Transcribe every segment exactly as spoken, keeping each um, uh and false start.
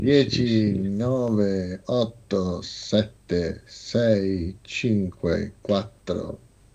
dieci, nove, otto, sette, sei, cinque, quattro.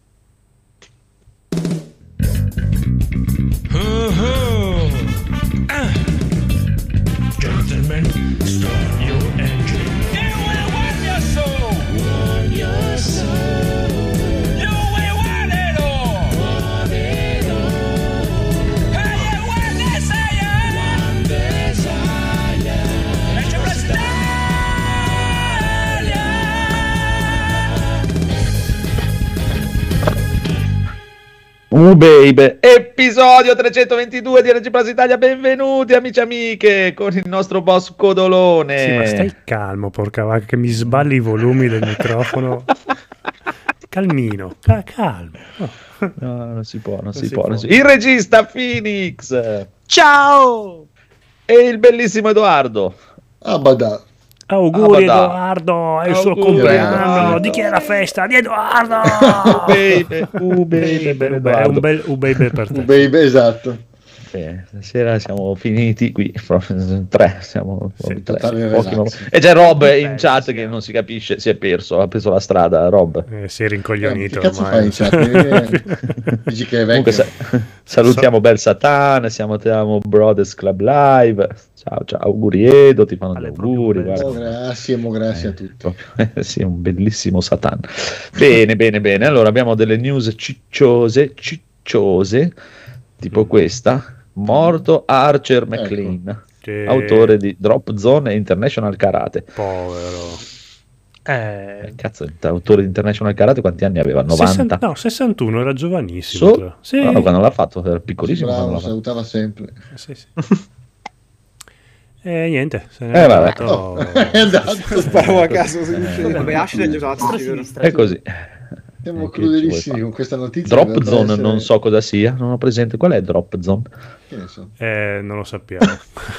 Oh, oh. Ah. Gentlemen, start your engine. You will warm your soul. Warm your soul. You will want it all. Want it all. Hey, you want desire. Want desire. And you must die. Uh baby, episodio trecentoventidue di R G Plus Italia, benvenuti amici e amiche con il nostro boss Codolone. Sì, ma stai calmo, porca vacca, che mi sballi i volumi del microfono. Calmino, cal- calmo. Oh. No, non si può, non, Non si, si può, può. non si- Il regista Phoenix. Ciao! E il bellissimo Edoardo. Ah, badà. Auguri Ah, badà. Edoardo, è il suo Auguri, compleanno, Edoardo. di chi è la festa? Di Edoardo! Uh baby, uh baby, per È Edoardo. un bel un baby per te. Baby, esatto. Sì, stasera siamo finiti qui, proprio tre, siamo Sì, tre, totale pochi relax. mo- e c'è Rob in bello, chat sì. che non si capisce, si è perso, ha preso la strada, Rob. Eh, si è rincoglionito Eh, che cazzo ormai. fai in chat? Dici che è Comunque vecchio? sa- salutiamo Bel Satan, salutiamo Brothers Club Live, ciao ciao, auguri Edo, ti fanno gli Ale, auguri, proprio Oh, guarda. grazie, mo grazie a tutti. Proprio- sì, un bellissimo Satan. Bene, bene, bene. Allora abbiamo delle news cicciose, cicciose, tipo questa. Morto Archer McLean, Che autore di Drop Zone e International Karate. povero. Eh, Eh, cazzo, autore di International Karate quanti anni aveva? novanta? sessanta no, sessantuno, era giovanissimo. So- tra- sì. no, quando l'ha fatto era piccolissimo. Bravo, quando l'ha fatto. salutava sempre. sì, sì. E niente, se ne Eh, è vabbè. andato- Oh, è andato. Sparavo a caso così. Eh, Vabbè, Ashley è destra giocati, o vero? sinistra? È così. Siamo Eh, che ci crudelissimi vuoi con questa notizia. Drop dovrebbe Zone essere- non so cosa sia, non ho presente. Qual è Drop Zone? Che ne so. Eh, non lo sappiamo.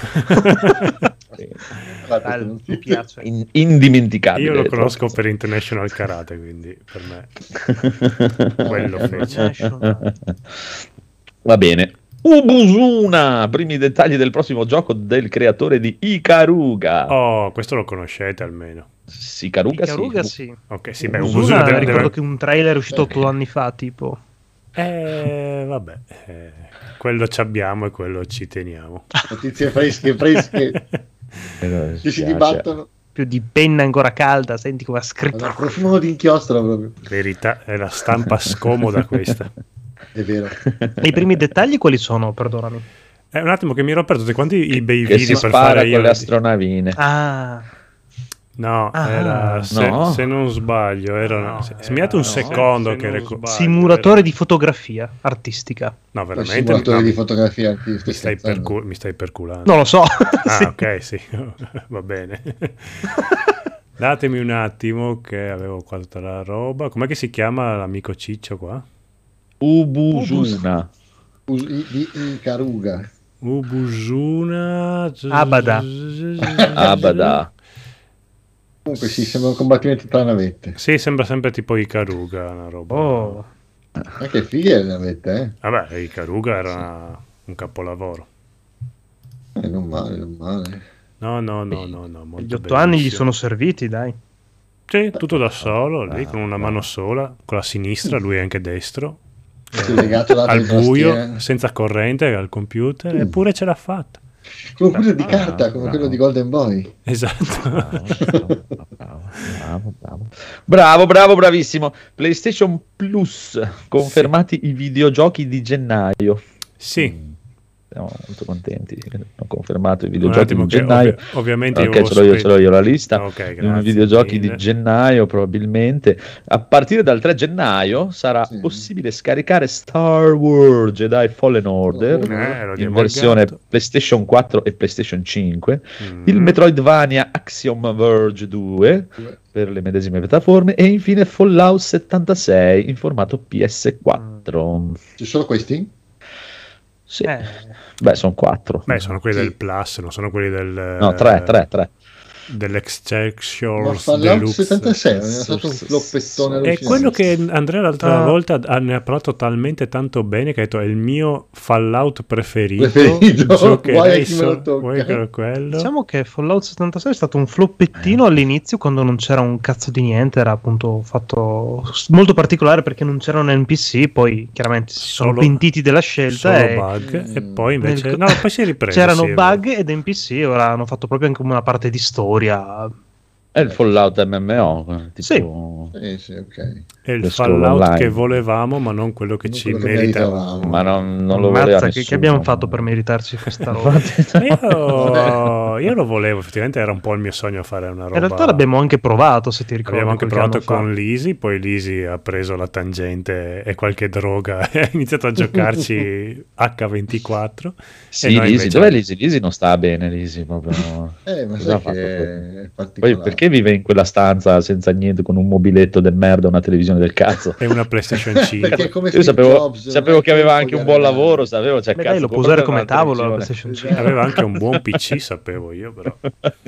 Guarda, bello, non mi ti- piace. In- indimenticabile. Io lo conosco Drop per International Karate, quindi per me quello fece. International. Va bene. Ubusuna, primi dettagli del prossimo gioco del creatore di Ikaruga. Oh, questo lo conoscete almeno. Sì, Ikaruga, Ikaruga sì. sì. Ok, sì, beh, Uzuna, Ubusuna deve, ricordo deve- che un trailer è uscito otto anni fa, tipo. Eh, vabbè, eh, quello ci abbiamo e quello ci teniamo. Notizie fresche, fresche, Eh, che si piace. dibattono. Più di penna ancora calda, senti come ha scritto. Allora, profumo di inchiostro proprio. Verità, è la stampa scomoda questa. È vero. E i primi dettagli quali sono, perdonami? È un attimo che mi ero perso tutti quanti i bei Che si video per spara fare con io. le astronavine. Ah, No, Ah, era, se, no. se non sbaglio, era, No, se, se era- mi date un no, secondo se che non recu- sbaglio, simulatore era- di fotografia artistica. No, Poi veramente simulatore no, di mi- fotografia artistica. mi stai, percu- mi stai perculando. Non lo so. Ah, Sì. ok, sì, va bene. Datemi un attimo che avevo qua tutta la roba. Com'è che si chiama l'amico Ciccio qua? Ubusuna. Us- i- di Ikaruga. Ubusuna. Abada. Abada. Comunque sì, sembra un combattimento tra navette. Sì, sembra sempre tipo Ikaruga, una roba. Oh, Ma che fighe le navette, eh? Vabbè, Ikaruga era una- un capolavoro. Eh, non male, non male. No, no, no, no, no. molto gli otto anni gli bellissimo. sono serviti, dai. Sì, tutto da solo, lì con una mano sola, con la sinistra, lui anche destro, Si è legato là al alle buio, tastiere. senza corrente, al computer, Mm. eppure ce l'ha fatta. Con quello di Ah, carta, come bravo. quello di Golden Boy. Esatto. Bravo, bravo, bravo, bravo. Bravo, bravo, bravissimo. PlayStation Plus, confermati i videogiochi di gennaio. Sì, Siamo molto contenti. Hanno confermato i un videogiochi attimo di che gennaio. ovvi- ovviamente io Ok, avevo ce l'ho io, spe- ce l'ho io la lista. Ok, I grazie videogiochi mille. di gennaio probabilmente. A partire dal tre gennaio sarà Sì. possibile scaricare Star Wars Jedi Fallen Order Oh, Eh, l'ho in versione dimenticato. PlayStation quattro e PlayStation cinque, Mm. il Metroidvania Axiom Verge due per le medesime piattaforme e infine Fallout settantasei in formato P S quattro. Ci sono questi? Sì. Eh, Beh, sono quattro. Beh, sono quelli Sì. del Plus, non sono quelli del... No, tre, tre, tre. dell'Exchange Ma Fallout Deluxe. settantasei non è stato un floppettone È allucinante. quello che Andrea l'altra Ah. volta ha- ne ha parlato talmente tanto bene che ha detto è il mio Fallout preferito, Preferito. Guai a giocherei chi me lo so- tocca. vuoi che quello. Diciamo che Fallout settantasei è stato un floppettino all'inizio quando non c'era un cazzo di niente, era appunto fatto s- molto particolare perché non c'erano N P C, poi chiaramente si sono Solo- pentiti della scelta solo e bug e Mm. poi invece Nel- no, poi si è ripreso. c'erano sì, è bug vero. ed N P C, ora hanno fatto proprio anche una parte di storia. È il Fallout M M O, tipo... Sì, sì, ok. È il lo scroll Fallout online. che volevamo ma non quello che Non ci quello che meritavamo. meritavamo. Ma non, non lo Ammazza, voleva che, nessuno. che abbiamo fatto per meritarci questa roba? Infatti, Io, io lo volevo, effettivamente era un po' il mio sogno fare una roba. In realtà l'abbiamo anche provato, se ti ricordi. Abbiamo anche qualche provato anno fa. con Lisi, poi Lisi ha preso la tangente e qualche droga e ha iniziato a giocarci acca ventiquattro. Sì, E noi Lisi, invece- dov'è Lisi? Lisi non sta bene, Lisi proprio. Eh, ma Cosa ha sai fatto che poi? è particolare. Poi perché vive in quella stanza senza niente, con un mobiletto del merda, una televisione del cazzo? E una PlayStation cinque. Perché come Io Steve sapevo, Jobs, sapevo non è che aveva puoi anche un pagare buon la- lavoro, sapevo, cioè Beh, cazzo, lei lo può comprami usare come una tavolo la televisione. PlayStation cinque. Aveva anche un buon P C, sapevo io, però.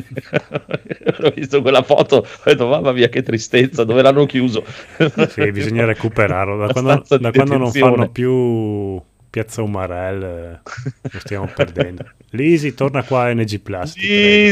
Ho visto quella foto, ho detto mamma mia che tristezza, dove l'hanno chiuso? Sì, bisogna recuperarlo. Da La quando, stanza di da quando non detenzione. fanno più Piazza Umarell, eh, lo stiamo perdendo. Lisi, torna qua a N G Plus. ti prego.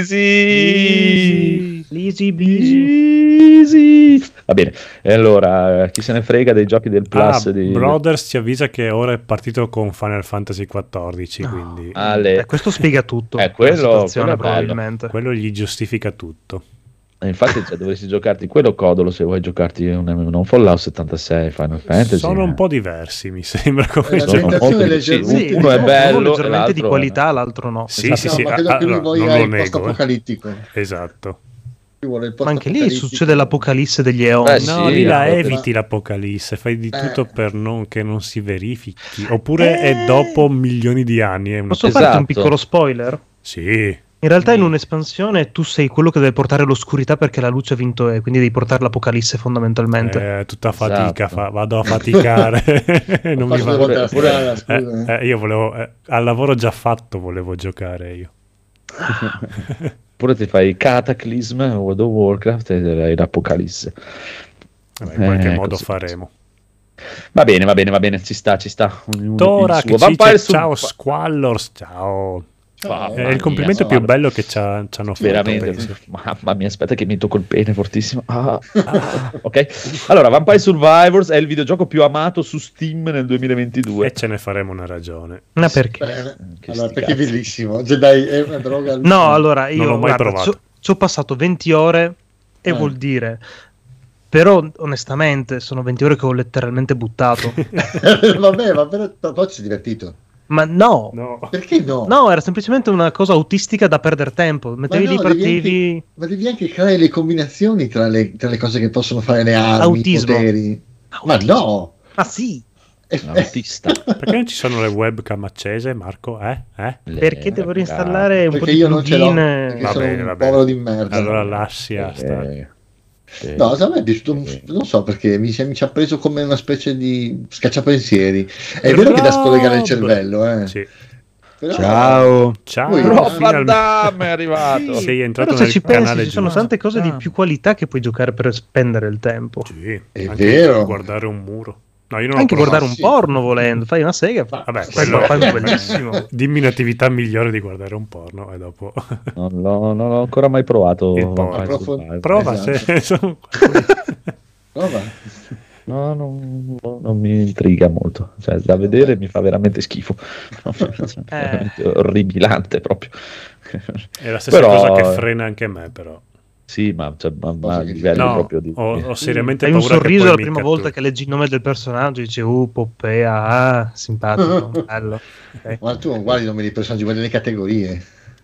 Lisi! Lisi Bisi. Lisi! Va bene, e allora chi se ne frega dei giochi del Plus Ah, di... Brothers ci avvisa che ora è partito con Final Fantasy quattordici, No. quindi Ale. Eh, questo spiega tutto. Eh, quello- la situazione, quello è bello. probabilmente. quello gli giustifica tutto. Eh, Infatti cioè, dovresti giocarti quello codolo se vuoi giocarti un, un Fallout settantasei Final Fantasy. Sono eh. un po' diversi, mi sembra. Come Eh, la Sono gioco. tentazione molto- leggermente- sì, Sì, uno è diciamo che bello uno e leggermente di l'altro- qualità, l'altro no. Sì, sì, No, sì. ma ah, credo che lui allora, voglia non lo il nego. post-apocalittico. eh. Esatto. Lui vuole il Ma anche lì post-apocalittico. succede l'apocalisse degli Eon. Eh, No, sì, lì la no, eviti l'apocalisse, fai di Eh. tutto per non, che non si verifichi. Oppure Eh. è dopo milioni di anni. È una... Posso Esatto. farti un piccolo spoiler? Sì, In realtà in un'espansione tu sei quello che deve portare l'oscurità perché la luce ha vinto e quindi devi portare l'apocalisse fondamentalmente. è tutta fatica, Esatto. fa- vado a faticare. non mi Faccio va. due volte la Pure- strada, scusa. Eh, eh, io volevo, eh, al lavoro già fatto volevo giocare io. Oppure ti fai Cataclysm, World of Warcraft e hai l'Apocalisse. Vabbè, in qualche Eh, modo così. faremo. Va bene, va bene, va bene, ci sta, ci sta. Ognuno Tora il che suo. ci Vampire dice ciao Surv- Squallors, ciao. Mamma È il mia, complimento insomma, più bello che ci ha- ci hanno fatto. Veramente, penso. mamma mia, aspetta che mi tocco il pene fortissimo. Ah, ah, ok, allora Vampire Survivors è il videogioco più amato su Steam nel duemilaventidue. E ce ne faremo una ragione. Ma perché? Beh, Che allora, sti perché è cazzi. bellissimo. Jedi è una droga. No, allora io Non l'ho mai guarda, provato. ci ho- ci ho passato venti ore e Eh. vuol dire. Però onestamente sono venti ore che ho letteralmente buttato. Vabbè, ma però poi ci sei divertito. Ma no, No. Perché no? no, era semplicemente una cosa autistica da perdere tempo. Ma Mettevi no, lì, devi partivi. anche- ma devi anche creare le combinazioni tra le, tra le cose che possono fare le armi, Autismo. i poteri. Ma no! Ma sì, Eh, Un autista. Perché non ci sono le webcam accese, Marco? Eh? Eh? Le- perché devo raga. reinstallare un po' perché di io non ce l'ho, plugin. perché Va sono bene, un va bene. povero di merda. Allora lascia stare. Eh, sì. No, a me è piaciuto, non so perché mi, si- mi ci ha preso come una specie di scacciapensieri. È vero che da scollegare il Rob! cervello, eh. Sì. Però- Ciao. Ciao. Ui, Rob Van finalmente. Damme è arrivato. Sì. Sei entrato Però se nel ci pensi canale ci sono giusto. tante cose di Ah. più qualità che puoi giocare per spendere il tempo. Sì, È anche vero. guardare un muro. No, io non Anche l'ho provato. guardare un sì. porno volendo, fai una sega. Ma- Vabbè, Fai quello fai un bellissimo. Dimmi un'attività migliore di guardare un porno e dopo Non l'ho, non l'ho ancora mai provato. Il Vampire porno. Survivors. prova Esatto. se sono... Prova. No, non, non mi intriga molto. Cioè, da vedere mi fa veramente schifo. Veramente orribilante proprio. È la stessa Però- cosa che frena anche me, però. Sì, ma, cioè, ma, ma a Cosa che- livello No, proprio di... ho, ho seriamente Hai un paura che sorriso poi la mi prima catturi. volta che leggi il nome del personaggio e dici, uh, Poppea, ah, simpatico, bello. Ok. Ma tu non guardi i nomi dei personaggi, guardi le categorie.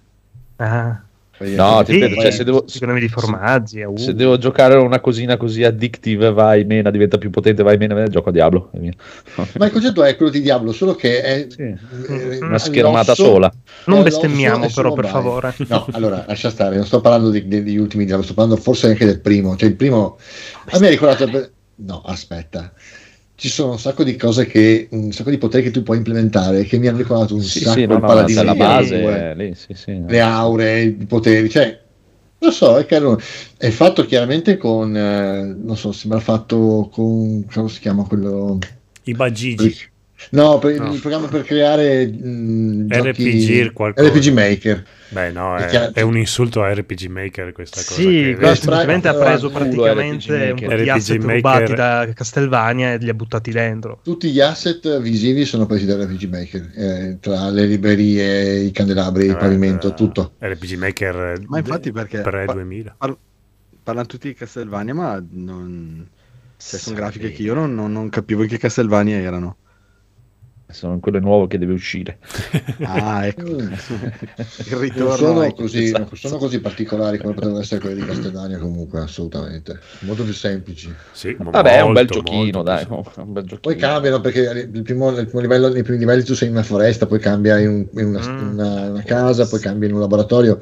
Ah, No, ti sì, ripeto, cioè, se devo, i nomi di formaggi, uh. se devo giocare una cosina così addictive, vai meno, diventa più potente, vai meno, gioco a Diablo. è via. Ma il concetto è quello di Diablo, solo che è Sì. eh, Una schermata l'osso- sola. Non è bestemmiamo l'osso e però, sono per vai. favore. No, allora, lascia stare, non sto parlando di- degli ultimi Diablo, sto parlando forse anche del primo. Cioè il primo, a me ha ricordato... No, aspetta. Ci sono un sacco di cose che, un sacco di poteri che tu puoi implementare che mi hanno ricordato un Sì, sacco sì, no, il no, paladino c'è la di base, Diablo, eh, lì, sì, sì. le aure, i poteri, cioè Lo so, è carino. È fatto chiaramente con, eh, non so, sembra fatto con, come si chiama quello? I Bagigi. No, per, No. il programma per creare mh, R P G giochi qualcosa. R P G Maker. Beh, no, È è, chiaro- è un insulto a R P G Maker questa cosa. Sì, che- questo Spra- semplicemente ha preso allora, praticamente R P G un po' Maker. di asset R P G rubati Maker. da Castlevania e li ha buttati dentro. Tutti gli asset visivi sono presi da R P G Maker, eh, tra le librerie, i candelabri, il Eh, pavimento, eh, tutto. R P G Maker Ma infatti perché pre pa- duemila. par- parlano tutti di Castlevania, ma non... cioè, sono Sì. grafiche che io non, non- non capivo in che Castlevania erano. Sono quello nuovo che deve uscire. Ah, ecco. Mm. Il Non ritorno sono ai- così, esatto. non sono così particolari come potevano essere quelli di Castlevania, comunque, assolutamente. Molto più semplici. Sì, mo- Vabbè, è un bel molto, giochino, molto dai. più- È un bel giochino. Poi cambiano perché il primo, il primo livello, nei primi livelli tu sei in una foresta, poi cambia in, un- in una, Mm. una- una casa, poi cambia in un laboratorio.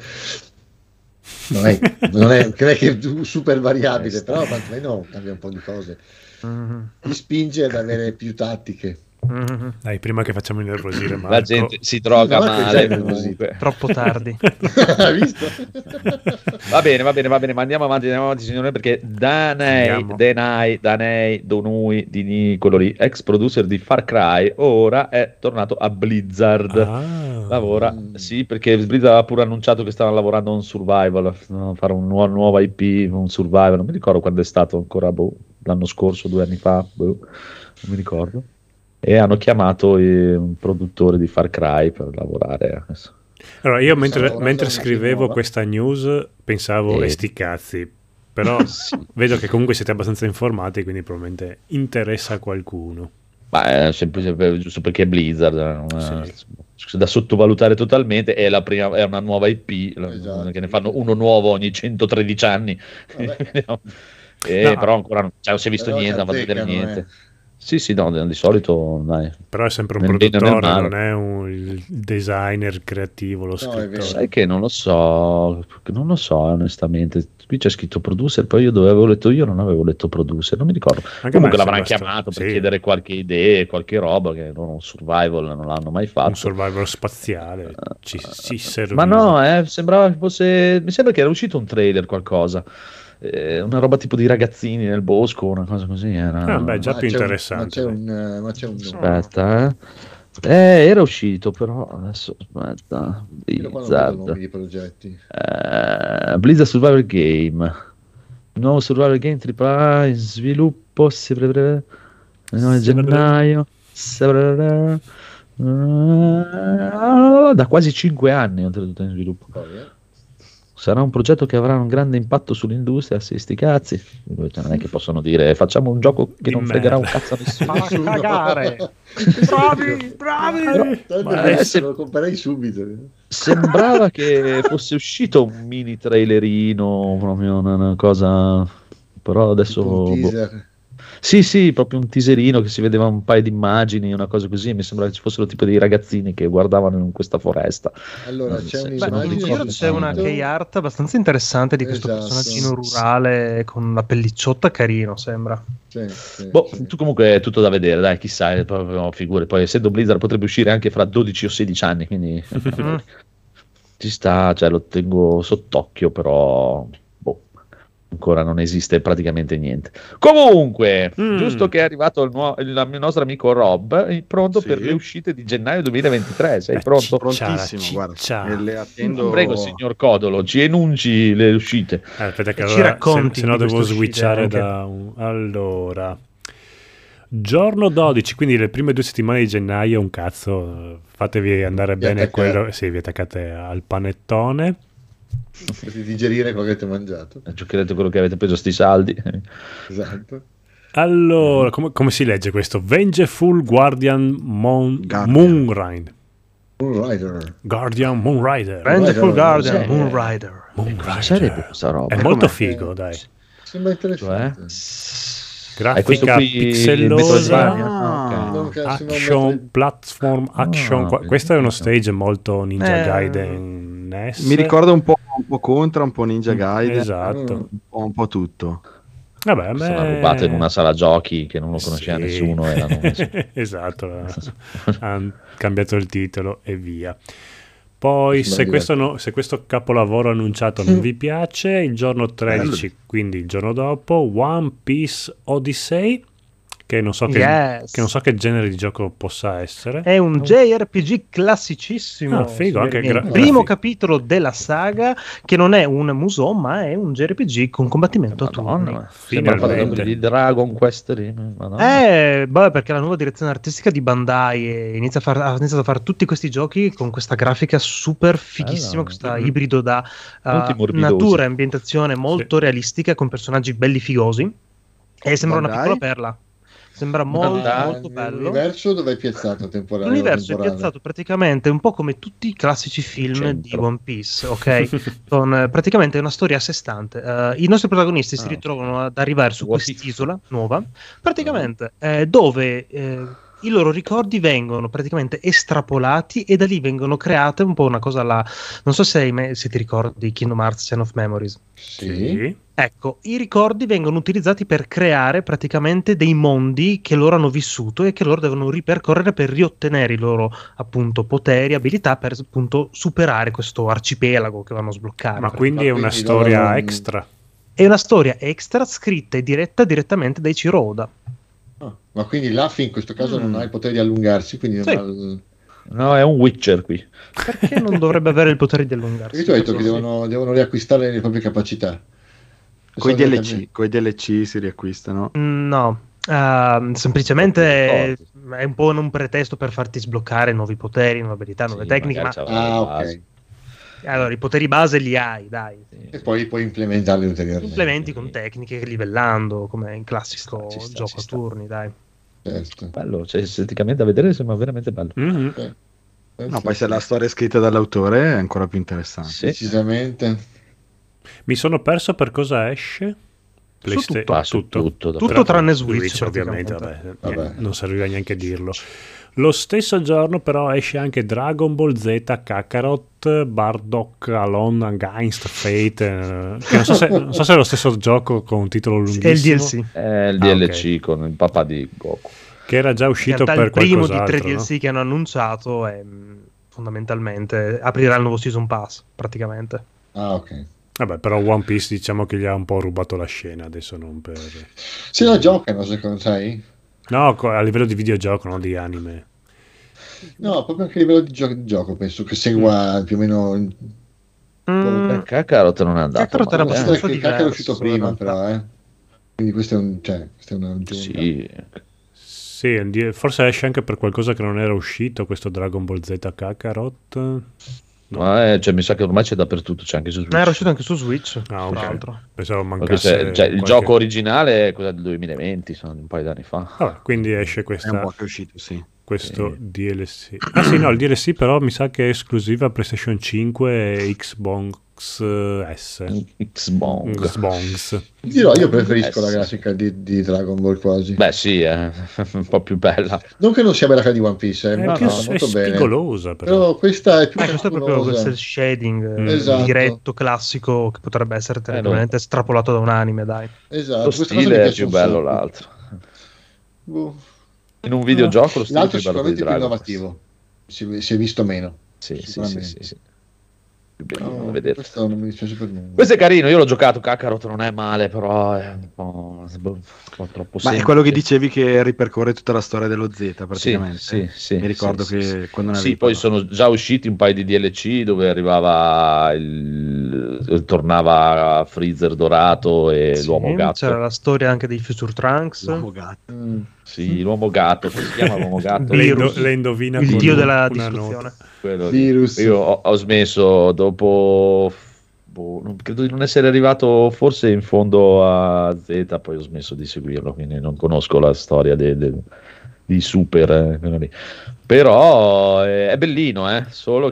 Non è, non è, non è che è super variabile, però quantomeno cambia un po' di cose. Mhm. Ti spinge ad avere più tattiche. Mhm. Dai, prima che facciamo innervosire Marco. La gente si droga No, ma che male. c'è comunque. Troppo tardi. Hai visto? Va bene, va bene, va bene, ma andiamo avanti, andiamo avanti, signore, perché Danei, Andiamo. Denai, Danei, Donui, Dini, quello lì, ex producer di Far Cry, ora è tornato a Blizzard. Ah. Lavora, Mm. sì, perché Blizzard aveva pure annunciato che stavano lavorando a un survival, no, fare un nuovo, nuova I P, un survival, non mi ricordo quando è stato ancora, boh, l'anno scorso, due anni fa, boh, non mi ricordo. E hanno chiamato eh, un produttore di Far Cry per lavorare a questo. Allora, io mentre, Stavo mentre lavorando scrivevo nuova. questa news pensavo, Eh. e sti cazzi, però Sì. vedo che comunque siete abbastanza informati, quindi probabilmente interessa a qualcuno. Ma è semplicemente giusto perché è Blizzard, eh, non è- Sì. da sottovalutare totalmente, è, la prima, è una nuova I P, la- Esatto. che ne fanno uno nuovo ogni centotredici anni. Vabbè. Eh, No. Però ancora non, cioè, non si è visto Però niente, non va a vedere azzeccano, niente. eh. Sì, sì, no, di solito dai. Però è sempre un Nel bene e nel produttore, male. non è un il designer creativo, lo è scrittore. vero. Sai che non lo so, non lo so onestamente. Qui c'è scritto producer, poi io dove avevo letto io non avevo letto producer, non mi ricordo. Anche a Comunque me l'avranno sembra chiamato sta- per sì, chiedere qualche idea, qualche roba, che loro un survival non l'hanno mai fatto. un survivor spaziale, ci, ci serve. Ma no, eh, sembrava che fosse. Mi sembra che era uscito un trailer, qualcosa. Eh, una roba tipo di ragazzini nel bosco, una cosa così. Era... Ah, beh, già Ma più c'è un- interessante. Ma c'è un, eh, ma c'è un Aspetta, eh. Eh, era uscito, però adesso aspetta. Io qua non vedo nomi Blizzard. di progetti. Eh, Blizzard Survival Game. Nuovo Survival Game tripla A in sviluppo. Si prevede. No, gennaio. Si prevede- Eh, da quasi cinque anni oltretutto in sviluppo. Poi, eh. Sarà un progetto che avrà un grande impatto sull'industria, sì, sti cazzi. Cioè, non è che possono dire facciamo un gioco che Di non fregherà un merda. cazzo a nessuno. Fa cagare. Bravi, bravi! Sarebbe Ma bello, se- lo comprerei subito. Sembrava che fosse uscito un mini trailerino, proprio una, una cosa. Però adesso. Tipo un boh. teaser. Sì, sì, proprio un teaserino che si vedeva un paio di immagini, una cosa così. Mi sembrava che ci fossero tipo dei ragazzini che guardavano in questa foresta. Allora, Non c'è so. Beh, un'immagine in ricordo giro sul c'è una sito. key art abbastanza interessante di questo Esatto. personaggino rurale con una pellicciotta carino, sembra. Sì, sì, Boh, sì. tu comunque è tutto da vedere, dai, chissà, è proprio figure. Poi essendo Blizzard potrebbe uscire anche fra dodici o sedici anni, quindi Mm. ci sta, cioè lo tengo sott'occhio, però boh, ancora non esiste praticamente niente. Comunque, Mm. giusto che è arrivato il, nuo- il nostro amico Rob, è pronto Sì. per le uscite di gennaio duemilaventitré, sei Eh, pronto? Prontissimo, Ciccia, guarda. ciccia. E le attendo... Prego, signor Codolo, ci enunci le uscite. Eh, aspetta che Ci allora, racconti se, se no di devo queste uscite switchare anche. da un... Allora, giorno dodici, quindi le prime due settimane di gennaio, un cazzo, eh, fatevi andare Vi bene attaccate. quello, sì, vi attaccate al panettone. Per digerire quello che avete mangiato. Giocherete quello che avete preso sti saldi. Esatto. Allora, come, come si legge questo? Vengeful Guardian Mon- Guardian. Moonrider. Moonrider. Guardian Moonrider. Vengeful Guardian, Cos'è? Moonrider. Cosa sarebbe questa roba? È molto com'è? figo, dai. Sembra Cioè? interessante. Hai questo Grafica qui pixellosa, Metroidvania? Ah, ok. Non ca- sembra un action, metro- platform, action. Ah, Qua- questo è uno bellissimo. stage molto Ninja Eh, Gaiden N E S. Mi ricorda un po', un po' Contra, un po' Ninja Gaiden, Esatto. un po', un po' tutto. Vabbè, a me... Sono rubato in una sala giochi che non lo conosceva Sì. nessuno. Erano... Esatto, hanno cambiato il titolo e via. Poi Sembra se questo, divertente. no- se questo capolavoro annunciato non vi piace, il giorno tredici, quindi il giorno dopo, One Piece Odyssey, che non so che, Yes. che non so che genere di gioco possa essere. È un J R P G classicissimo. Ah, figo, signori anche miei. gra- Primo grafico. capitolo della saga, che non è un Musou, ma è un J R P G con combattimento a turni. Madonna, sembra Finalmente. quello di Dragon Quest lì, Madonna. Eh, vabbè, perché la nuova direzione artistica di Bandai eh, inizia a far- ha iniziato a fare tutti questi giochi con questa grafica super fighissima, Bella. questo Mhm. ibrido da eh, Molti morbidosi. natura e ambientazione molto realistica con personaggi belli figosi e sembra una Bandai? piccola perla. Sembra molto, Ma molto bello. L'universo dove è piazzato temporale? L'universo è temporale? piazzato praticamente un po' come tutti i classici film Centro. di One Piece, ok? Con eh, praticamente una storia a sé stante. Eh, I nostri protagonisti si Ah, ritrovano ad arrivare su What quest'isola nuova, praticamente eh, dove eh, i loro ricordi vengono praticamente estrapolati e da lì vengono create un po' una cosa alla... Non so se, hai me- se ti ricordi Kingdom Hearts Chain of Memories. Sì. Ecco, i ricordi vengono utilizzati per creare praticamente dei mondi che loro hanno vissuto e che loro devono ripercorrere per riottenere i loro appunto poteri, abilità per appunto superare questo arcipelago che vanno a sbloccare. Ma quindi è Ma una quindi storia loro non- extra. È una storia extra scritta e diretta direttamente dai Ciroda. Ah, ma quindi Luffy in questo caso Mm. non ha il potere di allungarsi, quindi non Sì. ha il- No, è un Witcher qui. Perché non dovrebbe avere il potere di Perché allungarsi? tu hai detto che devono, devono riacquistare le proprie capacità. Con i Sono D L delle C, con i D L C si riacquistano. Mm, No, Ehm, semplicemente Non è un po' un pretesto per farti sbloccare nuovi poteri, nuove abilità, nuove Sì, tecniche, ma magari c'aveva Ah, la ok. base. allora i poteri base li hai, dai. Sì, E sì. poi puoi implementarli ulteriormente. Implementi con tecniche, livellando, come in classico Ci sta, ci sta, gioco ci a sta. turni, dai. Certo. Bello, cioè, esteticamente a vedere sembra veramente bello. Mhm. Eh, No, sì, poi se sì. la storia è scritta dall'autore è ancora più interessante. Sì. Decisamente. Mi sono perso per cosa esce. Playsta- tutto. Ah, su tutto, Tutto però- tranne Switch, ovviamente, vabbè, praticamente. eh, Vabbè. non serviva neanche dirlo. Lo stesso giorno però esce anche Dragon Ball Z Kakarot Bardock Alone Against Fate, eh, che non so, se, non so se è lo stesso gioco con un titolo È lunghissimo, il D L C. È il Ah, D L C ok. con il papà di Goku. che era già In uscito realtà per il primo di qualcos'altro, tre D L C no? che hanno annunciato è mh, fondamentalmente aprirà il nuovo Season Pass, praticamente. Ah, ok. Vabbè, però One Piece diciamo che gli ha un po' rubato la scena, adesso non per... Se la giocano, secondo sai? No, co- a livello di videogioco, non di anime. No, proprio anche a livello di, gio- di gioco, penso che segua più o meno. Mm, Eh, Kakarot non è andato Kakarot era male, eh. abbastanza Che cacchio è uscito diverso, prima, in però, eh. Quindi questo è un. Cioè, questa è una aggiunta. Sì, Sì, di- forse esce anche per qualcosa che non era uscito, questo Dragon Ball Z Kakarot. No. ma è- cioè, mi sa che ormai c'è dappertutto, c'è anche su Switch. Ma era uscito anche su Switch, Ah, tra ok. l'altro. Pensavo Perché mancasse c'è- cioè, il qualche- gioco originale è cosa del duemilaventi, sono un paio d'anni fa. Vabbè, quindi esce È un questa, po' che è uscito, sì. questo D L C. Ah sì, no, il D L C però mi sa che è esclusiva PlayStation cinque e Xbox S. Xbox. Xbox. Dirò, io preferisco Eh, la sì. grafica di, di Dragon Ball quasi. Beh, sì, è un po' più bella. Non che non sia bella quella di One Piece, eh, È ma più no, è molto bene. spigolosa però. Però questa è più Eh, questo è proprio muscolosa. quel shading eh, Esatto. diretto, classico, che potrebbe essere tranquillamente estrapolato da un anime, dai. Esatto, Lo questa cosa mi stile è piace più un bello sacco. l'altro. Boh. In un videogioco lo stile è L'altro più bello di sicuramente più Dragon. innovativo. Si, si è visto meno. Sì, sì, sì, Sicuramente. sì, sì. Più bellino No, da vedere. questo non mi dispiace per nulla. Questo è carino, io l'ho giocato, Kakarot non è male, però è un po', un po' troppo Ma semplice. è quello che dicevi che ripercorre tutta la storia dello Z Sì, praticamente. sì, sì, Mi ricordo sì, che sì, sì. quando ne Sì, avevi poi parlato. sono già usciti un paio di D L C dove arrivava il... tornava Freezer dorato e Sì, l'uomo gatto. c'era la storia anche dei Future Trunks, L'uomo gatto. Mm. Sì, l'uomo gatto, come si chiama l'uomo gatto? Le, Virus. indo- le indovina il con dio un- della una distruzione. nota. Quello lì. Virus. Io ho, ho smesso dopo, boh, non- credo di non essere arrivato forse in fondo a Z, poi ho smesso di seguirlo, quindi non conosco la storia de- de- di Super, eh, quello lì. Però eh, è bellino, eh, solo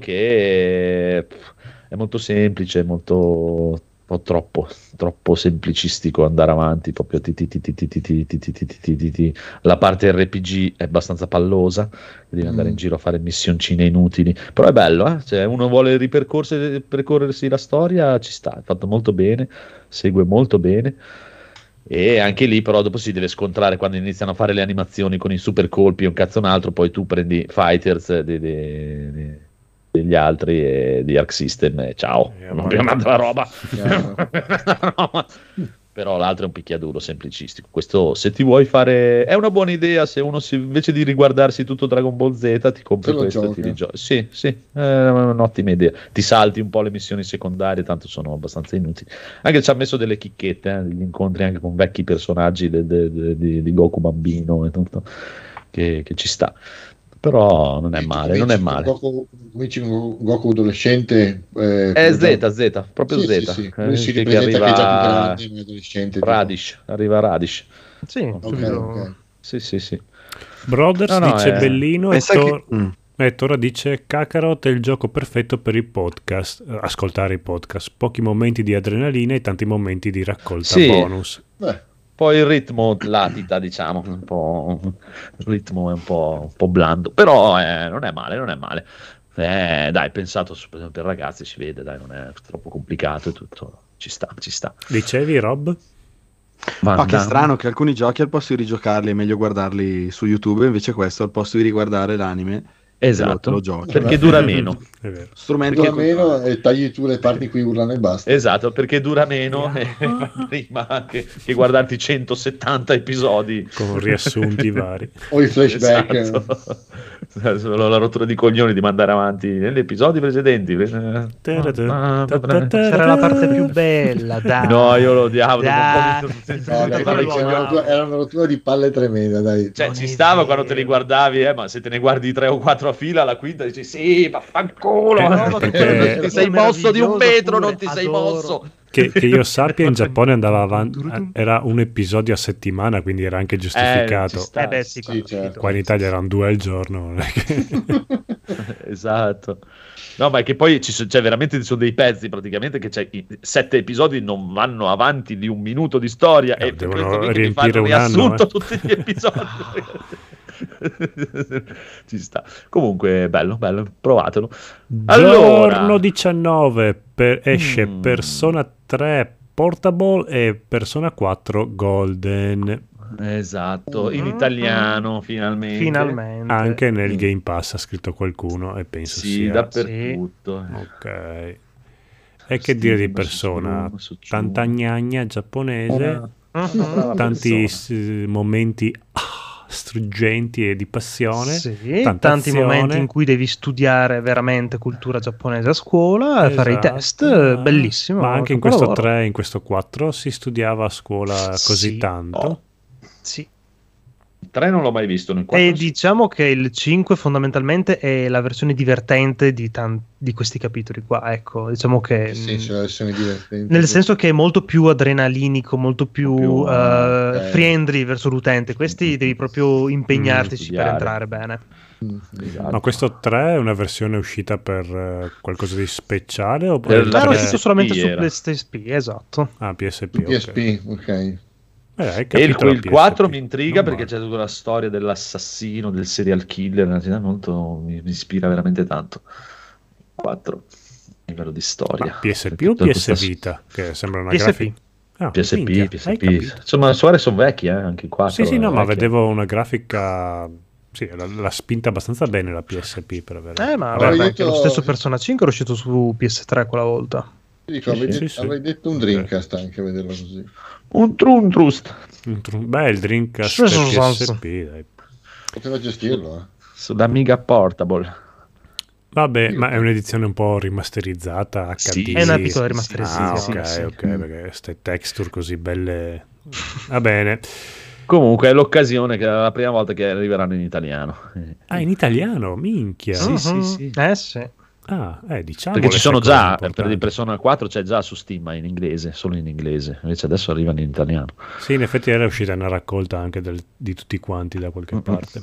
che pff, è molto semplice, molto un po' troppo, troppo semplicistico andare avanti, proprio ti- ti- ti- ti- ti- ti- ti- ti- ti- ti- ti- ti- ti. La parte R P G è abbastanza pallosa, devi andare Mm. in giro a fare missioncine inutili, però è bello, eh? Se uno vuole ripercorrere percorrersi la storia, ci sta, è fatto molto bene, segue molto bene. E anche lì però dopo si deve scontrare quando iniziano a fare le animazioni con i super colpi e un cazzo un altro, poi tu prendi fighters dei, dei- dei- degli altri e di Arc System e ciao, Eh, non abbiamo mandato la roba. Chiaro. Però l'altro è un picchiaduro semplicistico. Questo, se ti vuoi fare, è una buona idea. Se uno si, invece di riguardarsi tutto Dragon Ball Z, ti compri Se lo questo e ti gioca. rigiochi. Sì, sì, è un'ottima idea. Ti salti un po' le missioni secondarie, tanto sono abbastanza inutili. Anche ci ha messo delle chicchette, eh, degli incontri anche con vecchi personaggi de- de- de- di, di Goku bambino e tutto, che, che ci sta. Però non è male, non è Cominci con male. Goku, cominci con Goku adolescente. eh, È come Z, Z, proprio Sì, Z. sì, sì. Eh, Lui si che ripresenta che è già più arriva grande, ma adolescente. tipo. Radish, arriva Radish. Sì, Ok, subito- ok. Sì, sì, sì. Brothers No, no, dice è- bellino e, Pensa che- Tor- Mm. e Tora dice Kakarot è il gioco perfetto per i podcast, eh, ascoltare i podcast, pochi momenti di adrenalina e tanti momenti di raccolta Sì. bonus. Beh, Poi il ritmo latita, diciamo, un po', il ritmo è un po', un po' blando, però eh, non è male, non è male. Eh, dai, pensato su- per ragazzi, si vede, dai, non è troppo complicato e tutto, ci sta, ci sta. Dicevi Rob? Van Ma che Damme. strano che alcuni giochi al posto di rigiocarli è meglio guardarli su YouTube, invece questo al posto di riguardare l'anime te lo- te Esatto, lo giochi. perché dura meno. È vero. Strumento dura che meno e tagli tu le parti in cui urlano e basta. Esatto, perché dura meno e prima che, che guardarti centosettanta episodi. Con riassunti vari. O i flashback. Esatto. La rottura di coglioni di mandare avanti negli episodi precedenti. C'era la parte più bella, dai. No, io lo odiavo. Dai. dopo un po' mi- No, dai, Quello dai, era, una no. rottura, era una rottura di palle tremenda, dai. Cioè, Non ci è stava vero. quando te li guardavi, eh, ma se te ne guardi tre o quattro a fila, alla quinta dici sì, vaffanculo, Eh, no, ma perché- tu non ti sei mosso di un metro, Pure, non ti sei adoro. mosso. Che, che io sappia in Giappone andava avanti, era un episodio a settimana, quindi era anche Eh, giustificato. ci sta. Eh beh, sì, Sì, quando è certo. uscito. Qua in Italia erano due al giorno. non è che- Esatto. No, ma è che poi ci so- cioè, veramente ci sono dei pezzi praticamente che c'è i sette episodi non vanno avanti di un minuto di storia Eh, e per devono questo qui mi riempire fanno un anno, riassunto eh. tutti gli episodi. Ci sta. Comunque, bello, bello, provatelo. Allora, Giorno diciannove per- esce Mm. Persona tre Portable e Persona quattro Golden. esatto, in Mm. italiano finalmente. Finalmente. Anche nel Mm. Game Pass ha scritto qualcuno e penso Sì, sia... dappertutto. Ok. E che dire di Steam, Persona? su Zoom, su Tanta Zoom. gnagna giapponese, Mhm. brava tanti persona. s- momenti ah, struggenti e di passione. Sì, tanta tanti azione. momenti in cui devi studiare veramente cultura giapponese a scuola e fare i Esatto. test, eh, bellissimo. Ma anche in questo capolavoro. tre e in questo quattro si studiava a scuola così Sì. tanto. Oh. Sì. Il tre non l'ho mai visto, nel quattro E sì. diciamo che il cinque fondamentalmente è la versione divertente di, tan- di questi capitoli qua, ecco, diciamo che Sì, c'è la versione divertente. nel senso che è molto più adrenalinico, molto più, Più, eh, eh. friendly verso l'utente. Questi devi proprio impegnartici Mm, per studiare. entrare bene. Mm. Esatto. Ma questo tre è una versione uscita per eh, qualcosa di speciale o Per per la Ah, era P S uscito solamente su era. P S P, esatto. Ah, P S P, P S P, ok. ok. Eh, hai E il, capito la il P S quattro P. mi intriga Non perché male. c'è tutta la storia dell'assassino, del serial killer, una cosa molto, mi, mi ispira veramente tanto. quattro a livello di storia. Ma P S P o Tutta P S questa- Vita? Che sembra una P S P. grafica. Ah, P S P, minchia, P S hai P. capito. Insomma, suore sono vecchi, eh, anche i quattro. Sì, sì, no, eh, ma vecchi. vedevo una grafica. Sì, l'ha, l'ha spinta abbastanza bene la P S P per avere. Eh, ma Avrei guarda, detto- anche lo stesso Persona cinque è uscito su P S tre quella volta. Ti dico, avrei, Sì, detto, sì. avrei detto un Dreamcast anche a vederlo così. Un truntrust Un tru- Beh, il Dreamcast Sì, sì, e sì. P S P, dai. Poteva gestirlo, eh. sull'Amiga Portable. Vabbè, ma è un'edizione un po' rimasterizzata H D. Sì, È una sì, piccola sì, rimasterizzazione. Ah, sì, ok, sì, sì. ok, perché queste texture così belle. Va bene. Comunque è l'occasione che è la prima volta che arriveranno in italiano. Eh, Ah, in italiano, minchia. Sì, sì, Mhm. sì. Eh sì. Ah, eh, diciamo. Perché le ci sono cose già, importanti. per il Persona quattro c'è già su Steam, ma in inglese, solo in inglese. Invece adesso arrivano in italiano. Sì, in effetti era uscita una raccolta anche del- di tutti quanti da qualche Mm-mm. parte.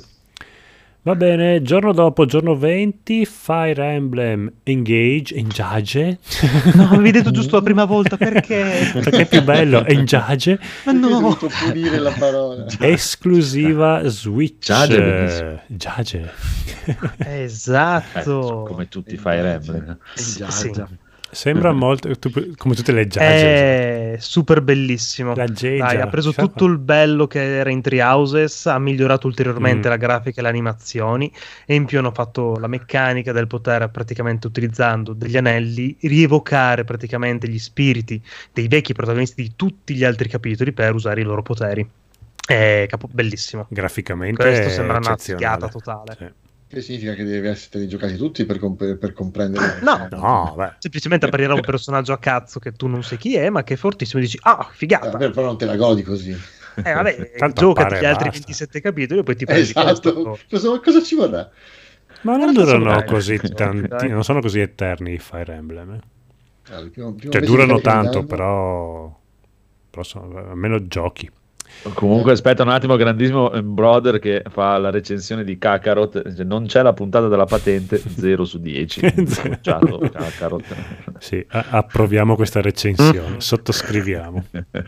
Va bene, giorno dopo, giorno venti, Fire Emblem Engage, Engage, No, avevi detto giusto la prima volta, perché? perché è più bello, Engage, Ma Perché ho no. dovuto pulire la parola. esclusiva Switch. Engage è bellissimo. Eh, Engage. Eh, Esatto. come tutti i Fire Emblem. Eh, già, Sì. già. Sembra molto tu- come tutte le Judges. È super bellissimo. La Jade, Dai, ha preso sa- tutto il bello che era in Three Houses, ha migliorato ulteriormente Mm. la grafica e le animazioni, e in più hanno fatto la meccanica del poter, praticamente utilizzando degli anelli, rievocare praticamente gli spiriti dei vecchi protagonisti di tutti gli altri capitoli per usare i loro poteri. È capo- bellissimo. Graficamente Questo è sembra una eccezionale. figata totale. Sì. Che significa che devi essere giocati tutti per, comp- per comprendere? No. No, beh. Semplicemente apparirà un personaggio a cazzo che tu non sai chi è, ma che è fortissimo, e dici ah, Eh, figata. vabbè, però non te la godi così. Eh, vabbè, Tanto giocati appare gli e altri basta. ventisette capitoli e poi ti prendi Esatto. questo. Cosa, cosa ci vorrà? Ma non Guarda, durano sono- così dai. tanti, Dai. non sono così eterni i Fire Emblem. eh. Ah, il primo- il primo Cioè mese durano di carica di tanto, danno- però, però sono, almeno giochi. Comunque aspetta un attimo, grandissimo Brother che fa la recensione di Kakarot, dice, non c'è la puntata della patente, zero su dieci. Bocciato, Kakarot. Sì, a- approviamo questa recensione, sottoscriviamo.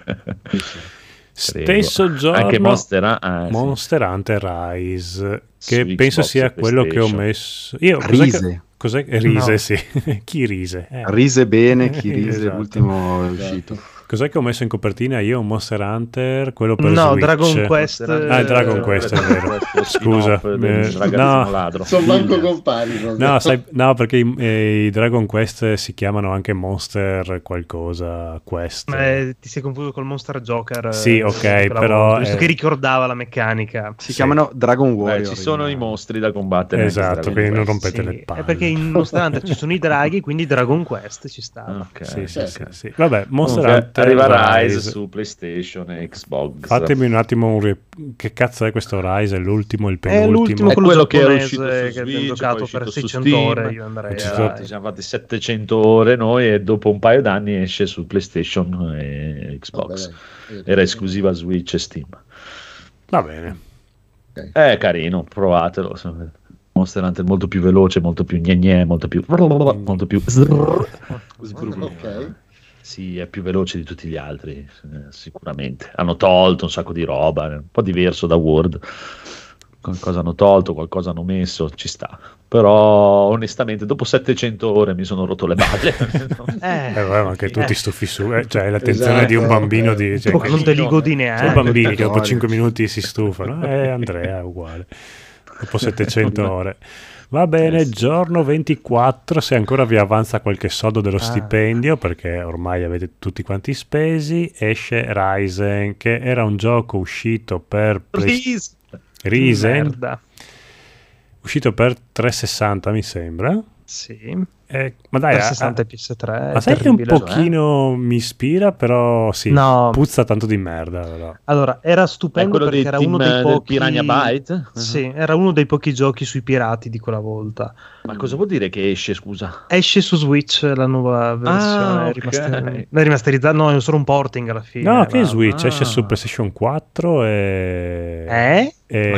Stesso Prego. giorno Anche Monster, ah, sì. Monster Hunter Rise, che Su penso Xbox sia e quello che ho PlayStation. messo io. Cos'è Rise. che- Cos'è? Rise, No. sì. Chi rise? Eh. Rise bene, chi rise, Esatto. l'ultimo è uscito. Cos'è che ho messo in copertina io? Monster Hunter, quello per No, Switch. Dragon Quest. Ah, Dragon Quest, è vero. Lo Scusa, spin-off del eh, ragazzino no. ladro. Sono manco compari. proprio. No, sai- no, perché i, eh, i Dragon Quest si chiamano anche Monster qualcosa Quest. Eh, ti sei confuso col Monster Joker. Sì, eh, ok, quella però, volta, visto eh, che ricordava la meccanica. Si Sì. chiamano Dragon Beh, Warrior. ci sono in- i mostri da combattere. anche in Esatto, Dragon quindi non Quest. rompete Sì, le palle. è perché in Monster Hunter ci sono i draghi, quindi Dragon Quest ci sta. Ok. Sì, sì, sì, Certo. sì. Vabbè, Monster Comunque, Hunter arriva Rise Rise. su PlayStation e Xbox. Fatemi un attimo un re- che cazzo è questo Rise? È l'ultimo, il È penultimo? l'ultimo È quello, quello che era giapponese uscito su che abbiamo Switch, giocato poi è per uscito su seicento Steam. ore io e Andrea. Ci Esatto, dai. ci siamo fatti settecento ore noi e dopo un paio d'anni esce su PlayStation e Xbox. Vabbè, Era esclusiva Switch e Steam. Va bene. È carino, provatelo. Monster Hunter molto più veloce, molto più gne molto più molto più Ok. sì, è più veloce di tutti gli altri, eh, sicuramente. Hanno tolto un sacco di roba, è un po' diverso da World. Qualcosa hanno tolto, qualcosa hanno messo, ci sta. Però onestamente dopo settecento ore mi sono rotto le balle. Eh, Eh, vabbè, ma anche tu eh. ti stufi su, eh, cioè l'attenzione Esatto, di un bambino eh. di cioè, Oh, non te li godi sono neanche. bambini che dopo Storia. cinque minuti si stufano. Eh, Andrea è uguale. Dopo settecento ore. Va bene, Eh sì. giorno ventiquattro, se ancora vi avanza qualche soldo dello Ah. stipendio, perché ormai avete tutti quanti spesi, esce Ryzen, che era un gioco uscito per Play- Please. Ryzen, Merda. uscito per trecentosessanta mi sembra. Sì. Eh, ma dai, Per ah, sessanta e P S tre. ma sai che un terribile. pochino mi ispira, però sì, No. puzza tanto di merda. Però. Allora, era È stupendo quello perché dei era team uno dei del pochi Piranha Byte? Sì, era uno dei pochi giochi sui pirati di quella volta. Ma cosa vuol dire che esce, scusa? Esce su Switch la nuova versione Ah, ok. rimaster- non è rimasterizzata, no, è solo un porting alla fine. No, che ma- Switch ah. esce su PlayStation quattro e, Eh?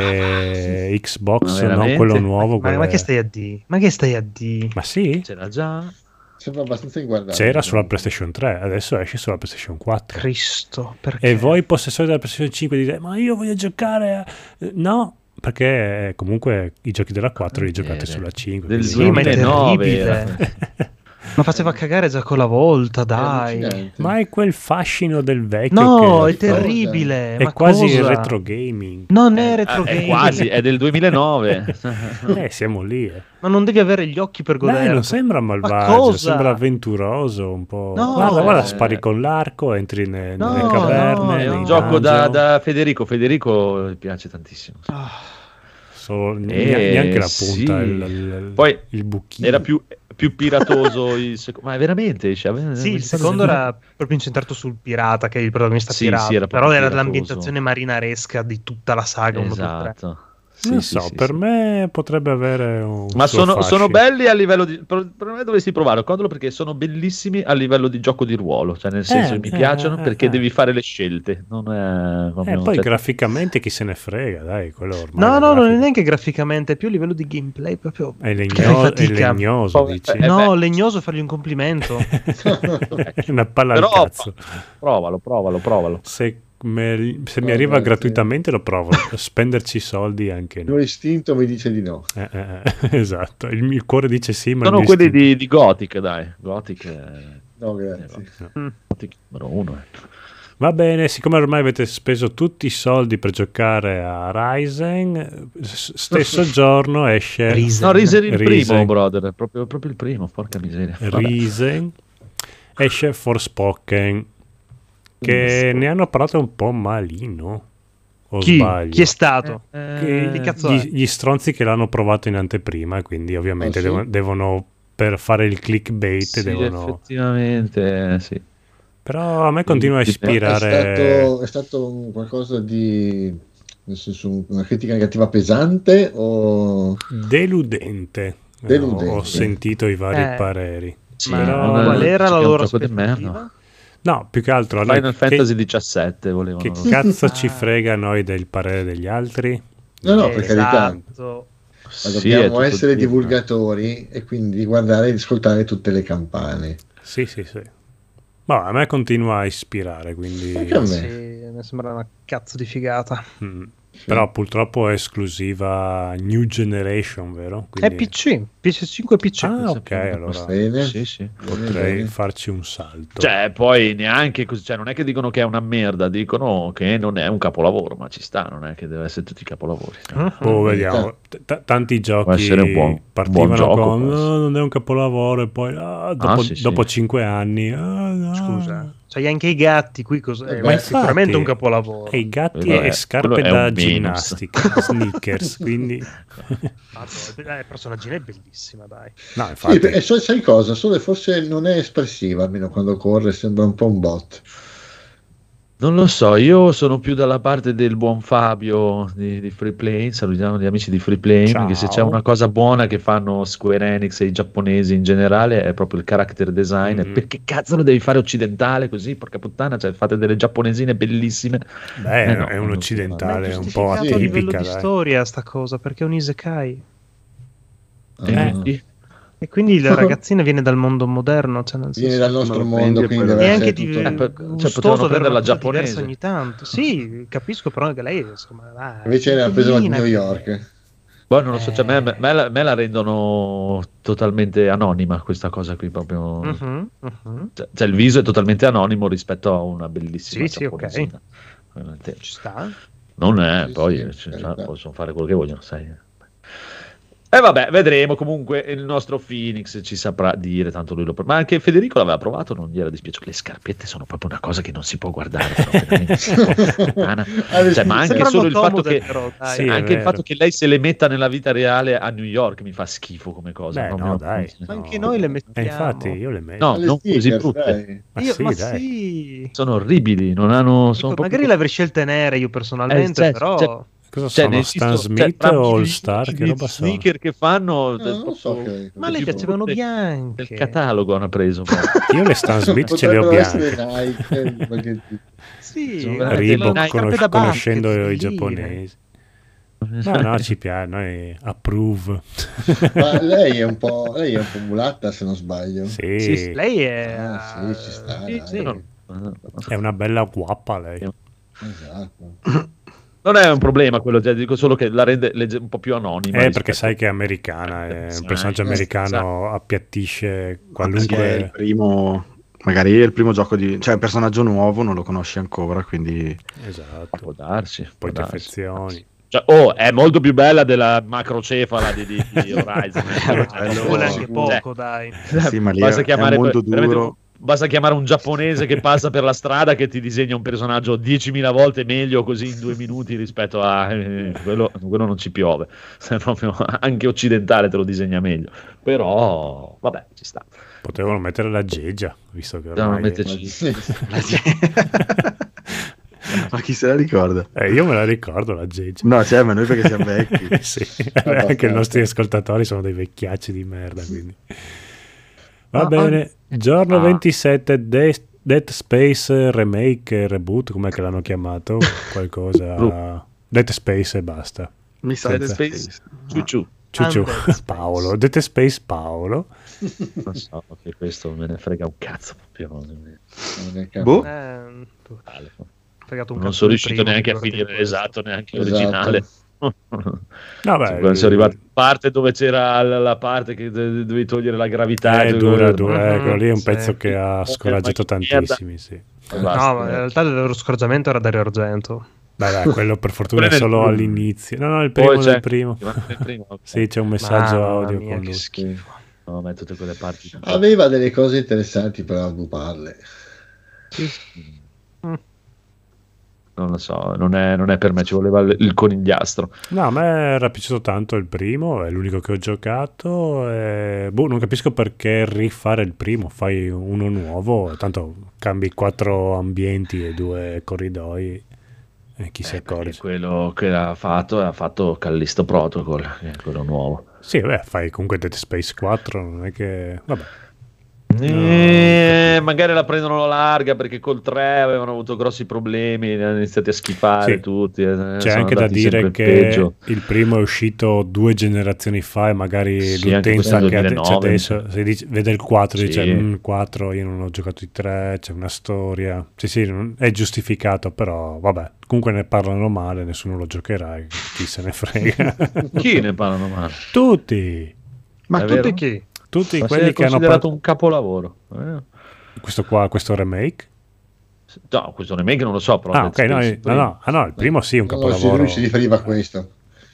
e Xbox, Ma non veramente? quello nuovo. Ma, quello ma è- che stai a di? Ma che stai a di? Ma sì, C'era già. Sembra abbastanza inguardabile. c'era sulla PlayStation tre, adesso esce sulla PlayStation quattro. Cristo, perché? E voi possessori della PlayStation cinque dite, ma io voglio giocare a... No, perché eh, comunque i giochi della quattro li giocate Eh, sulla cinque. del quindi- Sì, ma è duemilanove terribile. Ma faceva cagare già con la volta, È dai. allucinante. Ma è quel fascino del vecchio No, che è terribile. è ma quasi cosa? il retro gaming. Non è Ah, retro è gaming. quasi, è del duemilanove. Eh, siamo lì. Eh. Ma non devi avere gli occhi per godere. Dai, non sembra Ma malvagio, cosa? sembra avventuroso un po'. No, guarda, guarda, eh. spari con l'arco, entri ne- No, nelle no, caverne. È no. un nei gioco da, dungeon. da Federico. Federico gli piace tantissimo. Solo- ne- Eh, neanche la sì. punta, il, il- Poi il buchino. Era più, più piratoso il secondo. Ma veramente? Cioè, Sì, il secondo era proprio incentrato sul pirata, che è il protagonista Sì, pirata. sì, era però proprio era piratoso. l'ambientazione marinaresca di tutta la saga uno, due, tre. Esatto. Sì, non sì, so, sì, per sì. me potrebbe avere un Ma suo sono, fascino. sono belli a livello di. Per, per me dovresti provare Codolo perché sono bellissimi a livello di gioco di ruolo. Cioè, nel senso Eh, che mi eh, piacciono eh, perché eh. devi fare le scelte. Non è E proprio- poi cioè, graficamente chi se ne frega, dai, quello ormai. No, la no, non è grafica- neanche graficamente, è più a livello di gameplay, proprio. È, legno- che fai è fatica. legnoso, Oh, dici. eh, No, beh. legnoso è fargli un complimento. Una palla Però al cazzo. provalo, provalo, provalo. Se me- se mi No, arriva grazie. gratuitamente lo provo, spenderci soldi anche Il no. mio istinto mi dice di no. Eh, eh, eh, esatto, il mio cuore dice sì, ma il Sono mio quelli istinto- di, di Gothic, dai. Gothic è... No, grazie. Gothic numero uno. eh. Va bene, siccome ormai avete speso tutti i soldi per giocare a Ryzen, s- stesso giorno esce Risen. No, Risen il Risen. primo, brother. Proprio, proprio il primo, porca miseria. Vabbè. Risen, esce Forspoken, che ne hanno parlato un po' malino, o Chi? sbaglio? Chi è stato? Che Che cazzo gli, è? gli stronzi che l'hanno provato in anteprima, quindi ovviamente Ah, sì? devono, devono, per fare il clickbait, Sì, devono... effettivamente, eh, sì. Però a me continua a È È ispirare... stato, è stato un qualcosa di, nel senso, una critica negativa pesante o... deludente. Eh, Deludente. Ho sentito i vari Eh. pareri. Sì, Ma però- qual era la È un loro gioco di aspettativa? merda. No, più che altro... allora, Final che- Fantasy diciassette volevano. Che cazzo ci Ah. frega noi del parere degli altri? No, no, per carità. Esatto. Ma Sì, è dobbiamo tutto essere Dio, divulgatori e quindi guardare e ascoltare tutte le campane. Sì, sì, sì. Ma a me continua a ispirare, quindi... Anche a me. Sì, mi sembra una cazzo di figata. Mm. Però purtroppo è esclusiva New Generation, vero? Quindi È P C, P S cinque e P C. Ah, ok, Sappiamo. allora Bene. Sì, sì. potrei bene. farci un salto. Cioè, poi neanche così, cioè, non è che dicono che è una merda, dicono che non è un capolavoro, ma ci sta, non è che deve essere tutti capolavori. Mhm. Boh, vediamo. T- Tanti giochi essere un buon- partivano buon gioco, con può essere. "No, non è un capolavoro e poi ah, dopo, sì, sì. dopo cinque anni ah, no. Scusa, c'hai anche i gatti qui, cos'è? Eh, Ma beh, è sicuramente infatti, un capolavoro. E i gatti Quello e è- scarpe quello è da un minus. ginnastica, sneakers, quindi Madonna, la personaggina è bellissima, dai. no, Sì, infatti e so- sai cosa? Solo forse non è espressiva, almeno quando corre, sembra un po' un bot. Non lo so, io sono più dalla parte del buon Fabio di, di Free Play, salutiamo gli amici di Free Play, Ciao. che se c'è una cosa buona che fanno Square Enix e i giapponesi in generale è proprio il character design. Mhm. Perché cazzo lo devi fare occidentale così? Porca puttana, cioè fate delle giapponesine bellissime. beh, Eh no, è un non occidentale Ma è un po' giustificato a livello atipica, di dai. storia sta cosa, perché è un isekai. E Ah, quindi? E quindi la ragazzina viene dal mondo moderno, cioè nel viene senso... dal nostro lo mondo, prendi e quindi poi lo- deve E essere anche di, tutto... Eh, per- cioè, gustoso potevano avere prenderla una cosa giapponese. diversa ogni tanto. Sì, capisco, però anche lei insomma, ah, Invece ne ha preso la di bellina, New che- York. Poi non lo so, cioè, me, Eh. me la, me la rendono totalmente anonima questa cosa qui proprio. Mhm, mhm. Cioè, cioè, il viso è totalmente anonimo rispetto a una bellissima Sì, sì, ok. giapponesina. Veramente. Ci sta. Non è, Sì, poi sì, cioè, carità. possono fare quello che vogliono, sai. E vabbè, vedremo. Comunque il nostro Phoenix ci saprà dire, tanto lui lo prova. Ma anche Federico l'aveva provato, non gli era dispiaciuto. Le scarpette sono proprio una cosa che non si può guardare. Però, veramente. Puttana. Cioè, ma anche Sembrano solo il fatto comode, che però, dai. Sì, è anche il vero. fatto che lei se le metta nella vita reale a New York mi fa schifo come cosa. Beh, proprio. no, dai. Ma anche no. noi le E mettiamo. infatti io le metto. No, Alle non così stickers, brutte. dai. Ma Io- sì, ma dai. sì. Sono orribili, non hanno. Sono Dico, proprio- magari le avrei scelte nere io personalmente, Eh, cioè, però... cioè, Cosa Cioè, sono? nel Stan senso, cioè, Smith tra o All gli- Star? Che gli roba sono? sneaker che fanno No, non so proprio che- Ma le tipo piacevano del- bianche. del catalogo hanno preso proprio. Io le Stan Smith ce le ho Potrebbero essere bianche. Nike, qualche- Sì, Sono eh, veramente Reebok, Nike, conos- scarpe da conoscendo basket, i belline. giapponesi. No, no, ci piace, noi approve. Ma lei è un po', lei è un po' mulatta, se non sbaglio. Sì, Sì, sì. Lei è... Ah, sì, ci sta, Sì, dai. sì. No, è una bella guappa lei. Esatto. non è un problema quello, cioè, dico solo che la rende legge- un po' più anonima. Eh, rispetto- perché sai che è americana, è un Sai, personaggio eh, americano, appiattisce Sì, è il qualunque... primo, magari è il primo gioco di, cioè è un personaggio nuovo, non lo conosci ancora, quindi Può Esatto, darsi. può poi ti darsi. affezioni. Cioè, oh, è molto più bella della macrocefala di, di, di Horizon. Quello- Ci vuole anche Cioè, poco, dai. sì, ma lì basta è, è chiamare un mondo veramente- duro. Basta chiamare un giapponese che passa per la strada che ti disegna un personaggio diecimila volte meglio così in due minuti rispetto a eh, quello, quello non ci piove. Se proprio anche occidentale te lo disegna meglio. Però vabbè, ci sta. Potevano mettere la Geggia, visto che Devono ormai... metterci- Ma chi se la ricorda? Eh, io me la ricordo la Geggia. No, cioè, ma noi perché siamo vecchi. Sì, anche i nostri ascoltatori sono dei vecchiacci di merda, quindi. Va Ah, bene, giorno ah. ventisette, De- Dead Space Remake, Reboot, com'è che l'hanno chiamato? Qualcosa... Dead Space e basta. Mi sa Dead che Space. Ciucciù. Ciucciù. Undead Space. Paolo, Dead Space Paolo. Non so, che questo me ne frega un cazzo proprio. Non è caso. Boh. Eh, Totale. fregato un non cazzo sono del riuscito primo, neanche a figurati finire questo. esatto, neanche Esatto. l'originale. No, Cioè, beh, quando sono arrivato a parte dove c'era la, la parte che de- dovevi togliere la gravità, è e dura, dovevi- dura, eh, quello lì è un Sì. pezzo che ha Sì. scoraggiato Ma che merda. tantissimi, sì. E basta. No, ma in realtà il vero scoraggiamento era Dario Argento. Beh, dai, quello per fortuna è Quello è nel solo primo. all'inizio. No, no, il Poi primo c'è- del primo. il primo, ok. Sì, c'è un messaggio Mamma audio mia, con che lui. schifo. No, ma tutte quelle parti. Aveva delle cose interessanti per avvuparle. Mm. Non lo so, non è, non è per me, ci voleva il, il conigliastro. No, a me era piaciuto tanto il primo, è l'unico che ho giocato. E... boh, non capisco perché rifare il primo, fai uno nuovo, tanto cambi quattro ambienti e due corridoi e chi si Eh, perché accorge. quello che ha fatto ha fatto Callisto Protocol, che è quello nuovo. Sì, beh, fai comunque Dead Space quattro, non è che... vabbè. Eh, magari la prendono alla larga perché col tre avevano avuto grossi problemi, ne hanno iniziati a schifare Sì. tutti. eh, C'è sono anche da andati dire sempre che peggio. il primo è uscito due generazioni fa e magari Sì, anche l'utenza questo che ade- duemilanove, c'è adesso se dice- vede il quattro Sì. dice "Mm, quattro io non ho giocato i tre, c'è una storia". Sì, sì, non- è giustificato, però vabbè, comunque ne parlano male, nessuno lo giocherà, e chi se ne frega. Chi ne parlano male? Tutti, Ma È tutti vero? chi? tutti Ma quelli si è che hanno considerato parlato un capolavoro. Eh? questo qua, questo remake. No, questo remake non lo so, però Ah, Dead ok, no, Space no, prima. no, ah, no, il primo sì, è un No, no, sì, capolavoro. lui si riferiva a questo.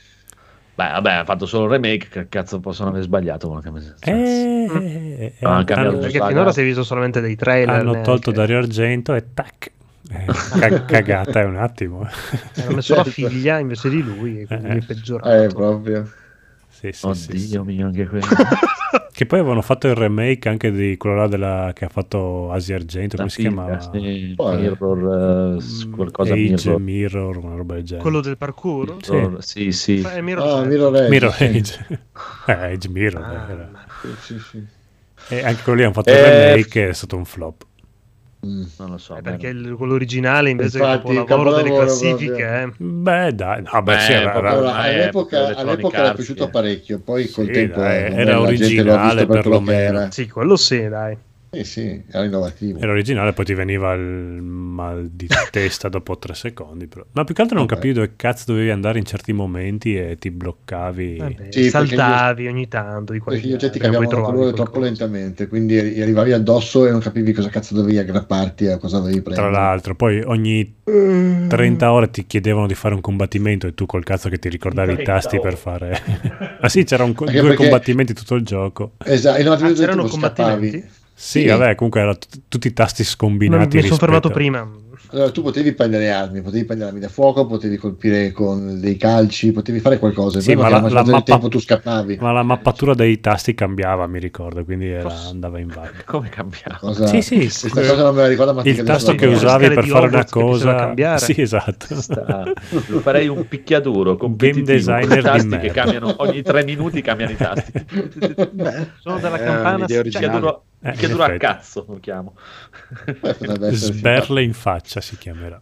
Beh, vabbè, ha fatto solo il remake, che cazzo possono aver sbagliato? Ma che me- Eh, eh, eh, Ah, hanno- cambiato Perché saga. finora si è visto solamente dei trailer. hanno neanche. tolto Dario Argento e tac, eh, ca- cagata è un attimo. Hanno messo la Certo. figlia invece di lui e quindi Eh. è peggiorato. Eh, proprio. Sì, sì, sì, Oddio sì. mio, anche quello. Che poi avevano fatto il remake anche di quello là della, che ha fatto Asia Argento, come La si figlia, chiamava? sì, Quale? Mirror, eh, s- Mm, qualcosa Age Mirror. Mirror, una roba del genere. Quello del parkour? Sì. Mirror, sì, sì. Fa- è Mirror Ah, Edge. Mirror Edge, Mirror sì. Age. eh, Age Mirror. Ah, era. Sì, sì, sì. E anche quello lì hanno fatto il Eh, remake, è stato un flop. Mm. Non lo so. Eh, beh, perché il- quello originale invece Infatti, è il capolavoro delle capolavoro classifiche. proprio. Eh. Beh, dai, no, beh, Beh, sì, era, proprio- era- Allora, ormai è all'epoca, Electronic all'epoca era Arts, piaciuto sì. parecchio, poi col Sì, tempo dai, eh, era la gente lo ha originale visto per quello che perlomeno. era. Sì, quello sì, dai. Sì, sì, era innovativo. era originale, poi ti veniva il mal di testa dopo tre secondi. Però. Ma più che altro non Vabbè. capivo dove cazzo dovevi andare in certi momenti e ti bloccavi. Vabbè, Sì, saltavi ogni tanto di qua e Perché di gli là, oggetti perché poi cambiavano trovavi colore troppo qualcosa. lentamente, quindi gli arrivavi addosso e non capivi cosa cazzo dovevi aggrapparti e a cosa dovevi Tra prendere. l'altro, poi ogni trenta ore ti chiedevano di fare un combattimento e tu col cazzo che ti ricordavi i trenta tasti per ore. fare. Ah sì, c'erano co- Anche due perché- combattimenti tutto il gioco. Esatto, e non Ah, avevi c'erano detto combattimenti? scappavi. Sì, Sì. vabbè, comunque erano t- tutti i tasti Non scombinati. mi sono rispetto- fermato prima. Allora, tu potevi prendere armi, potevi prendere armi da fuoco, potevi colpire con dei calci, potevi fare qualcosa. Sì, Poi ma magari la- una la volta del mappa- tempo tu scappavi. Ma la mappatura dei tasti cambiava, mi ricordo, quindi era- Posso- andava in vaga. Come cambiava? Cosa... Sì, sì, Questa que- cosa non me la ricordo, ma ti Il capisco tasto che la cosa. usavi scale per di fare una Hogwarts che bisogna cosa. cambiare. Sì, esatto. Sta- Lo farei un picchiaduro competitivo Game designer con i di tasti merda. che cambiano ogni tre minuti, cambiano i tasti. Beh, sono della Eh, campana. un'idea originale. Picchiaduro, Eh, picchiaduro in a effetti. cazzo lo chiamo. Eh, potrebbe essere Sberle in faccia si chiamerà.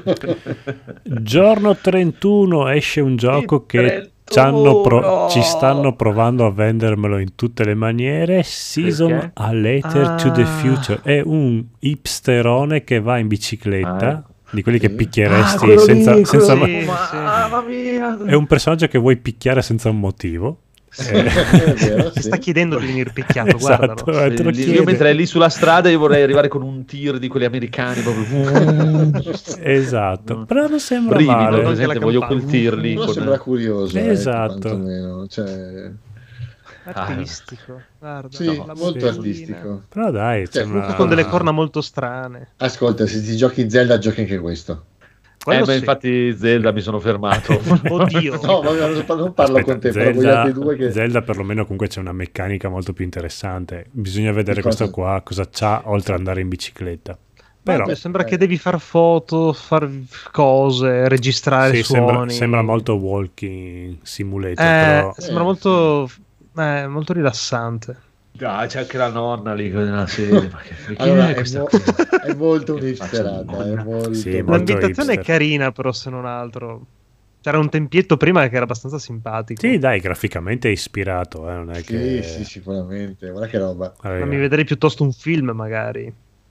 Giorno trentuno esce un gioco che trentuno! ci, hanno pro- ci stanno provando a vendermelo in tutte le maniere. Season Perché? a Later to the Ah. Future è un hipsterone che va in bicicletta, Ah. di quelli che Sì. picchieresti quello senza, lì, senza quello ma- lì. Sì, Mamma mia. è un personaggio che vuoi picchiare senza un motivo. È vero, Ti sì. sta chiedendo di venire picchiato, Esatto, guardalo. eh, te lo Lì- chiede. Io mentre è lì sulla strada io vorrei arrivare con un tir di quelli americani proprio. Esatto, però non sembra Brivido, male. Anche presente, la voglio campana. quel tir lì Però con- sembra curioso, Esatto. ecco, quantomeno. Cioè, Artistico, guarda. sì, la molto bottiglina. artistico. Però dai, Cioè, sembra- comunque Con delle corna molto strane. Ascolta, se ti giochi Zelda, giochi anche questo. Eh, Quello beh, sì. infatti Zelda mi sono fermato. Oddio. No, ma non non parlo Aspetta, con te, però con gli Zelda, altri due che... Zelda perlomeno comunque c'è una meccanica molto più interessante. Bisogna vedere Che cosa? questo qua, cosa c'ha oltre ad andare in bicicletta. Però Vabbè, sembra eh. che devi far foto, far cose, registrare sì, suoni. sembra, sembra molto walking simulator, Eh, però sembra Eh, molto, eh, molto rilassante. Ah, c'è anche la nonna lì nella serie. Ma che, che Allora, è è, questa mo- qui? è molto Che faccia di un'hipsterata, è nonna. molto... Sì, molto- molto L'ambientazione è hipster. carina, però se non altro. C'era un tempietto prima che era abbastanza simpatico. sì, dai, graficamente è ispirato, eh, non è Sì, che sì, sicuramente. Guarda che roba. Vabbè, Ma mi vedrei piuttosto un film, magari.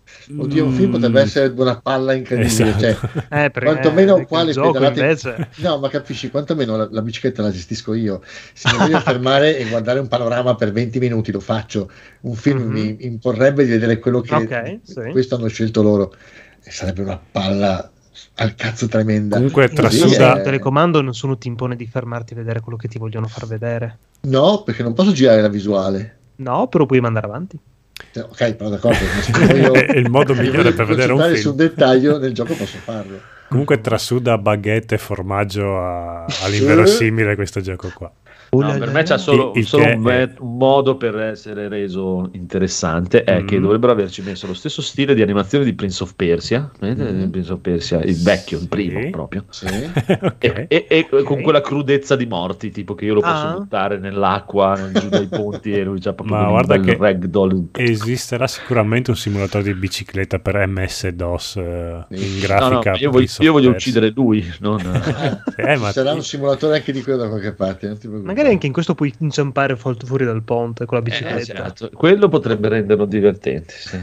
Oddio, un film potrebbe essere una palla incredibile, Esatto. cioè, Eh, perché quantomeno eh, qua il le gioco pedalate invece... no, ma capisci, quantomeno la, la bicicletta la gestisco io. Se mi voglio fermare e guardare un panorama per venti minuti lo faccio. Un film Mhm. mi imporrebbe di vedere quello che Ok, sì. questo hanno scelto loro, e sarebbe una palla al cazzo tremenda. Comunque Così trasuda- se il telecomando nessuno ti impone di fermarti a vedere quello che ti vogliono far vedere. No, perché non posso girare la visuale. No, però puoi mandare avanti. Cioè, ok, però d'accordo, ma se voglio- È il modo se migliore voglio per vedere un concentrare film. su un dettaglio nel gioco posso farlo. Comunque trasuda baguette e formaggio a- all'inverosimile questo gioco qua. No, per me c'è solo, Il- il solo che un, è- me- un modo per essere reso interessante, è Mm. che dovrebbero averci messo lo stesso stile di animazione di Prince of Persia, vedete? Mm. Prince of Persia, il vecchio, il primo Sì. proprio. Sì. Ok. E, e- e con quella crudezza di morti, tipo che io lo posso Ah. buttare nell'acqua, giù dai ponti, e lui c'ha proprio Ma con guarda un bel che ragdoll. Esisterà sicuramente un simulatore di bicicletta per M S DOS eh, Sì. in No, no, grafica. io voglio, Prince of io voglio Persia. uccidere lui, non... Eh, ma Ci sarà un simulatore anche di quello da qualche parte. Non ti preoccupare. Magari anche in questo puoi inciampare fu- fuori dal ponte con la Eh, bicicletta. esatto. Quello potrebbe renderlo divertente. Sì.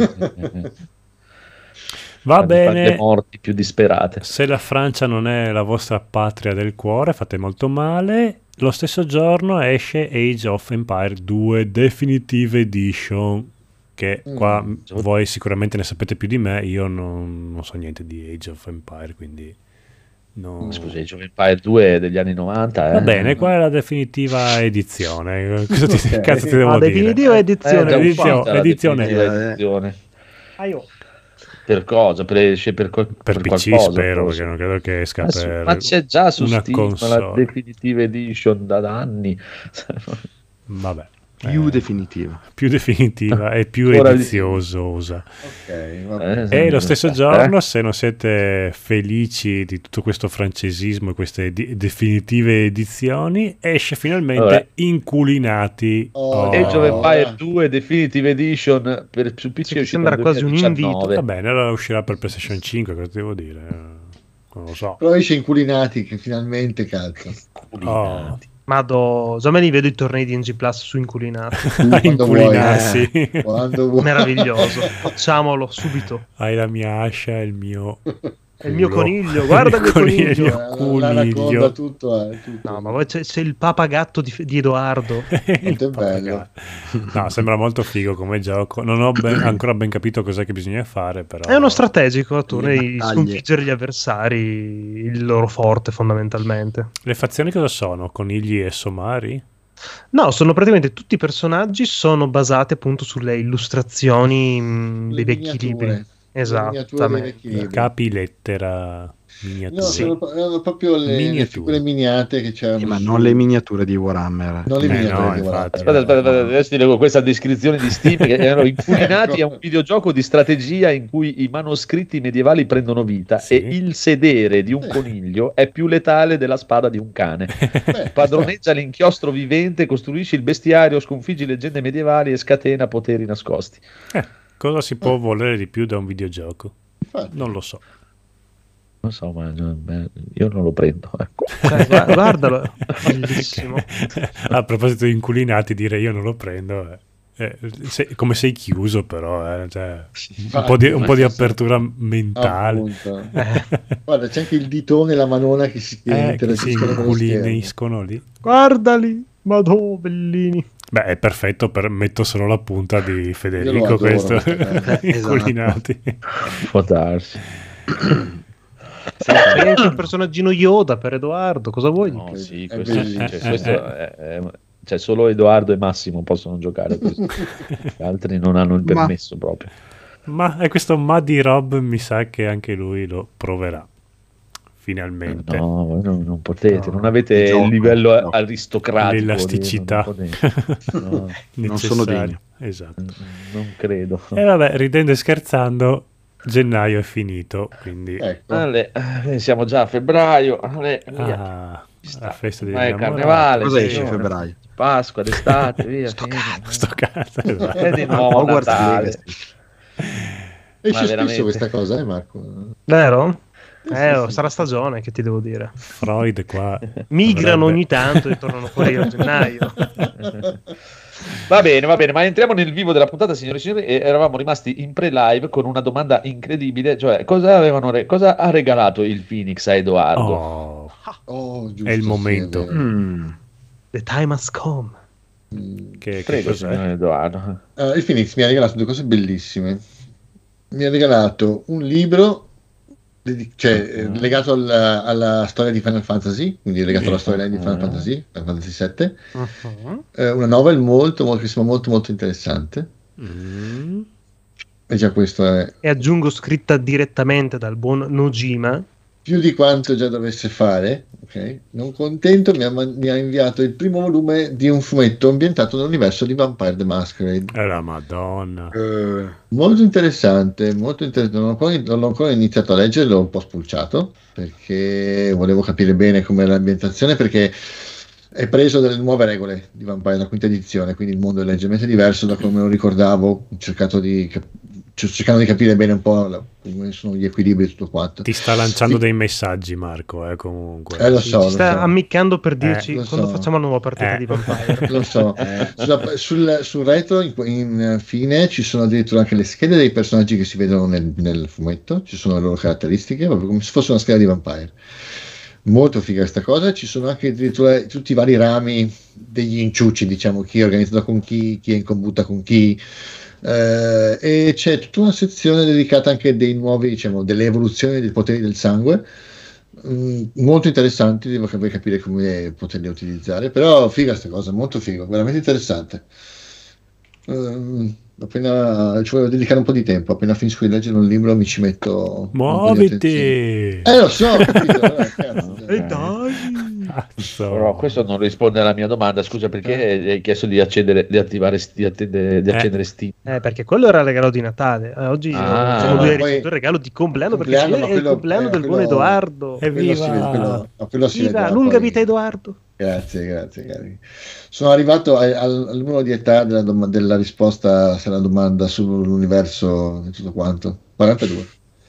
va Fare le bene. morti più disperate. Se la Francia non è la vostra patria del cuore, fate molto male. Lo stesso giorno esce Age of Empire due Definitive Edition, che Mm. qua m- voi sicuramente ne sapete più di me, io non, non so niente di Age of Empire, quindi no. Scusi, Age of Empire due degli anni novanta. Eh? Va bene, qua è la definitiva edizione. Cosa ti, Ok. cazzo ti devo Ah, dire? definitiva Eh, edizione. già edizione, uscita la edizione. definitiva edizione. Ah, io. Per cosa? Per, esce per, qual- Per per P C qualcosa, spero, forse. perché non credo che esca Ma, su- per ma c'è già su una Steam la console. Definitive Edition da anni. Vabbè. Più Eh, definitiva. più definitiva e più Ancora di- ediziosa. Ok, va bene. Eh, E lo stesso eh? giorno, se non siete felici di tutto questo francesismo e queste di- definitive edizioni, esce finalmente Vabbè. Inculinati. Oh, Age of Oh. Empire due Definitive Edition per, su P C Sì, è mi uscito sembra nel quasi un duemiladiciannove. invito. Va bene, allora uscirà per PlayStation cinque, cosa devo dire? Non lo so. Però esce Inculinati che finalmente cazzo. Oh. Mado, già me li vedo i tornei di N G Plus su Inculinati. Quando vuoi, Inculinarsi. eh. Quando vuoi. Meraviglioso. Facciamolo subito. Hai la mia ascia e il mio... È il mio culo. coniglio, guarda il mio coniglio. coniglio. Il La- mio la racconta coniglio. tutto, eh, tutto. No, ma poi c'è, c'è il papagatto di, di Edoardo. Quanto è bello. No, sembra molto figo come gioco. Non ho ben- ancora ben capito cos'è che bisogna fare, però... È uno strategico a turni Le di battaglie. sconfiggere gli avversari, il loro forte fondamentalmente. Le fazioni cosa sono? Conigli e somari? No, sono praticamente tutti i personaggi sono basati appunto sulle illustrazioni mh, Le dei vecchi miniature. libri. Le miniature dei Esattamente. vecchi libri. Capi, lettera, miniature. No, sono, erano proprio le, le Miniature. figure miniate che c'erano. Sì, ma su- non le miniature di Warhammer. non le Eh, miniature no, di infatti. Warhammer. Aspetta, aspetta, aspetta, adesso ti leggo questa descrizione di Steam che erano Inculinati è un videogioco di strategia in cui i manoscritti medievali prendono vita Sì. e il sedere di un Sì. coniglio è più letale della spada di un cane. Beh, Padroneggia l'inchiostro vivente, costruisci il bestiario, sconfiggi leggende medievali e scatena poteri nascosti. Eh, cosa si può volere di più da un videogioco? infatti. Non lo so. Non so, ma beh, io non lo prendo. Ecco. Cioè, gua- guardalo, bellissimo. A proposito di inculinati, dire io non lo prendo. eh. Eh, sei- come sei chiuso, però, eh, cioè, un, po di, un po' di apertura mentale. Appunto. Eh, Guarda, c'è anche il ditone e la manona che si che Eh, che si interagiscono con lo schermo. inculiniscono lì. guardali, madò, bellini. Beh, è perfetto per metto solo la punta di Io Federico. lo adoro Questo questa cosa. inculinati. Può darsi. C'è anche un personaggino Yoda per Edoardo, cosa vuoi? di No, più? sì, È questo, bellissimo. cioè, questo è, è- cioè, solo Edoardo e Massimo possono giocare a questo. Gli altri non hanno il Ma- permesso proprio. Ma è questo Muddy Rob mi sa che anche lui lo proverà. Finalmente. No, voi non, non potete, No, non avete il gioco, il livello il gioco. aristocratico. L'elasticità. lì, non potete. No, Non sono Necessario. degno. Esatto. non credo. E vabbè, ridendo e scherzando, gennaio è finito, quindi Ecco. Ale, eh, siamo già a febbraio. Ale, via. ah, Sta- la festa di ormai è carnevale. Cosa sì, esce a no? febbraio? Pasqua, d'estate, via. Sto fine. Sto cazzo, esatto. E di nuovo Hogwarts Natale. Legacy. Esce spesso veramente. questa cosa, eh Marco? Vero? Sì, Eh, sì, oh, sì. sarà stagione, che ti devo dire. Freud qua Migrano avrebbe- ogni tanto e tornano fuori a gennaio. Va bene, va bene, ma entriamo nel vivo della puntata, signori e signori, e eravamo rimasti in pre-live con una domanda incredibile, cioè cosa, avevano re- cosa ha regalato il Phoenix a Edoardo? Oh, Oh, giusto, È il sì, momento. vero. Mm. The time has come. Mm. che, che Prego, cos'è? signor Edoardo. Ah, il Phoenix mi ha regalato due cose bellissime. Mi ha regalato un libro dedi- cioè, eh, Mhm. legato alla, alla storia di Final Fantasy, quindi legato alla storia di Final Mhm. Fantasy, Final Fantasy sette. Mhm. Eh, una novel molto, molto, che sembra molto, molto interessante. Mm. E già questo è E aggiungo scritta direttamente dal buon Nojima. più di quanto già dovesse fare. Ok? Non contento, mi ha, man- mi ha inviato il primo volume di un fumetto ambientato nell'universo di Vampire the Masquerade. Eh, la Madonna. Eh, Molto interessante, molto interessante. Non ho ancora, non l'ho ancora iniziato a leggere, l'ho un po' spulciato perché volevo capire bene com'è l'ambientazione, perché è preso dalle nuove regole di Vampire, la quinta edizione, quindi il mondo è leggermente diverso da come me lo ricordavo. Ho cercato di, cap- cer- cercando di capire bene un po' la- come sono gli equilibri e tutto quanto. Ti sta lanciando Sì. dei messaggi, Marco, eh, comunque. Eh, lo Sì, so, ci lo sta so. ammiccando per dirci lo quando so. facciamo la nuova partita Eh. di Vampire. Lo so. Sulla- sul, sul retro, in, in fine, ci sono addirittura anche le schede dei personaggi che si vedono nel, nel fumetto, ci sono le loro caratteristiche, proprio come se fosse una scheda di Vampire. Molto figa questa cosa. Ci sono anche addirittura tutti i vari rami degli inciucci, diciamo, chi è organizzato con chi, chi è in combutta con chi. Eh, e c'è tutta una sezione dedicata anche a dei nuovi, diciamo, delle evoluzioni dei poteri del sangue. Mm, molto interessanti, devo cap- capire come poterli utilizzare, però figa questa cosa, molto figo, veramente interessante. Ehm, appena ci volevo dedicare un po' di tempo, appena finisco di leggere un libro mi ci metto un po' di attenzione. Muoviti! Eh, lo so, ho capito, allora, cazzo, E cioè. dai! Cazzo. Però questo non risponde alla mia domanda, scusa, perché hai chiesto di accendere, di attivare, di attendere, di Eh. accendere Steam. Eh, perché quello era il regalo di Natale. Eh, oggi Ah, siamo due poi- a ricevuto il regalo di compleanno perché compleanno, sì, ma è il quello- compleanno eh, del buon quello- Edoardo. Eh, Quello si vede, Evviva! quello- ma quello si Viva, vedrà lunga poi. vita Edoardo. Grazie, grazie, grazie. Sono arrivato al, al, al numero di età della, dom- della risposta alla domanda sull'universo e tutto quanto. quarantadue.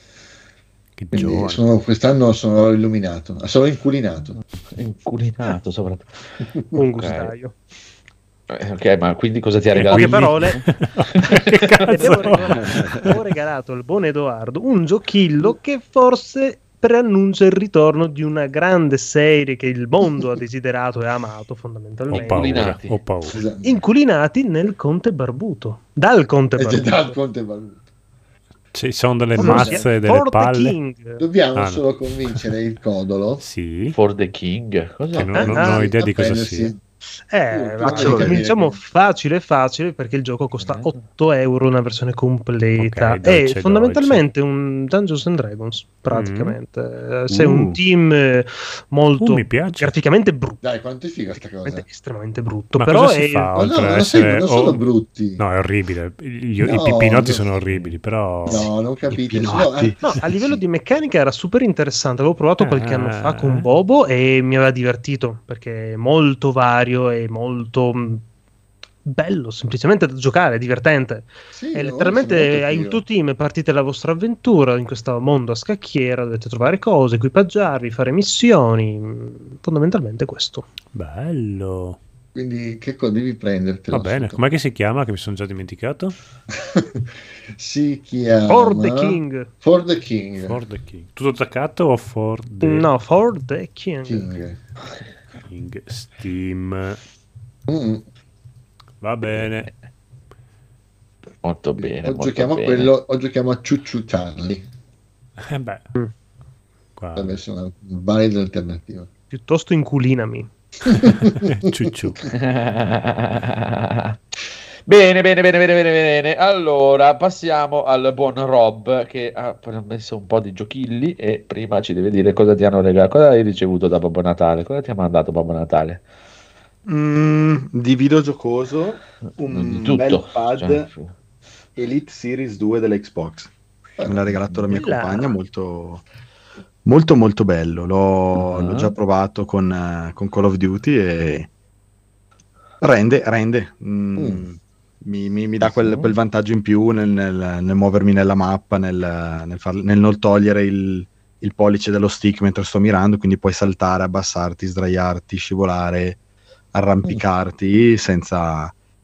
Che Quindi giovane. sono- quest'anno sono illuminato, sono inculinato. Inculinato soprattutto. Un Ok. gustaio. Eh, ok, ma quindi cosa ti ha E In regalato? poche quindi- parole, che e cazzo? devo regalare- ho regalato al buon Edoardo un giochillo che forse preannuncia il ritorno di una grande serie che il mondo ha desiderato e amato Ho fondamentalmente. paura, Inculinati. ho paura. Esatto. Inculinati nel Conte Barbuto. Dal Conte Eh, già, Barbuto. dal Conte Barbuto. Ci sono delle Come si mazze chiama? e delle For the palle. King. Dobbiamo Ah, no. solo convincere il codolo Sì. For the King? Cos'è? Che non, Ah, non ah, ho idea di a cosa prendersi- sia. Eh, Uh, ma faccelo cominciamo vedere. facile facile perché il gioco costa Eh. otto euro una versione completa. Ok, è dolce, fondamentalmente un Dungeons and Dragons praticamente. Eh, Sei Uh. un team eh, molto Uh, mi piace. graficamente brutto. Dai, quanto è figa sta cosa. Veramente estremamente brutto. Ma Però cosa si è... fa? Ma no, oltre non, a sei- essere- non sono oh, brutti. No, è orribile. I, i No, pipinotti no. sono orribili, però... No, non capite. I Sono- pinotti. No, a livello di meccanica era super interessante. Avevo provato qualche Eh. anno fa con Bobo e mi aveva divertito perché è molto vario e molto mh, bello, semplicemente da giocare, è divertente. sì, E no, letteralmente sono molto hai un figo. tuo team, partite la vostra avventura in questo mondo a scacchiera, dovete trovare cose, equipaggiarvi, fare missioni. mh, Fondamentalmente questo. Bello. Quindi che cosa devi prendertelo? Va bene. Com'è che si chiama? Che mi sono già dimenticato? Si chiama For the King. For the King. For the King. Tutto attaccato o For the No, For the King. King. King? Steam. Mm. Va bene. Molto bene. O molto giochiamo a bene. quello o giochiamo a Ciucciu Charlie. Eh beh. Mm. Qua. Potrebbe essere una valida alternativa. Piuttosto inculinami. Ciucciù. Bene, bene, bene, bene, bene, bene. Allora, passiamo al buon Rob che ha messo un po' di giochilli e prima ci deve dire cosa ti hanno regalato. Cosa hai ricevuto da Babbo Natale? Cosa ti ha mandato Babbo Natale? Mm, di videogiocoso un Di tutto. bel pad Cioè, Elite Series due della Xbox. Me l'ha regalato la mia Bella. compagna, molto molto molto bello. L'ho, Ah. l'ho già provato con, eh, con Call of Duty e rende, rende. Mm, Mm. Mi, mi- mi dà quel, quel vantaggio in più nel, nel- nel muovermi nella mappa, nel, nel, far- nel non togliere il, il pollice dello stick mentre sto mirando, quindi puoi saltare, abbassarti, sdraiarti, scivolare, arrampicarti senza,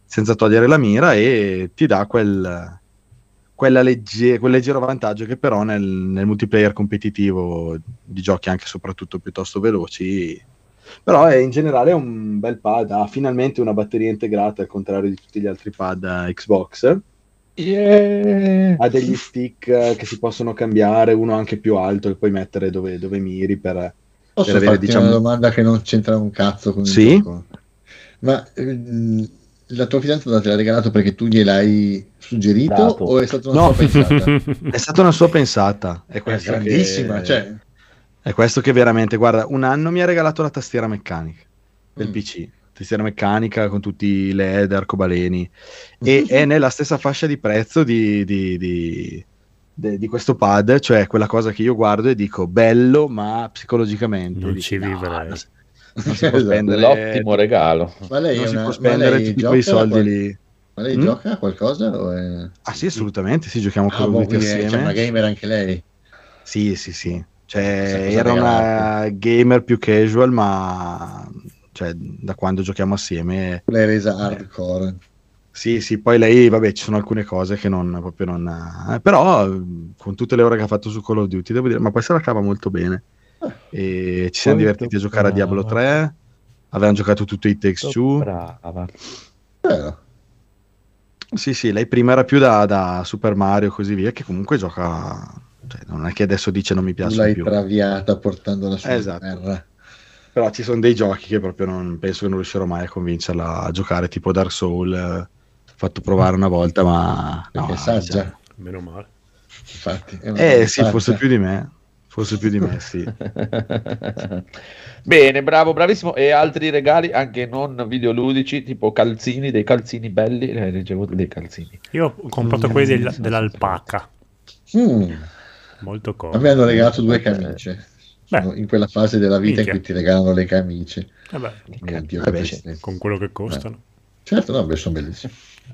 senza togliere la mira, e ti dà quel, quella legge, quel leggero vantaggio che però nel, nel multiplayer competitivo di giochi anche soprattutto piuttosto veloci, però è in generale un bel pad, ha finalmente una batteria integrata al contrario di tutti gli altri pad Xbox. Yeah. Ha degli stick eh, che si possono cambiare, uno anche più alto che puoi mettere dove, dove miri per, Posso per avere, farti diciamo... una domanda che non c'entra un cazzo con il Sì? gioco? Ma ehm, la tua fidanzata te l'ha regalato perché tu gliel'hai suggerito Dato. o è stata una No. sua pensata? È stata una sua pensata. È È questo grandissima, che... cioè, È questo che veramente, guarda, un anno mi ha regalato la tastiera meccanica del Mm. P C. Tastiera meccanica con tutti i L E D, arcobaleni, e è nella stessa fascia di prezzo di, di, di, di, di questo pad, cioè quella cosa che io guardo e dico bello, ma psicologicamente Non dici, ci no, vivrei. non si- non si può Esatto. spendere L'ottimo regalo. ma lei, non è si una, può ma spendere lei tutti quei gioca a soldi qual- lì. Ma lei Mm? gioca a qualcosa? O è... Ah sì, assolutamente, sì, giochiamo Ah, con boh, Duty quindi è, c'è assieme. una gamer anche lei. Sì, sì, sì. Chissà Cioè, cosa era una regalarti. gamer più casual, ma cioè, da quando giochiamo assieme. L'hai resa hardcore. Sì, sì, poi lei, vabbè, ci sono alcune cose che non proprio non. eh, però con tutte le ore che ha fatto su Call of Duty, devo dire, ma poi se la cava molto bene. E ci siamo Molto divertiti a giocare a Diablo brava. tre. Avevamo giocato tutto i Takes Two. Brava. Vero. Sì, sì, lei prima era più da, da Super Mario e così via, che comunque gioca. Cioè, non è che adesso dice non mi Tu piace l'hai più. traviata portandola sulla Esatto. terra. Però ci sono dei giochi che proprio non penso che non riuscirò mai a convincerla a giocare, tipo Dark Souls. eh, fatto provare una volta, ma Perché no, è saggia. cioè- Meno male. Infatti. è una Eh donna sì, saggia. forse più di me. Forse più di me, sì. Bene, bravo, bravissimo. E altri regali, anche non videoludici, tipo calzini, dei calzini belli. Hai ricevuto dei calzini. Io ho comprato Mm, quelli del- sono dell'alpaca, Mm. molto A comodo. me hanno regalato due camicie. Beh. Sono in quella fase della vita Minchia. in cui ti regalano le camicie. Vabbè, Mio Dio, Vabbè, che sì. tristezza. con quello che costano. Certo, no, beh, sono bellissime.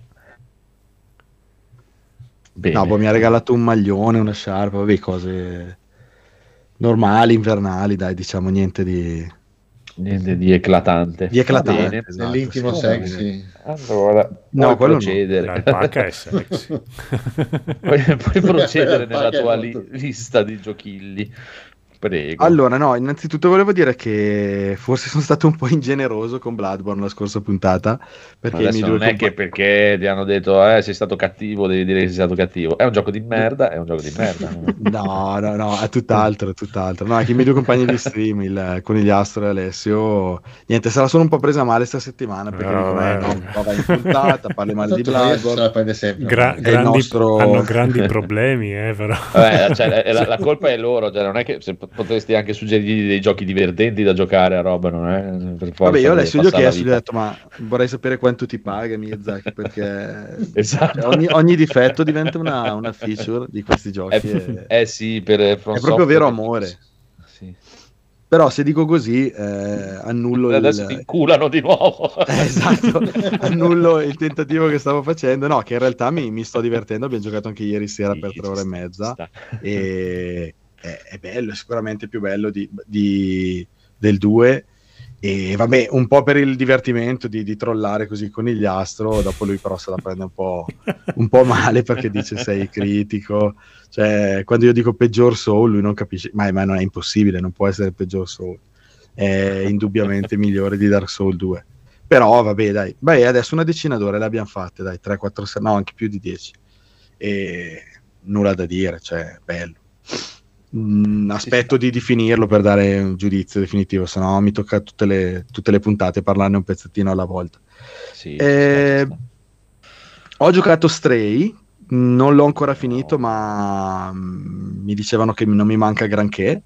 Bene. No, poi mi ha regalato un maglione, una sciarpa, vabbè, cose normali, invernali, dai, diciamo niente di, Niente di eclatante. di eclatante. Bene. esatto, Nell'intimo sì. sexy. Allora, No, puoi quello no. procedere. L'alpaca è sexy. puoi, puoi procedere nella L'alpaca è tua molto- li- lista di giochilli. Prego. Allora, no, innanzitutto volevo dire che forse sono stato un po' ingeneroso con Bloodborne la scorsa puntata, perché Ma i adesso miei due non è che compa- perché ti hanno detto eh, sei stato cattivo, devi dire che sei stato cattivo. È un gioco di merda, è un gioco di merda. No, no, no, è tutt'altro, è tutt'altro. No, anche i miei due compagni di stream, il Conigliastro e Alessio, niente, se la sono un po' presa male sta settimana, perché No, dicono, eh, eh, no, no, vai in puntata, parli male di Tanto Elias se Bloodborne. la prende sempre. Gra- il grandi- nostro- Hanno grandi problemi, eh, però. Vabbè, cioè, la, la colpa è loro, cioè, non è che se potresti anche suggerire dei giochi divertenti da giocare a roba, non è per forza. Vabbè, io deve adesso gli ho passare la chiesto, gli ho vita. detto, ma vorrei sapere quanto ti paga Miyazaki, perché Esatto. cioè, ogni, ogni difetto diventa una, una feature di questi giochi. Eh, e- eh sì, per From È proprio vero Software- amore. Sì. Però se dico così, eh, annullo il... Adesso ti inculano di nuovo. Eh, esatto, annullo il tentativo che stavo facendo. No, che in realtà mi, mi sto divertendo. Abbiamo giocato anche ieri sera Sì, per ci tre ore e sta, mezza. ci sta. E è, è bello, è sicuramente più bello di, di- del due. E vabbè, un po' per il divertimento di, di trollare così con il Conigliastro. Dopo lui, però, se la prende un po', un po' male perché dice sei critico. Cioè, quando io dico peggior Soul, lui non capisce, ma, ma non è impossibile, non può essere peggior Soul. È indubbiamente migliore di Dark Souls due. Però vabbè, dai, beh, adesso una decina d'ore le abbiamo fatte, dai, tre quattro, no, anche più di dieci. E nulla da dire, cioè, bello. Mm, aspetto di, di finirlo per dare un giudizio definitivo, se no mi tocca tutte le, tutte le puntate parlarne un pezzettino alla volta. Sì, Eh, ci sta, ci Ho giocato Stray, non l'ho ancora finito, ma mm, mi dicevano che non mi manca granché.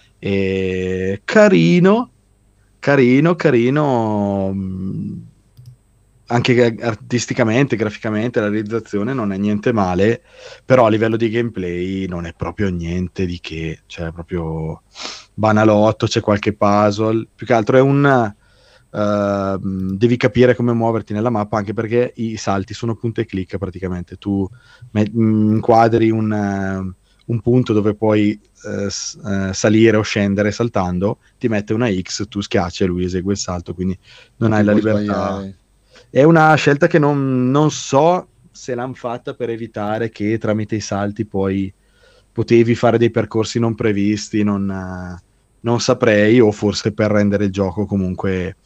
E carino, carino, carino. mm, Anche artisticamente, graficamente, la realizzazione non è niente male, però a livello di gameplay non è proprio niente di che, cioè proprio banalotto, c'è qualche puzzle, più che altro è un... Uh, devi capire come muoverti nella mappa, anche perché i salti sono punta e clicca praticamente. Tu me- inquadri un, uh, un punto dove puoi uh, s- uh, salire o scendere saltando, ti mette una X, tu schiacci e lui esegue il salto, quindi non hai la puoi libertà. sbagliare. È una scelta che non, non so se l'hanno fatta per evitare che tramite i salti poi potevi fare dei percorsi non previsti, non, eh, non saprei, o forse per rendere il gioco comunque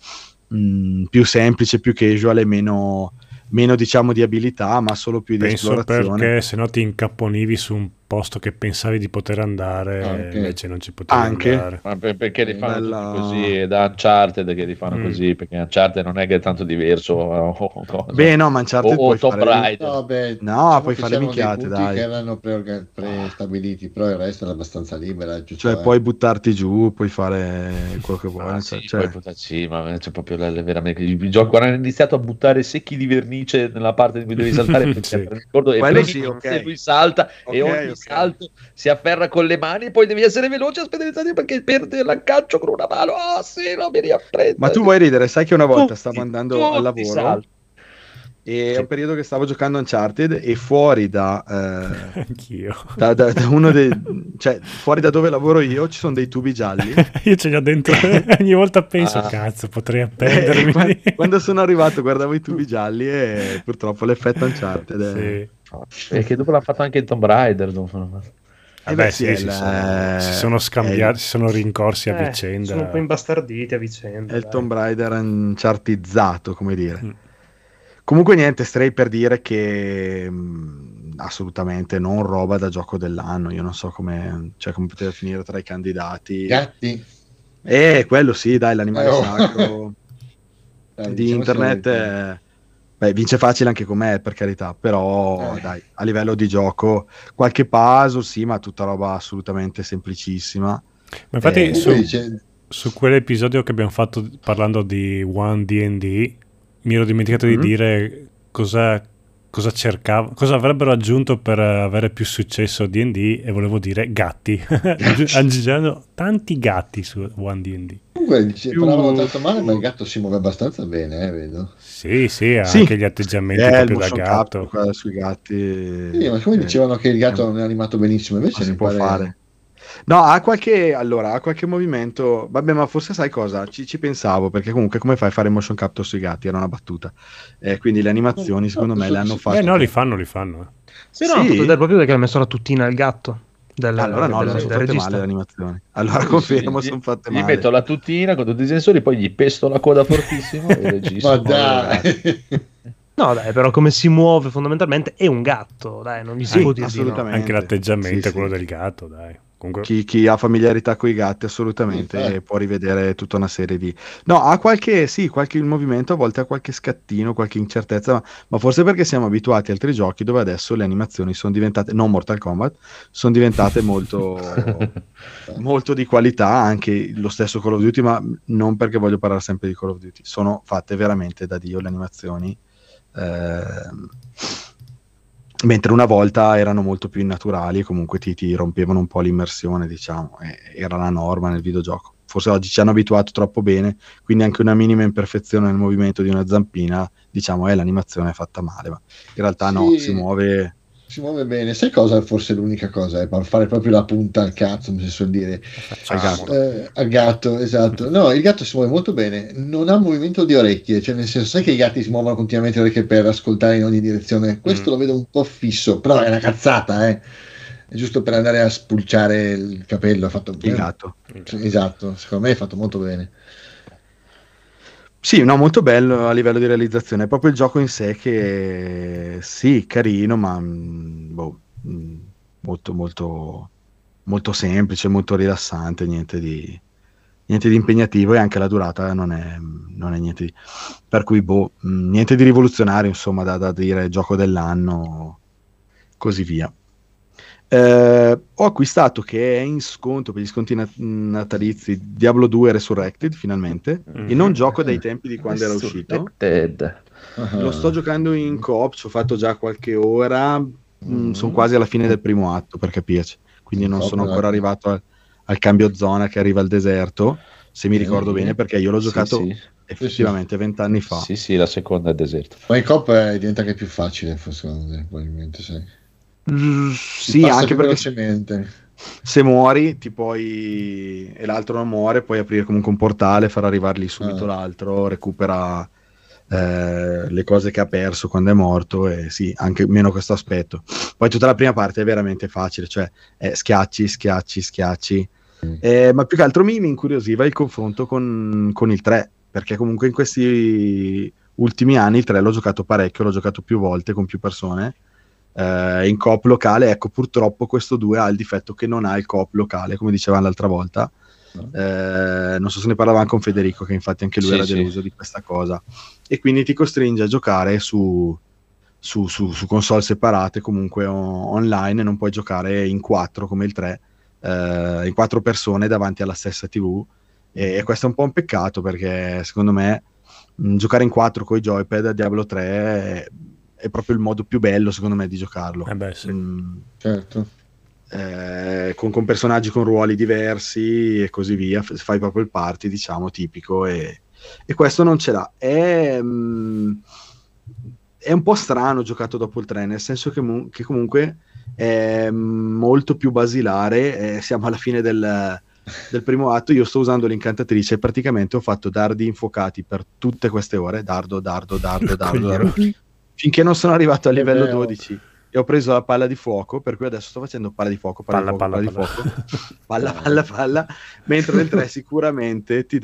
mh, più semplice, più casual e meno, meno diciamo di abilità, ma solo più di Penso esplorazione. perché se no ti incapponivi su un posto che pensavi di poter andare, Anche. invece non ci potevi Anche. andare. Ma per- perché li fanno Bella- tutti così, è da Uncharted che li fanno Mm. così, perché Uncharted non è che è tanto diverso o, o cosa. Beh, no, ma Uncharted o, o puoi Tomb fare... Raider. No, beh, No, diciamo puoi che fare c'erano minchiate, dei punti dai. che erano pre- prestabiliti, però il resto era abbastanza libera. giusto, Cioè, eh. puoi buttarti giù, puoi fare quello che vuoi. Ah, non sì, so, cioè- poi poterci, ma c'è proprio la- la- veramente il gioco quando hanno iniziato a buttare secchi di vernice nella parte in cui devi saltare perché Sì. mi ricordo, e Quello prendi sì, ok. e lui salta e Ok, ogni ok. salto si afferra con le mani e poi devi essere veloce a spedire perché perde l'aggancio con una mano. Ah sì, non mi riapprende. Ma tu vuoi ridere? Sai che una volta Tutti, stavo andando tutti al lavoro salti. e è Sì. un periodo che stavo giocando Uncharted e fuori da, eh, Anch'io. da, da- da uno dei, cioè fuori da dove lavoro io ci sono dei tubi gialli. Io ce li ho dentro, ogni volta penso, Ah. cazzo, potrei E appendermi. quando, quando sono arrivato guardavo i tubi gialli e purtroppo l'effetto Uncharted è... Sì. E che dopo l'hanno fatto anche in Tomb Raider. dopo. Eh Vabbè, beh, sì, sì, si, il- sono, si sono scambiati, si sono rincorsi a Eh, vicenda. sono un po' imbastarditi a vicenda. è il dai. Tomb Raider unchartizzato, come dire. Mm. Comunque niente, Stray per dire che mh, assolutamente non roba da gioco dell'anno. Io non so come, cioè, come poteva finire tra i candidati. Gatti. Eh, quello sì, dai, l'animale Eh, oh. sacro Dai, di diciamo internet. se lo eh, beh, vince facile anche con me, per carità, però Eh. dai, a livello di gioco, qualche puzzle, sì, ma tutta roba assolutamente semplicissima. Ma infatti Eh, su, Comunque dice- su quell'episodio che abbiamo fatto parlando di One D and D, mi ero dimenticato Mhm. di dire cosa, cosa cercavo, cosa avrebbero aggiunto per avere più successo D and D, e volevo dire gatti. Aggiungendo tanti gatti su One D and D. Comunque dice, Più- parlavano tanto male, ma il gatto si muove abbastanza bene, eh, vedo. Sì, sì, ha Sì. anche gli atteggiamenti Eh, il proprio da motion gatto. capture qua sui gatti. Sì, ma come eh, dicevano che il gatto non è animato benissimo, invece non si mi può pare... fare. No, ha qualche, allora, ha qualche movimento, vabbè, ma forse sai cosa? Ci, ci pensavo, perché comunque come fai a fare motion capture sui gatti? Era una battuta. Eh, quindi le animazioni, No, secondo no, me, so- le hanno so- fatte. Eh no, li fanno, li fanno. eh. Sì, no, ho Sì? fatto vedere proprio perché ha messo la tuttina al gatto. Del, Allora no, del- non del sono fatte regista. male le animazioni. Allora Sì, confermo, gli- sono fatte gli male. metto la tuttina con tutti i sensori, poi gli pesto la coda fortissimo e registro. Ma dai! No, dai, però come si muove fondamentalmente è un gatto, dai, non gli si Sì, può dire di no. assolutamente. Anche l'atteggiamento Sì, è quello sì. del gatto, dai. Comunque, Chi, chi ha familiarità con i gatti assolutamente Sì, eh. può rivedere tutta una serie di... No, ha qualche, sì, qualche movimento, a volte ha qualche scattino, qualche incertezza, ma, ma forse perché siamo abituati a altri giochi dove adesso le animazioni sono diventate, non Mortal Kombat, sono diventate molto, molto di qualità, anche lo stesso Call of Duty, ma non perché voglio parlare sempre di Call of Duty, sono fatte veramente da Dio le animazioni. Ehm, mentre una volta erano molto più innaturali e comunque ti, ti rompevano un po' l'immersione, diciamo, e, era la norma nel videogioco. Forse oggi ci hanno abituato troppo bene, quindi anche una minima imperfezione nel movimento di una zampina, diciamo, è l'animazione è fatta male, ma in realtà no, Sì. si muove... Si muove bene. Sai cosa? Forse l'unica cosa è per fare proprio la punta al cazzo, come si suol dire. al gatto. Eh, al gatto, esatto. No, il gatto si muove molto bene, non ha movimento di orecchie, cioè nel senso, sai che i gatti si muovono continuamente le orecchie per ascoltare in ogni direzione? Questo Mm. lo vedo un po' fisso, però è una cazzata, eh. È giusto per andare a spulciare il capello, ha fatto Il bene. gatto. Sì, esatto, secondo me è fatto molto bene. Sì, no, molto bello a livello di realizzazione. È proprio il gioco in sé che sì, carino, ma mh, boh, mh, molto, molto, molto semplice, molto rilassante, niente di, niente di impegnativo, e anche la durata non è, non è niente di... Per cui, boh, mh, niente di rivoluzionario, insomma, da, da dire gioco dell'anno, così via. Eh, ho acquistato, che è in sconto per gli sconti nat- natalizi, Diablo due Resurrected finalmente, e non gioco dai tempi di quando era uscito. Resurrected. Lo sto giocando in co-op, ci ho fatto già qualche ora, mm, sono quasi alla fine del primo atto, per capirci, quindi non sono ancora arrivato al, al cambio zona che arriva al deserto, se mi ricordo bene, perché io l'ho Sì, giocato sì. effettivamente vent'anni fa. Sì, sì, la seconda è deserto. Ma in cop eh, diventa anche più facile, forse, secondo me, probabilmente, sai. Mm, Si sì, passa anche più perché velocemente. se muori ti puoi e l'altro non muore, puoi aprire comunque un portale, far arrivare lì subito Ah. l'altro, recupera eh, le cose che ha perso quando è morto, e sì, anche meno questo aspetto. Poi tutta la prima parte è veramente facile, cioè è schiacci, schiacci, schiacci. Mm. Eh, ma più che altro mi, mi incuriosiva il confronto con, con il tre, perché comunque in questi ultimi anni il tre l'ho giocato parecchio, l'ho giocato più volte con più persone, eh, in coop locale. Ecco, purtroppo questo due ha il difetto che non ha il coop locale, come dicevamo l'altra volta. No. Eh, non so se ne parlavamo con Federico, che infatti anche lui Sì, era sì. deluso di questa cosa, e quindi ti costringe a giocare su, su, su, su console separate, comunque o- online, e non puoi giocare in quattro come il tre, eh, in quattro persone davanti alla stessa tivù, e, e questo è un po' un peccato, perché secondo me mh, giocare in quattro con i joypad a Diablo tre è, è proprio il modo più bello, secondo me, di giocarlo. Eh beh, sì. Mm, Certo. eh, con, con personaggi con ruoli diversi e così via, F- fai proprio il party, diciamo, tipico, e, e questo non ce l'ha. È, mm, è un po' strano giocato dopo il tre, nel senso che, mu- che comunque è molto più basilare, eh, siamo alla fine del, del primo atto, io sto usando l'incantatrice e praticamente ho fatto dardi infuocati per tutte queste ore, dardo, dardo, dardo, dardo, dardo, finché non sono arrivato a Che livello bello. dodici e ho preso la palla di fuoco, per cui adesso sto facendo palla di fuoco, palla, Palla, di fuoco, palla, palla, palla. di fuoco, palla, palla, palla, mentre nel tre sicuramente ti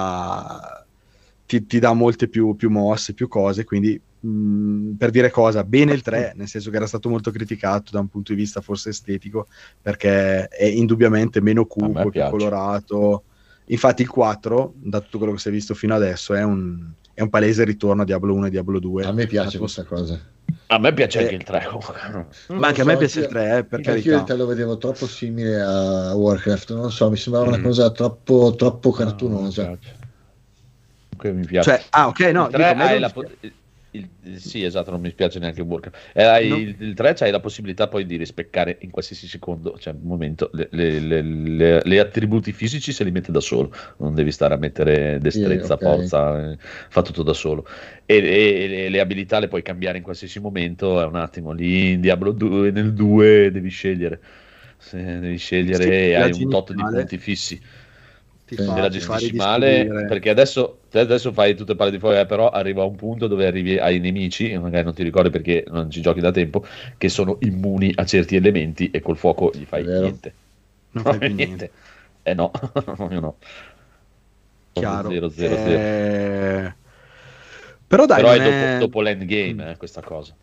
dà ti, ti dà molte più, più mosse, più cose, quindi mh, per dire cosa, bene il tre, nel senso che era stato molto criticato da un punto di vista forse estetico, perché è indubbiamente meno A me cupo, più piace. colorato. Infatti il quattro, da tutto quello che si è visto fino adesso, è un, è un palese ritorno a Diablo uno e Diablo due. A me piace Atmos- questa cosa. A me piace Eh, anche il tre. comunque. Ma anche a me Non so, piace il anch'io- tre, eh, per anch'io carità. il tre lo vedevo troppo simile a Warcraft, non so, mi sembrava una Mm. cosa troppo, troppo No, cartunosa. mi piace. Comunque mi piace. Cioè, ah, ok, no, il tre dico, a me hai non la dispiace. po- il- il- sì, esatto, non mi piace neanche Warcraft. E hai No. il, il tre c'hai la possibilità poi di rispeccare in qualsiasi secondo, cioè momento, le, le- le- le- le attributi fisici se li mette da solo, non devi stare a mettere destrezza, Sì, ok. forza, eh, fa tutto da solo. E, e- e le, le abilità le puoi cambiare in qualsiasi momento, è un attimo lì in Diablo due, nel due devi scegliere. Se devi scegliere Sì, e la hai un tot di iniziale punti fissi. ti Sì. fa, Se la ti fa gestisci male, ridistribuire. perché adesso, te adesso fai tutte palle di fuoco, eh, però arriva un punto dove arrivi ai nemici, e magari non ti ricordi perché non ci giochi da tempo, che sono immuni a certi elementi e col fuoco gli fai È vero. niente. Non fai più niente. Eh no, io no. Chiaro. zero, zero, zero. Eh, Però dai, Però è non dopo, è- dopo l'endgame, eh, questa cosa.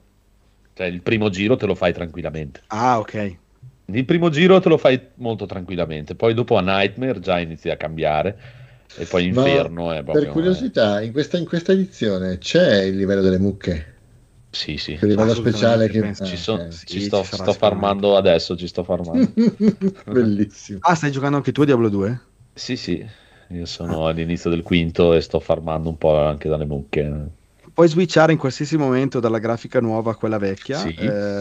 Cioè il primo giro te lo fai tranquillamente. Ah, ok. Il primo giro te lo fai molto tranquillamente, poi dopo a Nightmare già inizi a cambiare, e poi Ma Inferno è proprio... per curiosità, in questa, in questa edizione c'è il livello delle mucche? eh, sì, sì. Il livello Assolutamente, speciale che... penso. Ci, ah, so- ok. ci Sì, sto, ci sarà sto farmando adesso, ci sto farmando. Bellissimo. Ah, stai giocando anche tu a Diablo due? Sì, sì, io sono all'inizio del quinto e sto farmando un po' anche dalle mucche. Puoi switchare in qualsiasi momento dalla grafica nuova a quella vecchia, Sì.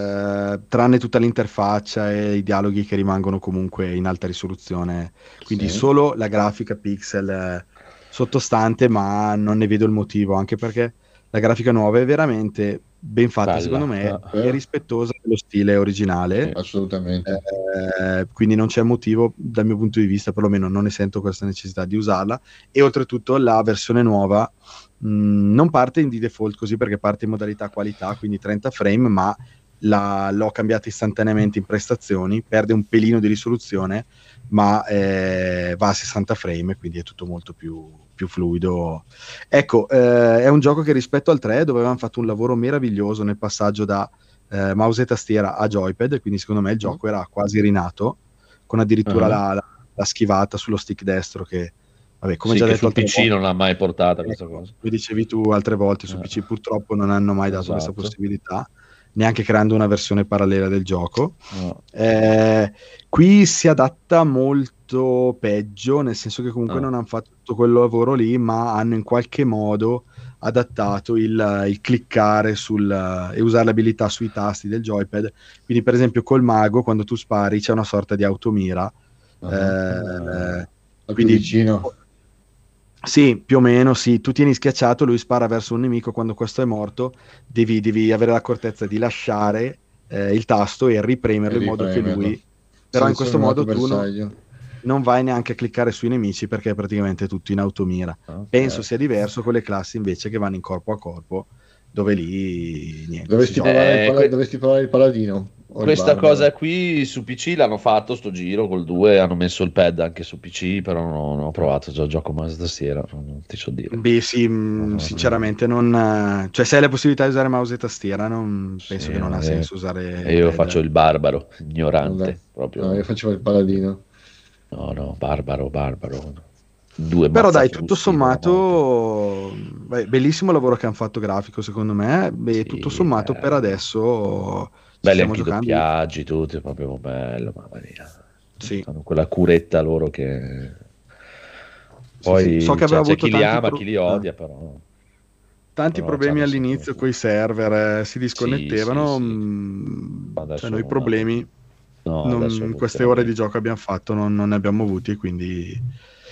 eh, tranne tutta l'interfaccia e i dialoghi che rimangono comunque in alta risoluzione. Quindi Sì. solo la grafica pixel eh, sottostante, ma non ne vedo il motivo, anche perché la grafica nuova è veramente ben fatta, Bella. secondo me, Ah. e rispettosa dello stile originale. Assolutamente. Eh, quindi non c'è motivo, dal mio punto di vista, perlomeno non ne sento questa necessità di usarla. E oltretutto la versione nuova mh, non parte in di default così, perché parte in modalità qualità, quindi trenta frame, ma la- l'ho cambiata istantaneamente in prestazioni, perde un pelino di risoluzione, ma eh, va a sessanta frame, quindi è tutto molto più, più fluido. Ecco, eh, è un gioco che rispetto al tre, dove avevano fatto un lavoro meraviglioso nel passaggio da eh, mouse e tastiera a joypad, quindi secondo me il gioco era quasi rinato, con addirittura Ah. la, la- la schivata sullo stick destro che, vabbè, come Sì, già che detto sul altre P C volte, non l'ha mai portata questa ecco, cosa. come dicevi tu altre volte, su Eh. P C purtroppo non hanno mai dato questa Esatto. possibilità, neanche creando una versione parallela del gioco. No. Eh, qui si adatta molto peggio, nel senso che comunque Ah. non hanno fatto tutto quel lavoro lì, ma hanno in qualche modo adattato il, il cliccare sul, e usare l'abilità sui tasti del joypad. Quindi per esempio col mago, quando tu spari c'è una sorta di automira. Ah. eh, Più quindi- vicino. sì, più o meno, sì. Tu tieni schiacciato, lui spara verso un nemico, quando questo è morto devi, devi avere l'accortezza di lasciare eh, il tasto e ripremerlo E in modo che ripremerlo. lui... Però in questo modo Selezionato tu non, bersaglio. non vai neanche a cliccare sui nemici perché è praticamente tutto in automira. Ok. Penso sia diverso con le classi invece che vanno in corpo a corpo, dove lì niente. Dovresti si provare, Eh, il pala- que- dovresti provare il paladino. o il Questa barbaro. cosa qui su P C l'hanno fatto sto giro col due, hanno messo il pad anche su P C, però non, non ho provato, già gioco mouse tastiera, non ti so dire. Beh, sì, mh, No, sinceramente non... eh, Cioè, se hai la possibilità di usare mouse e tastiera, non penso Sì, che non ha eh, senso usare E io il pad. faccio il barbaro, ignorante, Vabbè. proprio. No, io facevo il paladino. No, no, barbaro, barbaro. Due Però dai, mazzafussi tutto nella morte. sommato, beh, bellissimo lavoro che hanno fatto grafico, secondo me. Beh, Sì, tutto sommato per bello. adesso ci Belli stiamo anche i giocando. doppiaggi, tutto, è proprio bello, mamma mia. Sì. Hanno quella curetta loro che... Sì, Poi sì. So che cioè, aveva c'è avuto chi li tanti ama, pro- chi li odia, però... tanti però problemi c'hanno all'inizio sempre- con i server, eh, si disconnettevano. sì, sì. mh, Adesso cioè, noi non problemi No, non- adesso in queste funziona ore bene. di gioco abbiamo fatto non, non ne abbiamo avuti, quindi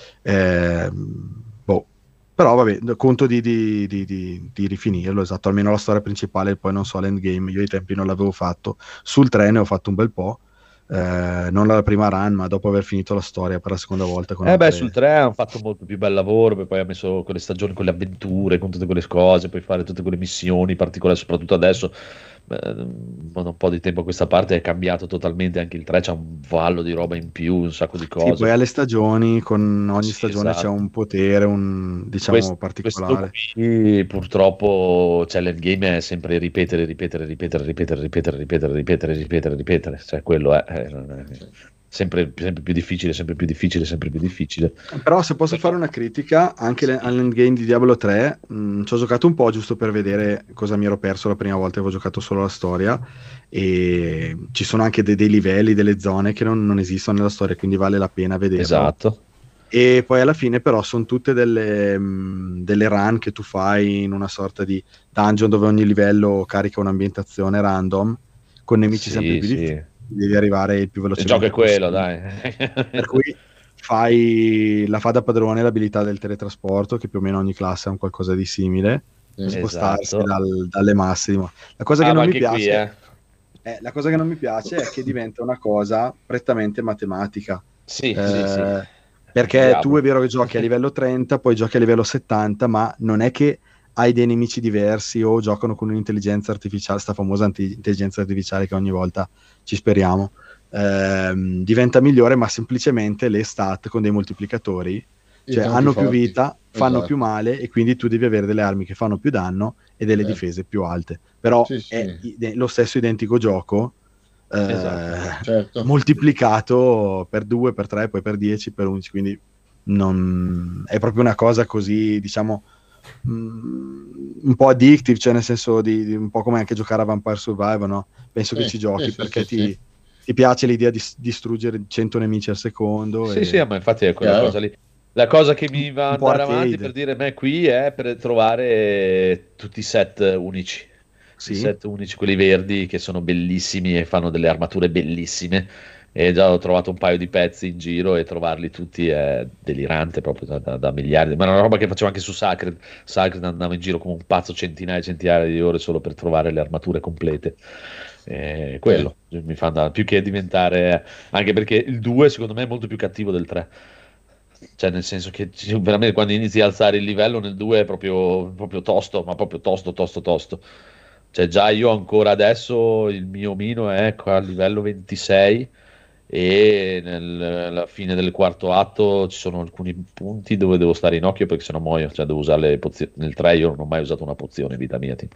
ehm, boh. Però vabbè, conto di, di- di- di- di rifinirlo, esatto, almeno la storia principale, poi non so l'endgame, io ai tempi non l'avevo fatto, sul tre ne ho fatto un bel po', eh, non la prima run, ma dopo aver finito la storia per la seconda volta con Eh beh, altre- sul tre hanno fatto molto più bel lavoro, poi poi ha messo quelle stagioni con le avventure, con tutte quelle cose, puoi fare tutte quelle missioni particolari, soprattutto adesso, eh, da un po' di tempo a questa parte è cambiato totalmente, anche il tre c'ha un vallo di roba in più, un sacco di Sì, cose. poi alle stagioni, con ogni Sì, stagione c'è esatto. un potere, un diciamo Questo, particolare. questo qui purtroppo, cioè, l'endgame è sempre ripetere, ripetere, ripetere, ripetere, ripetere, ripetere, ripetere, ripetere, ripetere, cioè quello è, è- è sempre, sempre più difficile, sempre più difficile, sempre più difficile. Però se posso fare una critica anche le- all'endgame di Diablo tre, mh, ci ho giocato un po' giusto per vedere cosa mi ero perso la prima volta che avevo giocato solo la storia, e ci sono anche dei, dei livelli, delle zone che non, non esistono nella storia, quindi vale la pena vederlo. Esatto. E poi alla fine però sono tutte delle, mh, delle run che tu fai in una sorta di dungeon dove ogni livello carica un'ambientazione random con nemici Sì, sempre più sì. difficili, devi arrivare il più Il velocemente gioco è quello, possibile. dai. Per cui fai la fa da padrone l'abilità del teletrasporto, che più o meno ogni classe ha un qualcosa di simile, Sì. spostarsi Esatto. dal- dalle masse. di mo- La cosa che Ah, ma non mi anche qui, piace eh. eh, la cosa che non mi piace è che diventa una cosa prettamente matematica. Sì, Eh, sì, sì. Perché Diavolo. tu è vero che giochi a livello trenta, poi giochi a livello settanta, ma non è che hai dei nemici diversi o giocano con un'intelligenza artificiale, sta famosa anti- intelligenza artificiale che ogni volta ci speriamo, ehm, diventa migliore, ma semplicemente le stat con dei moltiplicatori, cioè Sono hanno più più forti. vita, fanno Esatto. più male, e quindi tu devi avere delle armi che fanno più danno e delle Eh. difese più alte. Però Sì, sì. è i- lo stesso identico gioco, eh, Esatto. Certo. moltiplicato per due, per tre, poi per dieci, per undici, quindi non... è proprio una cosa così, diciamo, mm, un po' addictive, cioè nel senso di, di un po' come anche giocare a Vampire Survivor, no? Penso Sì, che ci giochi sì, sì, perché sì, ti, sì. ti piace l'idea di s- distruggere cento nemici al secondo. Sì, e- sì, ma infatti è quella Chiaro. cosa lì. La cosa che mi va Un ad po' andare arcade. avanti per dire me qui è per trovare tutti i set unici. Sì. I set unici, quelli verdi, che sono bellissimi e fanno delle armature bellissime. E già ho trovato un paio di pezzi in giro e trovarli tutti è delirante proprio da, da, da miliardi. Ma è una roba che facevo anche su Sacred. Sacred andavo in giro come un pazzo centinaia e centinaia di ore solo per trovare le armature complete. E quello mi fa andare più che diventare, anche perché il due secondo me è molto più cattivo del tre. Cioè, nel senso che ci- veramente quando inizi a alzare il livello nel due è proprio, proprio tosto, ma proprio tosto, tosto, tosto. Cioè, già io ancora adesso il mio omino è qua a livello ventisei e nel- alla fine del quarto atto ci sono alcuni punti dove devo stare in occhio perché sennò muoio. Cioè, devo usare le pozioni. Nel tre io non ho mai usato una pozione in vita mia, tipo.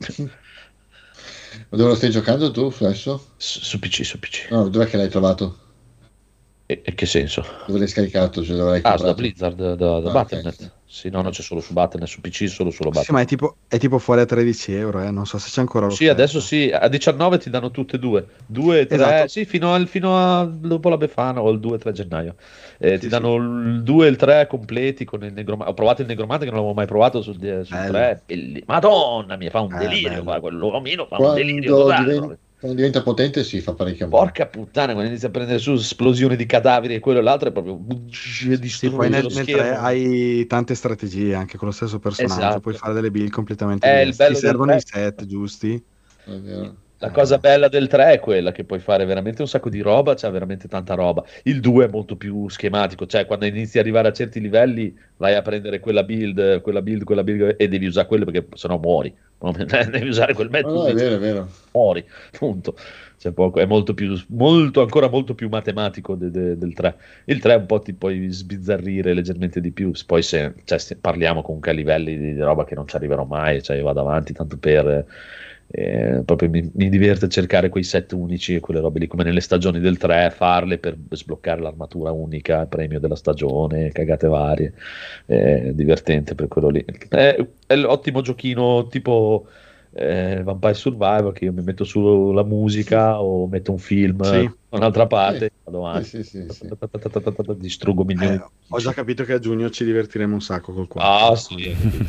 Ma dove lo stai giocando tu adesso? Su, su P C, su P C. No, dov'è che l'hai trovato? E, e che senso? Dove l'hai scaricato? Cioè, dove l'hai Ah, da comprato? Blizzard, da, da Ah, Battle punto ok. net. Sì, no, non c'è solo su Battle punto net, su P C solo solo Battle. Sì, ma è tipo, è tipo fuori a tredici euro, eh? Non so se c'è ancora Sì, l'offerta. adesso sì, a diciannove ti danno tutte e due, due e tre, Esatto. sì, fino, al, fino a dopo la Befana o il due e tre gennaio. Eh, Sì, ti sì. danno il due e il tre completi con il negromante. Ho provato il negromante che non l'avevo mai provato sul, sul Bello. tre. Belli- Madonna mia, fa un Eh, delirio, bello. guarda, quell'omino fa un delirio Quando, totale. diven- quando diventa potente si fa parecchio male. Porca puttana, quando inizia a prendere su esplosioni di cadaveri e quello e l'altro è proprio Sì, distrugge poi nel, lo nel schermo. tre hai tante strategie anche con lo stesso personaggio, Esatto. puoi fare delle build completamente Eh, il diverse. Ti bello del servono tre- i set giusti. È vero. La cosa bella del tre è quella che puoi fare veramente un sacco di roba, c'è veramente tanta roba. Il due è molto più schematico, cioè quando inizi ad arrivare a certi livelli vai a prendere quella build, quella build, quella build e devi usare quello perché sennò muori. Devi usare quel No, metodo, no, è vero, è vero. muori, punto. C'è poco, è molto più, molto, ancora molto più matematico de- de- del tre. Il tre un po' ti puoi sbizzarrire leggermente di più, poi se cioè, se parliamo comunque a livelli di, di roba che non ci arriverò mai, cioè io vado avanti tanto per... Eh, proprio mi, mi diverte cercare quei set unici e quelle robe lì come nelle stagioni del tre, farle per sbloccare l'armatura unica, il premio della stagione, cagate varie. È divertente per quello lì. È, è l'ottimo giochino tipo eh, Vampire Survivor, che io mi metto sulla musica o metto un film Sì. da un'altra parte, Sì. vado avanti, Sì, sì, sì, sì. distruggo milioni Eh, di ho già capito che a giugno ci divertiremo un sacco col quattro. Ah, sì.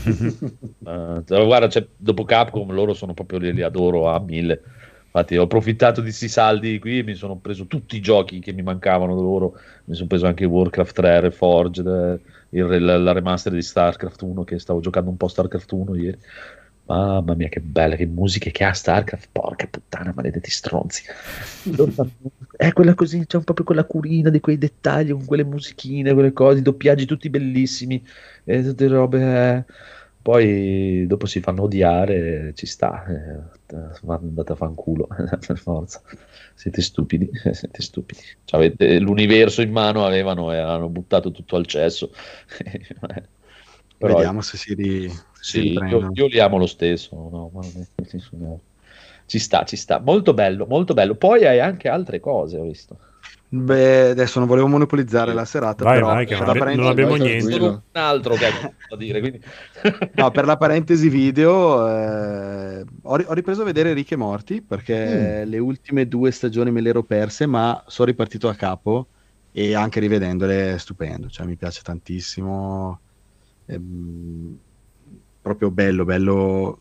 Eh, guarda, cioè, dopo Capcom loro sono proprio li, li adoro a mille. Infatti ho approfittato di questi saldi qui e mi sono preso tutti i giochi che mi mancavano da loro. Mi sono preso anche Warcraft tre, Reforged, il, la, la remaster di StarCraft uno, che stavo giocando un po' StarCraft uno ieri. Mamma mia, che belle, che musiche che ha StarCraft, porca puttana, maledetti stronzi. È quella così, c'è proprio quella curina di quei dettagli, con quelle musichine, quelle cose, i doppiaggi tutti bellissimi, e tutte robe. eh. Poi dopo si fanno odiare, ci sta, eh, andate a fanculo, per forza. Siete stupidi, siete stupidi. Cioè, avete l'universo in mano, avevano e hanno buttato tutto al cesso. Però, Vediamo se si, ri... si sì, io, riprendono. io li amo lo stesso, no, ma non è- ci sta, ci sta, molto bello, molto bello. Poi hai anche altre cose, ho visto. Beh, adesso non volevo monopolizzare la serata, Vai, però vai, che per non la abbi- parentesi- non abbiamo vai, niente. tranquillo. Un altro che hai da dire, quindi... no, per la parentesi video, eh, ho, ri- ho ripreso a vedere Rick e Morty perché le ultime due stagioni me le ero perse, ma sono ripartito a capo e anche rivedendole è stupendo, cioè mi piace tantissimo, ehm, proprio bello, bello.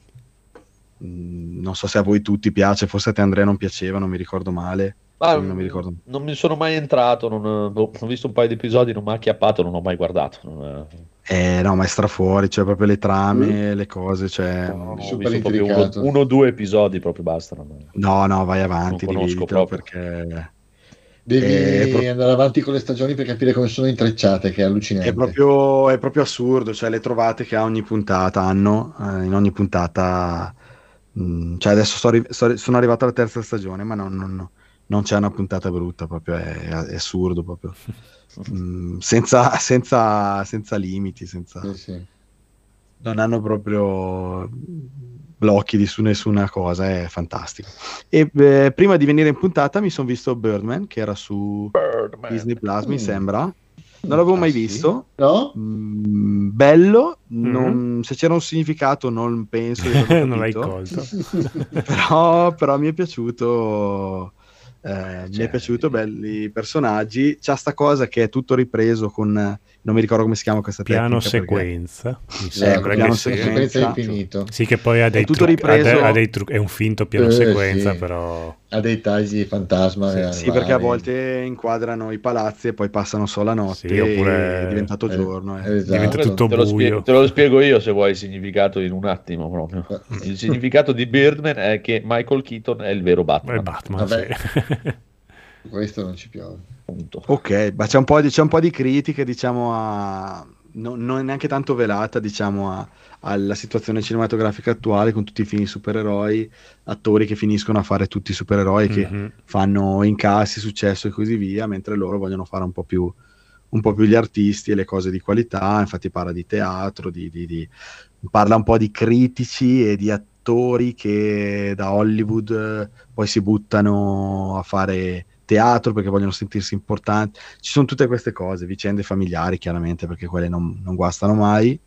Mm, non so se a voi tutti piace, forse a te Andrea non piaceva, non mi ricordo male. Ma non mi ricordo. non mi sono mai entrato, non, ho ho visto un paio di episodi, non mi ha acchiappato, non ho mai guardato. Non, Eh, no, ma è strafuori, cioè proprio le trame, le cose, cioè... no, ho super visto proprio uno, intricato. uno o due episodi proprio, basta. non- No, no, vai avanti, Non conosco riveditelo proprio. perché Devi Eh, pro- andare avanti con le stagioni per capire come sono intrecciate, che è allucinante. è proprio, è proprio assurdo, cioè le trovate che a ogni puntata hanno, eh, in ogni puntata... mm, cioè adesso sto arri- sto- sono arrivato alla terza stagione, ma non, non- non c'è una puntata brutta, proprio è, è assurdo, proprio. Mm, senza, senza, senza limiti, senza... Sì, sì. non hanno proprio blocchi di su nessuna cosa, è fantastico. E eh, prima di venire in puntata mi sono visto Birdman, che era su Birdman. Disney Plus, mi Mm. sembra. Non l'avevo Ah, mai sì? visto. No? Mm, bello, non- se c'era un significato non penso di averlo Non l'hai capito. colto. però, però mi è piaciuto eh, mi Cioè, è piaciuto, belli i personaggi. C'ha sta cosa che è tutto ripreso con, non mi ricordo come si chiama questa Piano tecnica, perché- sequenza, mi Ecco, sembra piano che sia. sequenza. sequenza infinito. Sì, che poi ha dei, tutto trucchi- ha ripreso- de- ha dei trucchi, è un finto piano Eh, sequenza, sì. però Ha dei tagli fantasma. Sì, eh, sì, perché a vari. volte inquadrano i palazzi e poi passano solo la notte Sì, oppure- e è diventato Eh, giorno. eh. esatto. diventa tutto te, lo buio. spiego, te lo spiego io se vuoi il significato in un attimo proprio. Il significato di Birdman è che Michael Keaton è il vero Batman. è Batman, Vabbè. sì. Questo non ci piove. Punto. Ok, ma c'è un po' di, c'è un po' di critiche, diciamo, a... no- non è neanche tanto velata, diciamo, a- alla situazione cinematografica attuale con tutti i film di supereroi, attori che finiscono a fare tutti i supereroi che Mhm. fanno incassi, successo e così via, mentre loro vogliono fare un po' più, un po' più gli artisti e le cose di qualità. Infatti parla di teatro, di, di- di- parla un po' di critici e di attori che da Hollywood eh, poi si buttano a fare teatro perché vogliono sentirsi importanti. Ci sono tutte queste cose, vicende familiari chiaramente, perché quelle non, non guastano mai.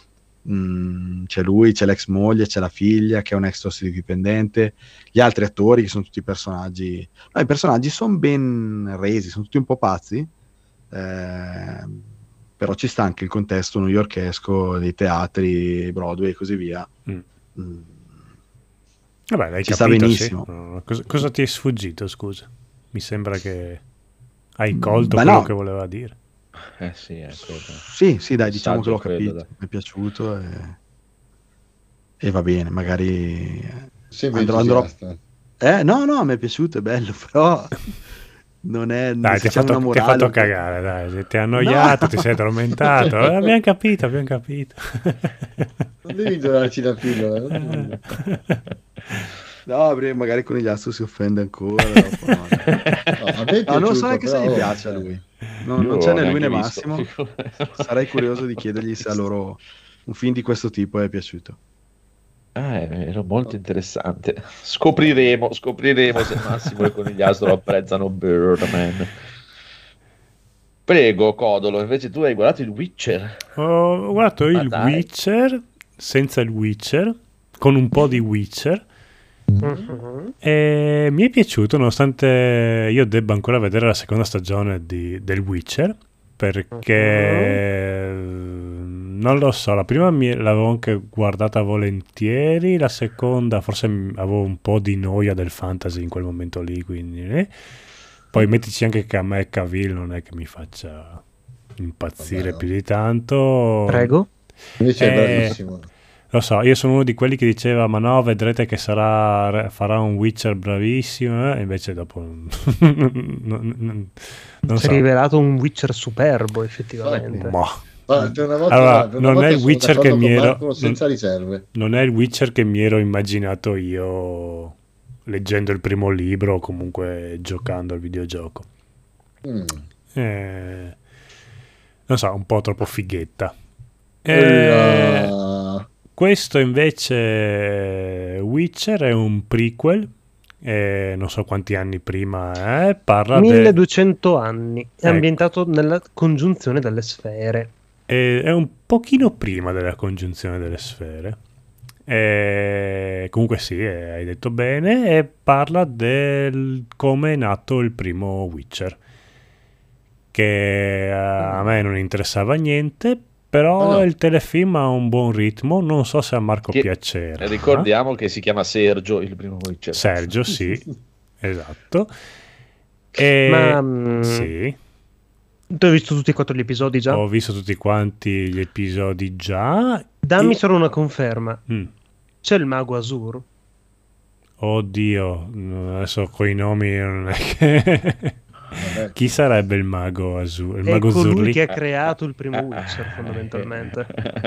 Mm, c'è lui, c'è l'ex moglie, c'è la figlia che è un ex tossicodipendente, gli altri attori che sono tutti personaggi. No, i personaggi sono ben resi, sono tutti un po' pazzi, eh, però ci sta anche il contesto newyorkesco dei teatri, Broadway e così via. Mm. Mm. Vabbè, l'hai Ci sta capito, benissimo. sì. No, cosa, cosa ti è sfuggito, scusa? Mi sembra che hai colto Ma quello no. che voleva dire. Eh sì, è quello. Sì, sì, dai, diciamo che l'ho Messaggio quello, capito, mi è piaciuto e, e va bene, magari Sembra andrò, andrò, entusiasta. Eh, no, no, mi è piaciuto, è bello, però non è... Dai, ti se ha c'è fatto, una ti ha morale, fatto un po'- cagare, dai, ti ha annoiato, No. ti sei addormentato. Eh, abbiamo capito, abbiamo capito. Non devi donarci la pillola. non- No, perché magari con gli astro si offende ancora. dopo, no, dai. No, a me è No, non so piaciuto, neanche se però, gli oh, piace a eh. lui. No, Io non c'è né neanche lui né visto. Massimo. Sarei curioso di chiedergli se a loro un film di questo tipo è piaciuto. Ah, è- era molto interessante. Scopriremo, scopriremo se Massimo e il Conigliastro apprezzano Birdman. Prego, Codolo, invece tu hai guardato il Witcher. Ho guardato Ma il dai. Witcher senza il Witcher, con un po' di Witcher. Mhm. E mi è piaciuto, nonostante io debba ancora vedere la seconda stagione di- del Witcher, perché eh, non lo so, la prima mi- l'avevo anche guardata volentieri, la seconda forse m- avevo un po' di noia del fantasy in quel momento lì, quindi eh. Poi mettici anche che a me Cavill non è che mi faccia impazzire Vabbè, più di tanto. Prego. Invece è Eh, bravissimo. Lo so, io sono uno di quelli che diceva ma no, vedrete che sarà, farà un Witcher bravissimo, eh, e invece dopo non, non- non- non Si è so. rivelato un Witcher superbo, effettivamente. Boh. Guarda, per una volta, Allora, guarda, per una non volta è il sono Witcher d'accordo che mi con ero- Marco senza riserve. Non è il Witcher che mi ero immaginato io leggendo il primo libro o comunque giocando al videogioco. Mm. Eh, non so, un po' troppo fighetta. Eh, Eh, Questo invece Witcher è un prequel, eh, non so quanti anni prima è, parla de- milleduecento anni. È Ecco. ambientato nella congiunzione delle sfere. è, è un pochino prima della congiunzione delle sfere. Eh, comunque sì, eh, hai detto bene, e parla del come è nato il primo Witcher, che eh, a me non interessava niente, però Ah, no. il telefilm ha un buon ritmo, non so se a Marco Che- piacerà. Ricordiamo che si chiama Sergio, il primo Witcher. Sergio, sì, esatto. E Ma mm, sì, tu hai visto tutti e quattro gli episodi già? ho visto tutti quanti gli episodi già. Dammi e- solo una conferma. Mm. C'è il mago Azur? Oddio, adesso con i nomi non è che... vabbè. Chi sarebbe il mago azzurro? Il È mago colui Zurli? che ha creato il primo Witcher, fondamentalmente.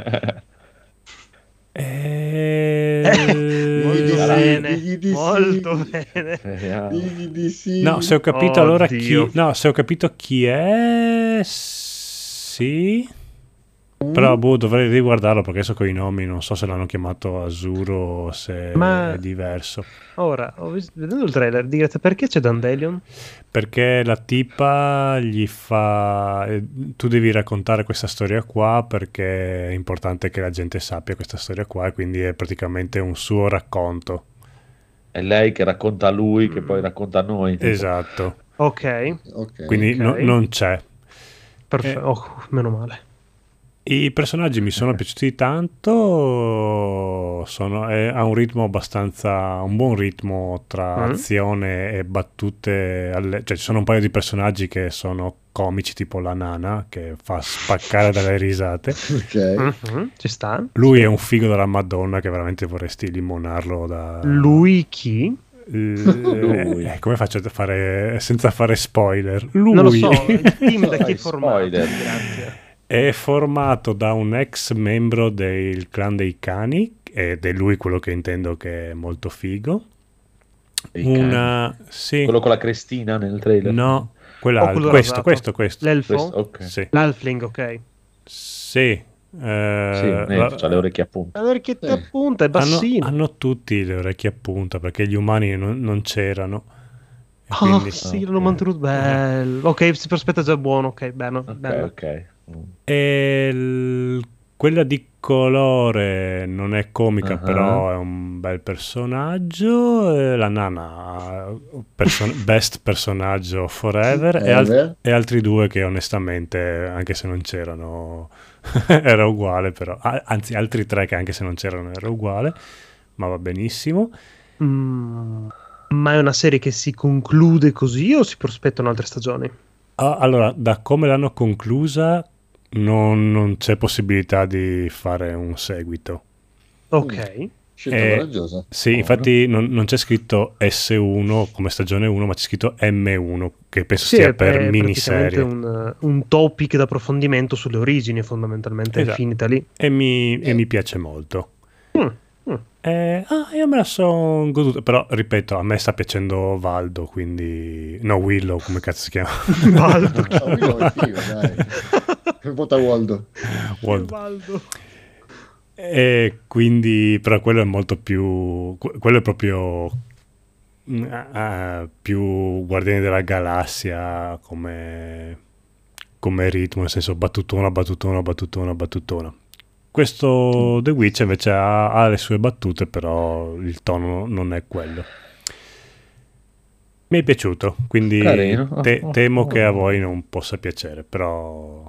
Eh, Digli di sì, bene, digli di sì. molto bene. Speriamo. Digli di sì. No, se ho capito Oh, allora Dio. chi... No, se ho capito chi è... Sì... Però boh, dovrei riguardarlo perché adesso con i nomi non so se l'hanno chiamato Azzurro o se Ma- è diverso. Ora, ho vis- vedendo il trailer, direte perché c'è Dandelion? Perché la tipa gli fa... eh, tu devi raccontare questa storia qua perché è importante che la gente sappia questa storia qua e quindi è praticamente un suo racconto. È lei che racconta a lui, che poi racconta a noi. Esatto. Ok, Ok. Quindi Ok. no- non c'è. perfetto. Eh. Oh, meno male. I personaggi mi sono piaciuti tanto, sono, è- ha un ritmo abbastanza, un buon ritmo tra Mm. azione e battute, alle- cioè ci sono un paio di personaggi che sono comici tipo la nana che fa spaccare dalle risate. Ok. Mhm, ci sta. Lui è un figo della Madonna che veramente vorresti limonarlo da... Lui chi? Lui. Eh, come faccio a fare senza fare spoiler? Lui Non lo so, il team da chi è Fai formato. spoiler. Grazie. è formato da un ex membro del clan dei cani ed è lui quello che intendo che è molto figo. Dei Una sì, Quello con la crestina nel trailer. no, O quell'altro, quello questo, rasato. questo, questo. L'elfo? Questo, ok. Sì, L'Halfling, ok. sì. eh, Sì, un elfo, c'ha le orecchie a punta. La orecchietta Eh. a punta, è hanno, bassino. hanno tutti le orecchie a punta perché gli umani non, non c'erano. E Ah, quindi- sì, ok. l'hanno mantenuto bello. Ok, si prospetta già buono. Ok, bene. Ok, bene. ok. E il- quella di colore non è comica, Ah. però è un bel personaggio. E la nana, perso- best personaggio forever. E, al- Ever. e altri due che onestamente, anche se non c'erano, era uguale. Però, A- anzi, altri tre che anche se non c'erano era uguale, ma va benissimo. Mm, ma è una serie che si conclude così o si prospettano altre stagioni? Ah, allora, da come l'hanno conclusa, non, non c'è possibilità di fare un seguito. Ok. Scelta Eh, coraggiosa. Sì, Buono. infatti non, non c'è scritto S uno come stagione uno, ma c'è scritto M uno, che penso Sì, stia è, per è praticamente miniserie. un, un topic d'approfondimento sulle origini, fondamentalmente, Esatto. è finita lì. E mi, e Eh. mi piace molto. Mm, mm. Eh, ah, io me la sono goduta, però ripeto, a me sta piacendo Valdo, quindi... No, Willow, come cazzo si chiama? Baldo. No, Willow è figo, dai. Vota Waldo. Waldo. Baldo. E quindi, però quello è molto più... que- quello è proprio... mm, ah, più Guardiani della Galassia come, come ritmo, nel senso battutona, battutona, battutona, battutona. Questo The Witch invece ha, ha le sue battute, però il tono non è quello. Mi è piaciuto, quindi Carino. te- Oh, oh, temo oh. che a voi non possa piacere, però...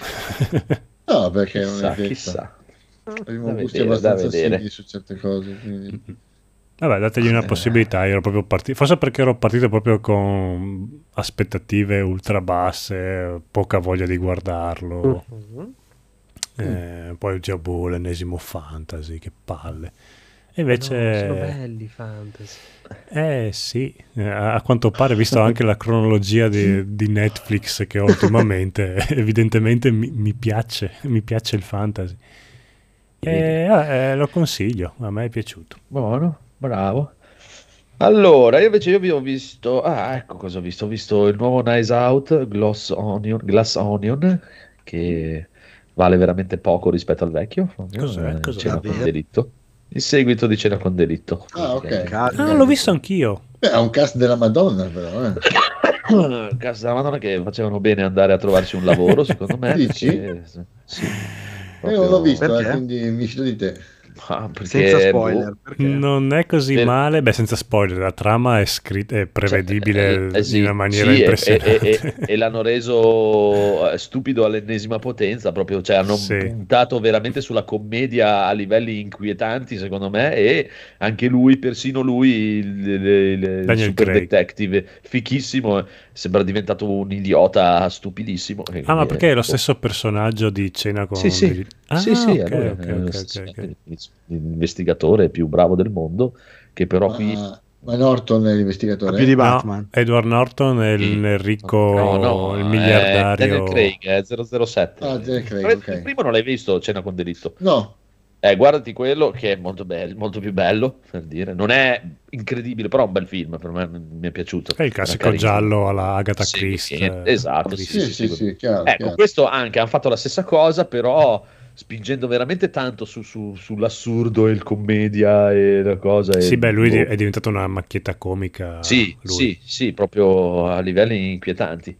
No, perché non Chissà, è detto. chissà. Abbiamo Da gusti vedere, da abbastanza vedere. simili su certe cose. Quindi... Vabbè, dategli una Eh. possibilità. Io ero proprio partito, forse perché ero partito proprio con aspettative ultra basse, poca voglia di guardarlo. Mhm. Eh, poi già boh, l'ennesimo fantasy, che palle. E No, sono invece, belli i fantasy. eh sì, eh, a quanto pare, visto anche la cronologia di, di Netflix che ho ultimamente, evidentemente mi, mi piace, mi piace il fantasy. E, eh, lo consiglio, a me è piaciuto. Buono, bravo. Allora, io invece io vi ho visto, ah, ecco cosa ho visto, ho visto il nuovo Nice Out, Gloss Onion, Glass Onion, che vale veramente poco rispetto al vecchio. Cos'è? Eh, Cos'è? Cena con Davvero? delitto. Il seguito di Cena con delitto. Ah, ok. Cazzo. Ah, l'ho visto anch'io. Beh, ha un cast della Madonna, però. Eh. Cazzo della Madonna che facevano bene andare a trovarci un lavoro, secondo me. Dici? perché- sì. Io non l'ho visto, eh, Perché? quindi mi fido di te. Ah, perché, Senza boh, spoiler. Perché? Non è così Per- male, beh, senza spoiler, la trama è scritta, è prevedibile Cioè, eh, eh, sì, in una maniera sì, e- impressionante. E, e- e l'hanno reso eh, stupido all'ennesima potenza, proprio, cioè hanno Sì. puntato veramente sulla commedia a livelli inquietanti, secondo me, e anche lui, persino lui, il, il- il- il Daniel super Craig. detective, fichissimo, sembra diventato un idiota stupidissimo. E Ah, ma quindi, perché è lo boh. stesso personaggio di Cena con... Sì, sì, degli- Ah, sì, sì, ok, lui è ok, lo ok, stesso- ok, ok. l'investigatore più bravo del mondo, che però qui... Ma, ma Norton è Ha l'investigatore. più di No, Batman. Edward Norton è il, Sì. il ricco, No, no, il è miliardario. Daniel Craig, è zero zero sette. Ah, Daniel Craig, Il ok. primo non l'hai visto, Cena con delitto. No, Eh, guardati quello che è molto bello, molto più bello, per dire. Non è incredibile, però è un bel film, per me mi è piaciuto. È il Era classico carino. giallo alla Agatha Sì, Christie. sì, esatto, sì, sì, sì, sì, sì. chiaro, Ecco, chiaro. questo anche, hanno fatto la stessa cosa, però spingendo veramente tanto su- su- sull'assurdo e il commedia e la cosa. Sì, e- beh, lui boh. è diventato una macchietta comica. Sì, lui. sì, sì, proprio a livelli inquietanti.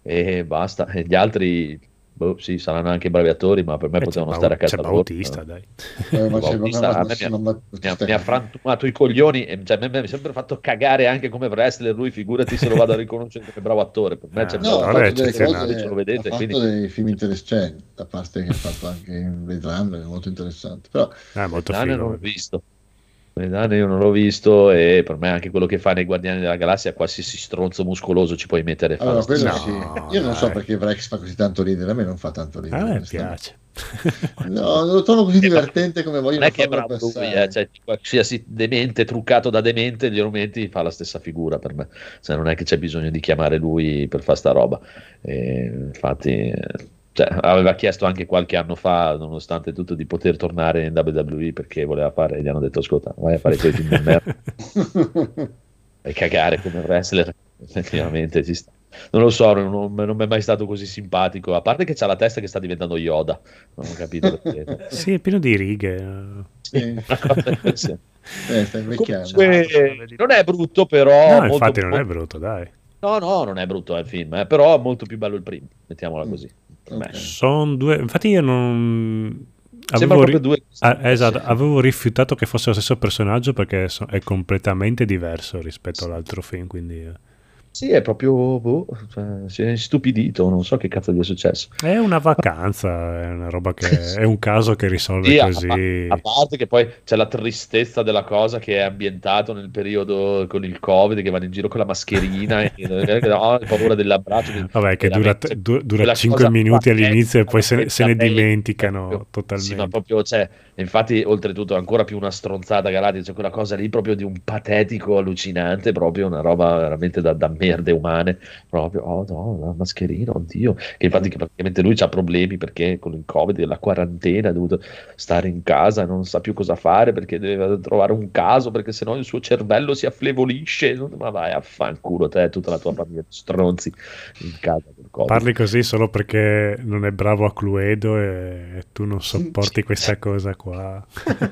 E basta. E gli altri, boh, sì, saranno anche bravi attori, ma per me Beh, potevano c'è stare a Bau- casa c'è loro. Bautista, dai. Eh, ma c'è- Bautista, ma- ma- a me sì, mi ha- ma- ma- Mi ha, mi ha frantumato i coglioni e cioè, a me mi ha sempre fatto cagare anche come wrestler. Lui, figurati se lo vado a riconoscere come bravo attore. Per me Ah, c'è No, ha Allora fatto è delle eccezionale. cose, Ce lo vedete, ha fatto quindi- dei film interessanti, a parte che ha fatto anche in Blade Runner, è molto interessante. Però Ah, è molto Vedane non l'ho figo. visto. Vedane io non l'ho visto e per me anche quello che fa nei Guardiani della Galassia, qualsiasi stronzo muscoloso ci puoi mettere e fare allora, la stessa quello No, sì. Io non so dai. perché Vrex fa così tanto ridere, a me non fa tanto ridere. A me onestamente. piace. No, non lo trovo così divertente come vogliono Non è che è farlo bravo lui, passare. eh, cioè, qualsiasi demente truccato da demente glielo metti fa la stessa figura per me, cioè, non è che c'è bisogno di chiamare lui per fare sta roba. E, infatti eh, cioè, aveva chiesto anche qualche anno fa, nonostante tutto, di poter tornare in W W E perché voleva fare, gli hanno detto ascolta vai a fare quei film di merda e cagare come wrestler, effettivamente ci sta. Non lo so, non, non- non mi è mai stato così simpatico, a parte che c'ha la testa che sta diventando Yoda, non ho capito perché. Sì, è pieno di righe. Sì. Una cosa del genere. Eh, stai invecchiando. Comunque, non è brutto, però. No, molto- infatti non è molto- brutto, dai. No, no, non è brutto il film, eh, però è molto più bello il primo, mettiamola così. Per me. Ok. Sono due. Infatti, io non. Sembra Avevo, proprio ri- due. ah, esatto, avevo rifiutato che fosse lo stesso personaggio perché so- è completamente diverso rispetto all'altro film. Quindi, eh, Sì, è proprio, boh, cioè, si è istupidito, non so che cazzo gli è successo. È una vacanza, è una roba che è un caso che risolve Sì, a, così. a- a parte che poi c'è la tristezza della cosa che è ambientato nel periodo con il Covid, che vanno in giro con la mascherina e no, paura dell'abbraccio. che Vabbè, che dura, veramente, du- dura quella cinque cosa minuti patetica, all'inizio e poi se, se ne veramente dimenticano proprio- totalmente. Sì, ma proprio, cioè, infatti, oltretutto, ancora più una stronzata galattica, cioè quella cosa lì proprio di un patetico allucinante, proprio una roba veramente da, da merde umane, proprio, oh no, la mascherina, oddio, che infatti che praticamente lui ha problemi perché con il Covid e la quarantena ha dovuto stare in casa, non sa più cosa fare perché deve trovare un caso, perché sennò il suo cervello si afflevolisce, ma vai a fanculo te e tutta la tua famiglia di stronzi in casa col Covid. Parli così solo perché non è bravo a Cluedo e tu non sopporti questa cosa qua.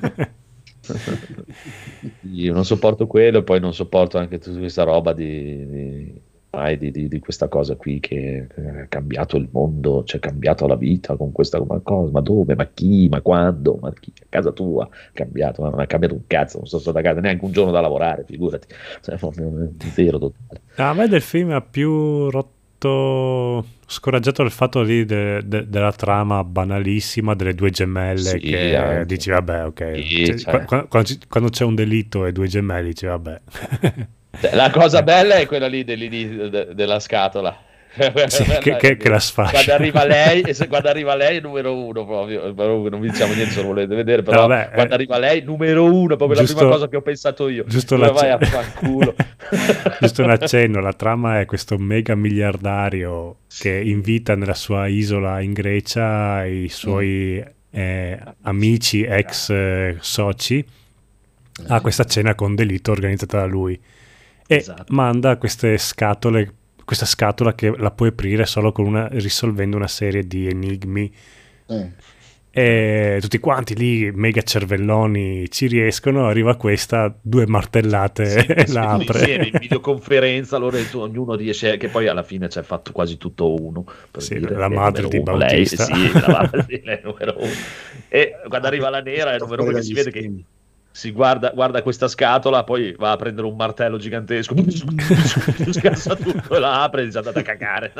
Io non sopporto quello, e poi non sopporto anche tutta questa roba di, di, mai di, di- di questa cosa qui che che ha cambiato il mondo, cioè ha cambiato la vita con questa ma cosa, ma dove, ma chi, ma quando, ma chi, a casa tua, ha cambiato, ma non ha cambiato un cazzo, non sono stato a casa neanche un giorno da lavorare, figurati, cioè, proprio zero totale. A me del film ha più rotto, scoraggiato il fatto lì de- de- della trama banalissima delle due gemelle Sì, che anche. dici vabbè ok. Sì, Cioè, cioè. qua- qua- quando, ci- quando c'è un delitto e due gemelli dici vabbè. Cioè, la cosa bella è quella lì dell'inizio de- della scatola. Sì, che, che- che la sfascia. Quando arriva lei, e se quando arriva lei è numero uno proprio, però non vi diciamo niente se lo volete vedere, però No, vabbè, quando eh, arriva lei numero uno, proprio giusto- la prima cosa che ho pensato io. giusto Dove la vai a ce- fanculo. Giusto un accenno, la trama è questo mega miliardario che invita nella sua isola in Grecia i suoi eh, amici, ex eh, soci, a questa cena con delitto organizzata da lui e Esatto. manda queste scatole, questa scatola che la puoi aprire solo con una, risolvendo una serie di enigmi. Eh. E tutti quanti lì, mega cervelloni, ci riescono. Arriva questa, due martellate e la Tutti apre. insieme in videoconferenza, allora tu- ognuno riesce, che poi alla fine c'è fatto quasi tutto uno. Per Sì, dire, la che è madre numero di uno, Bautista. Lei, sì, la madre di lei è numero uno. E quando arriva la nera è numero uno, che si vede che si guarda, guarda questa scatola, poi va a prendere un martello gigantesco, scassa tutto e la apre e dice andate a cagare.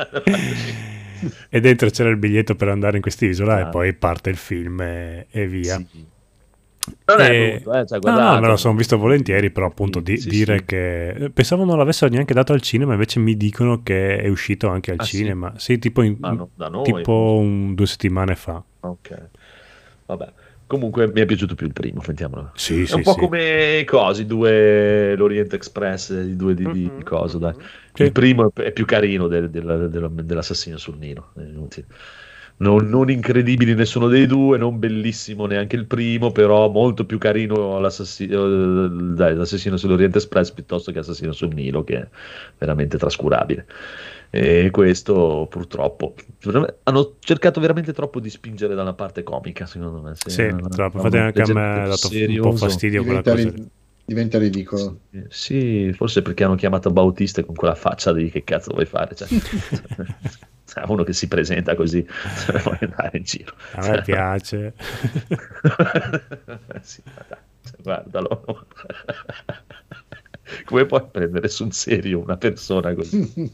E dentro c'era il biglietto per andare in quest'isola Ah. e poi parte il film e, e via. Sì. Non è E- brutto, eh, cioè, no, no, guardate. me lo sono visto volentieri, però appunto di- Sì, dire sì. che pensavo non l'avessero neanche dato al cinema, invece mi dicono che è uscito anche al Ah, sì? cinema. Sì, tipo, in- Ah, no, da noi. tipo un- due settimane fa. Ok, vabbè. Comunque mi è piaciuto più il primo, mettiamolo. Sì, È sì, un po' sì. come cosi, due l'Orient Express, i due di, di, di coso, dai. Sì. Il primo è più carino del- del- del- dell'assassino sul Nilo. È inutile. Non, non incredibili nessuno dei due, non bellissimo neanche il primo, però molto più carino l'assassino, dai, l'assassino sull'Orient Express piuttosto che Assassino sul Nilo, che è veramente trascurabile. E questo purtroppo hanno cercato veramente troppo di spingere dalla parte comica, secondo me. Se Sì, una- troppo. una Infatti anche a me ha leggenda dato un po' serioso. fastidio quella Diventa, cosa. ri- diventa ridicolo. Eh, Sì, forse perché hanno chiamato Bautista con quella faccia di che cazzo vuoi fare? Cioè, cioè, uno che si presenta così, cioè, vuoi andare in giro. A me piace. Sì, ma dai, cioè, guardalo. Come puoi prendere sul serio una persona così?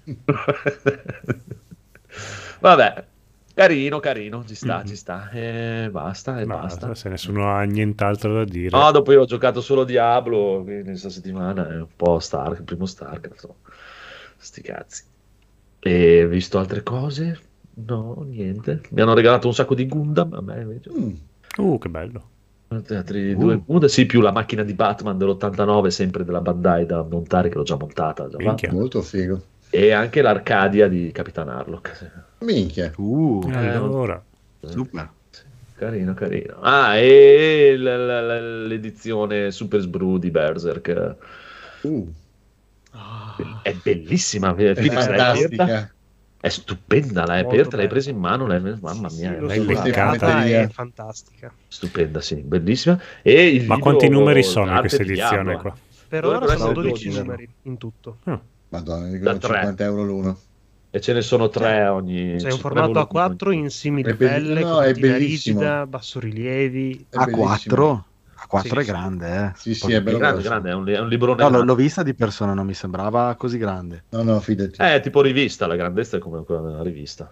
Vabbè, carino, carino, ci sta, Mhm. ci sta. E basta, e basta. Basta, se nessuno ha nient'altro da dire. No, dopo io ho giocato solo Diablo quindi questa settimana, è un po' Stark, il primo Stark, insomma. Sti cazzi. E visto altre cose? No, niente. Mi hanno regalato un sacco di Gundam, a me invece. Mm. Uh, che bello. Altri Uh. due Gundam, sì, più la macchina di Batman dell'ottantanove, sempre della Bandai da montare, che l'ho già montata. Già Minchia. fatta. Molto figo. E anche l'Arcadia di Capitan Harlock. Minchia. Uh, Eh, Allora, super. Carino, carino. Ah, e l- l- l- l'edizione Super Sbru di Berserk. Uh, È bellissima. è Felix, l'hai aperta? fantastica. È stupenda, l'hai Molto aperta, l'hai bella. presa in mano, l'hai... mamma Sì, mia, l'ho è l'hai bella. beccata. sfogliata, via. è fantastica. Stupenda, sì, bellissima. E il ma libro quanti numeri sono in Arte questa di edizione Diablo, qua? Per Dovrebbero ora sono essere dodici dodici. numeri in tutto. Madonna, Da dicono tre. cinquanta euro l'uno. E ce ne sono tre ogni... C'è un tre formato volumi A quattro ogni- in simile È belli- pelle, no, è copertina bellissimo. rigida, bassorilievi. È A bellissimo. quattro? quattro Sì, è grande, eh. Sì, sì, Proprio è bello grande, grosso. grande, è un, li- è un librone. No, l'ho, grande. l'ho vista di persona, non mi sembrava così grande. No, no, fidati, È tipo rivista, la grandezza è come una rivista.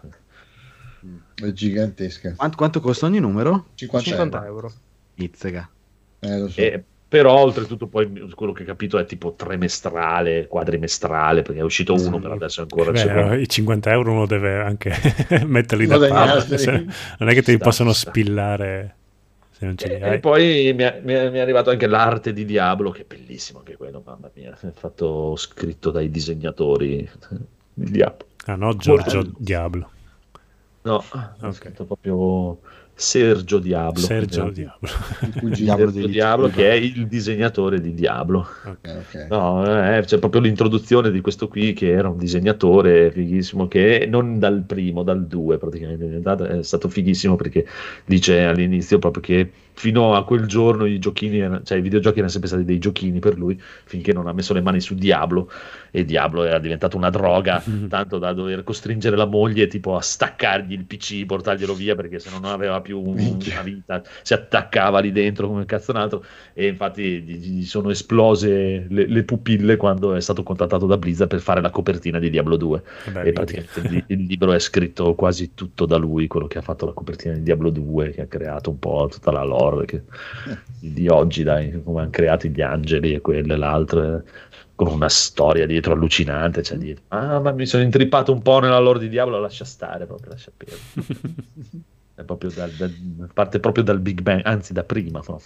è gigantesca. Quanto, quanto costa ogni numero? cinquanta, cinquanta euro. euro. Izzega. Eh, lo so. E, però oltretutto poi quello che ho capito è tipo trimestrale, quadrimestrale, perché è uscito uno, Sì. però adesso è ancora il Beh, secondo. i cinquanta euro uno deve anche metterli da Guadagnarsi. parte, se- non è che te li Sta, possono sta. spillare se non ce li E, hai. e poi mi è, mi è- mi è arrivato anche l'arte di Diablo, che è bellissimo anche quello, mamma mia, è fatto scritto dai disegnatori di Diablo. Ah no, Giorgio Molto- Diablo. No, è Ok. scritto proprio Sergio Diablo. Sergio Diablo. Diablo. Il cugino. Diablo Sergio di Diablo, Lichtenberg. che è il disegnatore di Diablo. Ok. Eh, ok. No, eh, c'è proprio l'introduzione di questo qui che era un disegnatore fighissimo, che non dal primo, dal due praticamente, è diventato- è stato fighissimo perché dice all'inizio proprio che fino a quel giorno i giochini, erano- cioè i videogiochi erano sempre stati dei giochini per lui, finché non ha messo le mani su Diablo, e Diablo era diventato una droga, tanto da dover costringere la moglie tipo a staccargli il P C, portarglielo via perché se no non aveva più un- Minchia. una vita, si attaccava lì dentro come cazzo un altro, e infatti gli gli sono esplose le, le pupille quando è stato contattato da Blizzard per fare la copertina di Diablo due. Vabbè, E minchia. praticamente il, li- il libro è scritto quasi tutto da lui, quello che ha fatto la copertina di Diablo due, che ha creato un po' tutta la lore che- di oggi, dai, come hanno creato gli angeli e quello e l'altro, eh, con una storia dietro allucinante, cioè dietro. Ah, ma mi sono intrippato un po' nella lore di Diablo, lascia stare, proprio lascia perdere. È proprio dal, dal- parte proprio dal Big Bang, anzi da prima proprio.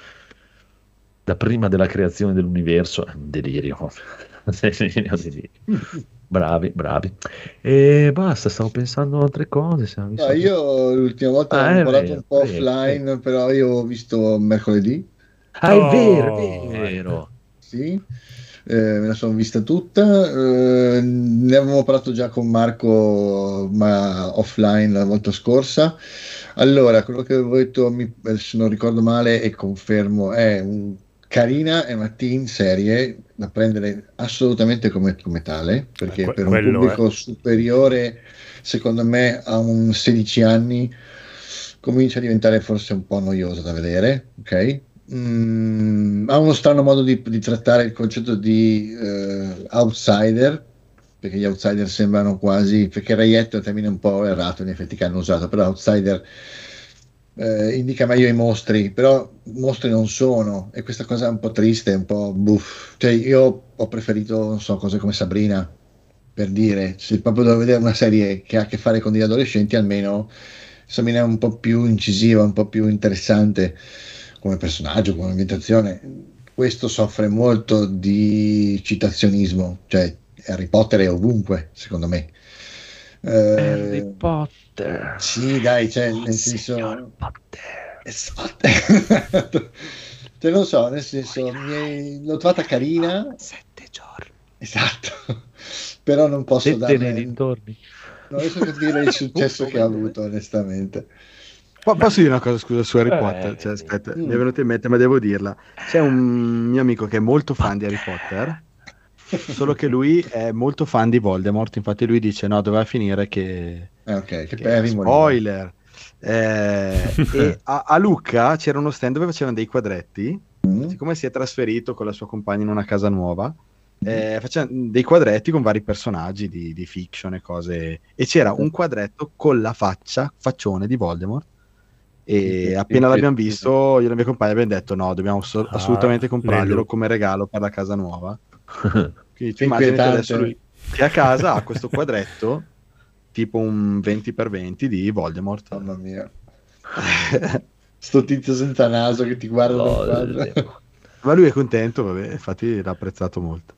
Da prima della creazione dell'universo, è un delirio proprio. Delirio, delirio. Bravi, bravi. E basta, stavo pensando a altre cose. se non mi No, so- io l'ultima volta Ah, ho è parlato vero, un po' vero, offline, però io ho visto mercoledì, Ah, è vero, Oh. è vero. sì, eh, me la sono vista tutta. Eh, ne avevamo parlato già con Marco, ma offline la volta scorsa. Allora, quello che avevo detto, mi- eh, se non ricordo male, e confermo, è un, carina, è una teen serie da prendere assolutamente come, come tale, perché Eh, que- per un quello pubblico superiore, secondo me, a un sedici anni, comincia a diventare forse un po' noiosa da vedere, ok? Mm, ha uno strano modo di, di trattare il concetto di eh, outsider, perché gli outsider sembrano quasi, perché reietto è un termine un po' errato in effetti che hanno usato, però outsider eh, indica meglio i mostri, però mostri non sono, e questa cosa è un po' triste, un po' buff. Cioè io ho preferito, non so, cose come Sabrina, per dire, se proprio devo vedere una serie che ha a che fare con degli adolescenti, almeno Sabrina è un po' più incisiva, un po' più interessante come personaggio, come ambientazione. Questo soffre molto di citazionismo, cioè Harry Potter è ovunque, secondo me. Eh, Harry Potter. sì, dai, cioè, nel senso, Signor Potter. esatto. Cioè, non so, nel senso, mi è- l'ho trovata carina, Sette giorni. esatto, però non posso Sette nei darle, dintorni. non riesco a capire il successo che ha avuto, onestamente. Po- Posso dire una cosa, scusa, su Harry Eh, Potter? Cioè, aspetta, mm. mi è venuto in mente, ma devo dirla. C'è un mio amico che è molto fan di Harry Potter, solo che lui è molto fan di Voldemort. Infatti lui dice, no, doveva finire che... Eh, ok, che che- Perry moriva. spoiler! Eh, e a, a Lucca c'era uno stand dove facevano dei quadretti. Mm. Siccome si è trasferito con la sua compagna in una casa nuova, eh, facevano dei quadretti con vari personaggi di, di fiction e cose, e c'era un quadretto con la faccia, faccione di Voldemort, e Sì, appena sì, l'abbiamo sì. visto io e la mia compagna abbiamo detto no, dobbiamo so- Ah, assolutamente comprarglielo bello. come regalo per la casa nuova. Quindi Che tu immagini inquietante. adesso lui che a casa ha questo quadretto tipo un venti per venti di Voldemort. Mamma mia. Sto tizio senza naso che ti guarda dal quadro. Voldemort. Ma lui è contento, vabbè, infatti l'ha apprezzato molto.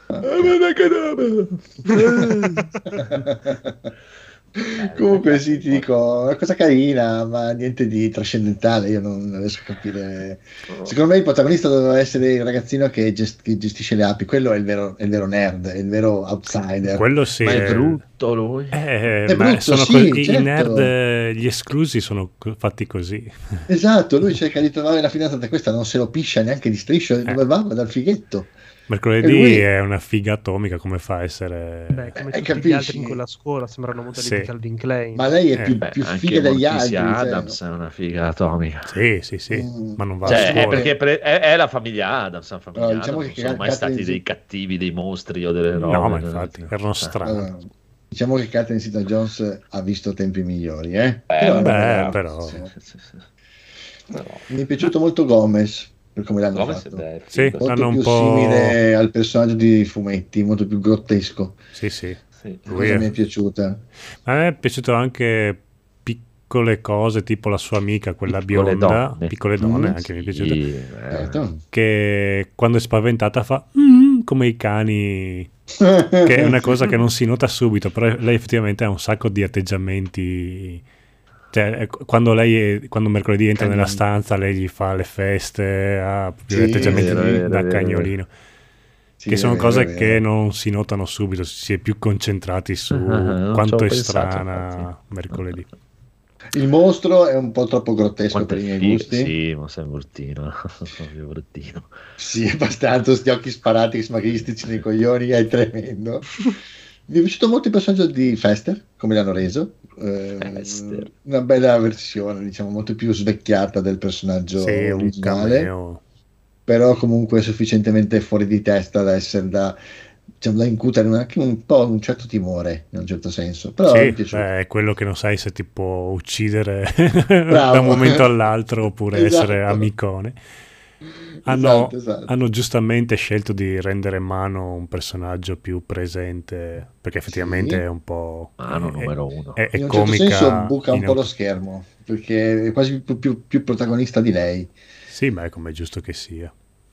Comunque sì, ti dico, è una cosa carina, ma niente di trascendentale, io non non riesco a capire. Secondo me il protagonista doveva essere il ragazzino che, gest- che gestisce le api, quello è il vero, è il vero nerd, è il vero outsider. Quello sì. Ma è eh, brutto lui. eh, È ma brutto, sono sì, così- certo. i nerd, eh, gli esclusi sono co- fatti così. Esatto, lui cerca di trovare la fidanzata, questa non se lo piscia neanche di striscio, dove va? Va dal fighetto. Mercoledì E lui- è una figa atomica, come fa a essere... Beh, come Eh, tutti capisci? gli altri in quella scuola sembrano modelli Sì. di Calvin Klein. Ma lei è Eh, più, Beh, più anche figa degli altri. Morticia cioè, Adams è una figa atomica. Sì, sì, sì, Mm. ma non va a Cioè, è scuola. perché pre- è, è la famiglia Adams, la famiglia No, diciamo Adams che non sono mai Catherine stati Zeta- dei cattivi, dei mostri o delle robe. No, ma eh, infatti, eh, erano eh. strani. allora, diciamo che Catherine Zeta-Jones ha visto tempi migliori, eh? Eh, Però è una beh, bella però- posizione. Sì, sì, sì. Però, Mi è piaciuto molto Gomez per come l'hanno Gomez fatto. è Sì, figo. Molto l'hanno un più po'... simile al personaggio di fumetti, molto più grottesco. Sì, sì. Sì. La Lui cosa è- mi è piaciuta. A me è piaciuto anche piccole cose, tipo la sua amica, quella Piccole bionda, donne. piccole donne, Mm, anche mi è Sì, piaciuta, eh. Certo. che quando è spaventata fa "Mm", come i cani, che è una cosa che non si nota subito, però lei effettivamente ha un sacco di atteggiamenti. Cioè, è- quando lei è- quando mercoledì entra nella Cagnolino. stanza, lei gli fa le feste, ha più Sì, atteggiamenti vero, di- vero, da vero, cagnolino, Sì, che è sono vero, cose è vero. che non si notano subito, si è più concentrati su Ah, non ci quanto avevo è pensato, strana infatti. mercoledì. Il mostro è un po' troppo grottesco Quanto per è i miei figo. gusti. Sì, ma sei bruttino. Proprio bruttino. Sì, abbastanza, sti occhi sparati, smaglistici nei coglioni, è tremendo. Mi è piaciuto molto il personaggio di Fester, come l'hanno reso. Eh, Fester. una bella versione, diciamo, molto più svecchiata del personaggio Sì, un originale, cameo. però comunque sufficientemente fuori di testa da essere da, diciamo, da incutere anche un po' un certo timore, in un certo senso. Però mi è Sì, piaciuto. beh, è quello che non sai se ti può uccidere Bravo. da un momento all'altro oppure essere Esatto. amicone. Hanno, Esatto, esatto. hanno giustamente scelto di rendere Mano un personaggio più presente, perché effettivamente Sì. è un po'... Mano è- numero uno. È, è In un certo comica. senso buca un in po' lo auto- schermo, perché è quasi più, più- più protagonista di lei. Sì, ma è come è giusto che sia.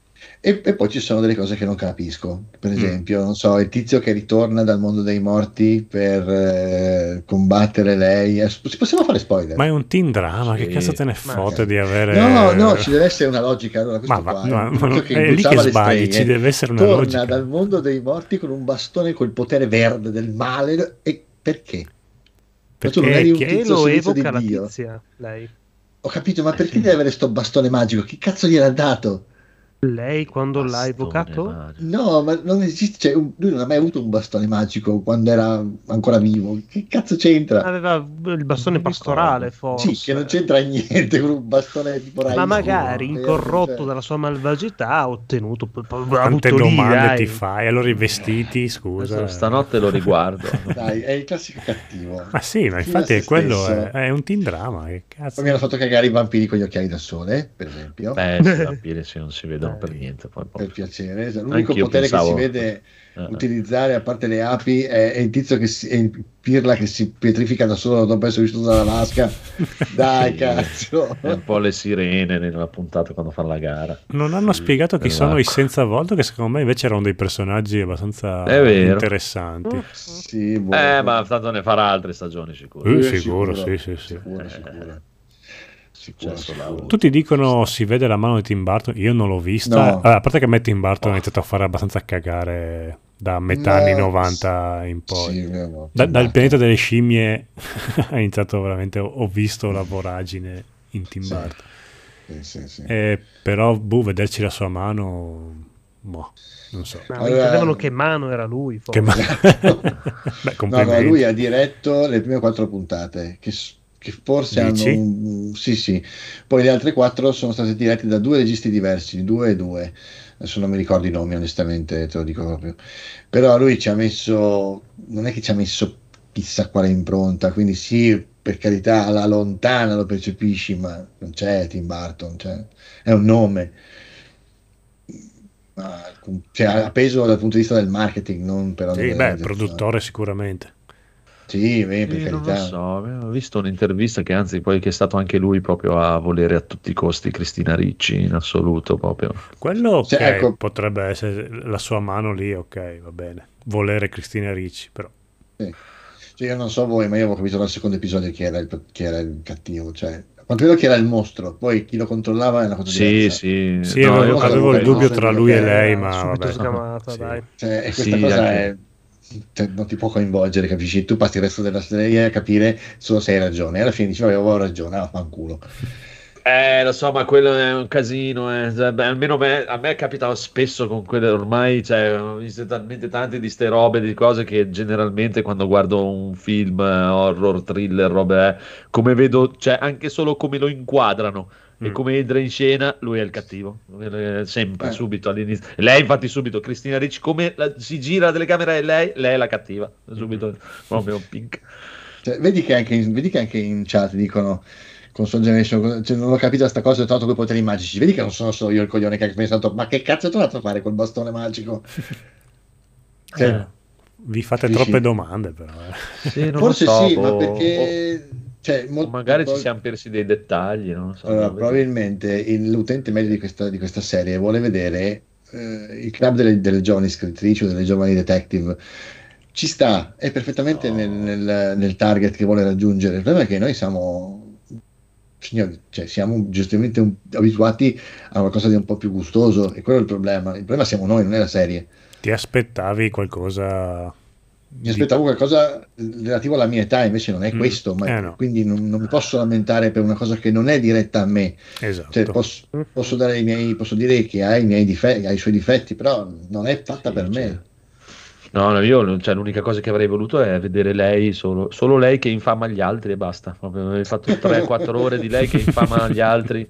E, e poi ci sono delle cose che non capisco. Per Mm. esempio, non so, il tizio che ritorna dal mondo dei morti per eh, combattere lei. Eh, s- possiamo fare spoiler? Ma è un teen drama, che Sì. cazzo te ne Ma- fotte di avere... No, no, ci deve essere una logica. Allora, questo Ma va- qua è no, un ma tizio non- che è lì imbuzzava che le sbagli, streghe, ci deve essere una torna logica. dal mondo dei morti con un bastone col potere verde del male. E perché? Ma tu non Perché eri un chi- Che tizio lo servizio evoca di la Dio. tizia, lei. Ho capito, ma perché deve avere sto bastone magico? Chi cazzo gliel'ha dato? Lei quando l'ha Bastone evocato? magico. No, ma non esiste, cioè, un- lui non ha mai avuto un bastone magico quando era ancora vivo. Che cazzo c'entra? Aveva il bastone Non mi pastorale, ricordo. forse. Sì, che non c'entra niente con un bastone tipo Ma Raimo, magari, no? incorrotto Cioè, dalla sua malvagità, ha ottenuto. Ha Quante avuto lì, domande dai. ti fai? Allora i vestiti, scusa. Adesso stanotte lo riguardo. Dai, è il classico cattivo. Ma sì, ma Fino infatti a è se quello, stesso. è, è un teen drama, che cazzo. Poi mi hanno fatto cagare i vampiri con gli occhiali da sole, per esempio. Beh, sì, vampiri sì, non si vedono per niente. Poi, poi. Per piacere. L'unico Anch'io potere pensavo- che si vede Eh, utilizzare, a parte le api, è, è il tizio che si, è il pirla che si pietrifica da solo dopo essere uscito dalla vasca. Dai, Sì, cazzo. è un po' le sirene nella puntata quando fanno la gara. Non hanno Sì, spiegato chi per sono i l'acqua. senza volto, che secondo me invece erano dei personaggi abbastanza È vero. interessanti. Sì, boh. Eh, ma tanto ne farà altre stagioni sicuro. Eh, Eh, sicuro, sicuro. sì, sì, sì. Sicuro, Eh, sicuro. Successo Sicuro, lavoro. sicuro. Tutti dicono si vede la mano di Tim Burton, io non l'ho vista. No. Allora, a parte che a me Tim Burton ha iniziato a fare abbastanza cagare da metà No, anni novanta in poi. Sì, no, Da- dal no. pianeta delle scimmie ha iniziato veramente, ho, ho visto la voragine in Tim Sì. Burton. Sì, sì, sì. Eh, però, boh, vederci la sua mano, boh, non so. Ma Allora- intendevano che mano era lui, forse. Che ma- Beh, No, no, complimenti. lui ha diretto le prime quattro puntate, che, s- che forse Dici? hanno un... Sì, sì. Poi le altre quattro sono state dirette da due registi diversi, due e due. Adesso non mi ricordo i nomi, onestamente, te lo dico proprio. Però lui ci ha messo... Non è che ci ha messo chissà quale impronta, quindi sì, per carità, alla lontana lo percepisci, ma non c'è Tim Burton, cioè, è un nome. Ma, cioè, ha peso dal punto di vista del marketing, non però Sì, della beh, realizzazione. produttore sicuramente. Sì, beh, per Sì, non lo carità. so, avevo visto un'intervista che anzi poi che è stato anche lui proprio a volere a tutti i costi Cristina Ricci in assoluto proprio. Quello ok, Cioè, ecco- potrebbe essere la sua mano lì, ok, va bene. Volere Cristina Ricci, però. Sì. Cioè, io non so voi, ma io avevo capito dal secondo episodio chi era il, chi era il cattivo, cioè, quanto vedo che era il mostro, poi chi lo controllava è una cosa Sì, diversa. sì. Sì, no, avevo, io cosa avevo avevo il dubbio capito, tra lui e perché lei, Era ma subito vabbè. sgamata, Sì. dai. Cioè, e questa Sì, cosa anche- è, cioè, non ti può coinvolgere, capisci? Tu passi il resto della serie a capire solo se hai ragione, e alla fine dici, vabbè, avevo ragione, ah, fanculo. Eh, lo so, ma quello è un casino. Eh. Cioè, beh, almeno me- a me capita spesso con quelle ormai, cioè, ho visto talmente tante di ste robe, di cose che generalmente quando guardo un film eh, horror, thriller, robe, eh, come vedo, cioè, anche solo come lo inquadrano e Mm. come entra in scena, lui è il cattivo. Eh, Sempre, Eh. subito all'inizio. Lei, infatti, subito, Cristina Ricci, come la- si gira la telecamera e lei, lei è la cattiva. Subito, proprio pink. Cioè, vedi, che anche in, vedi che anche in chat dicono console generation, cioè, non ho capito sta cosa, ho trovato quei poteri magici. Vedi che non sono solo io il coglione che ha pensato, ma che cazzo è tornato a fare col bastone magico? Cioè, Eh, vi fate sì, troppe sì. domande, però. eh. Sì, non Forse lo so, sì, ma boh. perché cioè, O mol- magari ci poi- siamo persi dei dettagli, non lo so. allora, Vedo. probabilmente il- l'utente medio di questa, di questa serie vuole vedere eh, il club delle, delle giovani scrittrici o delle giovani detective. Ci sta, è perfettamente No. nel, nel- nel target che vuole raggiungere. Il problema è che noi siamo, signori, cioè, siamo giustamente un- abituati a qualcosa di un po' più gustoso, e quello è il problema. Il problema siamo noi, non è la serie. Ti aspettavi qualcosa Mi di- aspettavo qualcosa relativo alla mia età, invece non è Mm. questo, ma Eh, no. quindi non, non mi posso lamentare per una cosa che non è diretta a me. Esatto. Cioè, posso, posso dare i miei, posso dire che ha i miei difetti, ha i suoi difetti, però non è fatta Sì, per cioè. me. No, no, io cioè, l'unica cosa che avrei voluto è vedere lei, solo, solo lei che infama gli altri e basta. Proprio, avrei fatto tre quattro ore di lei che infama gli altri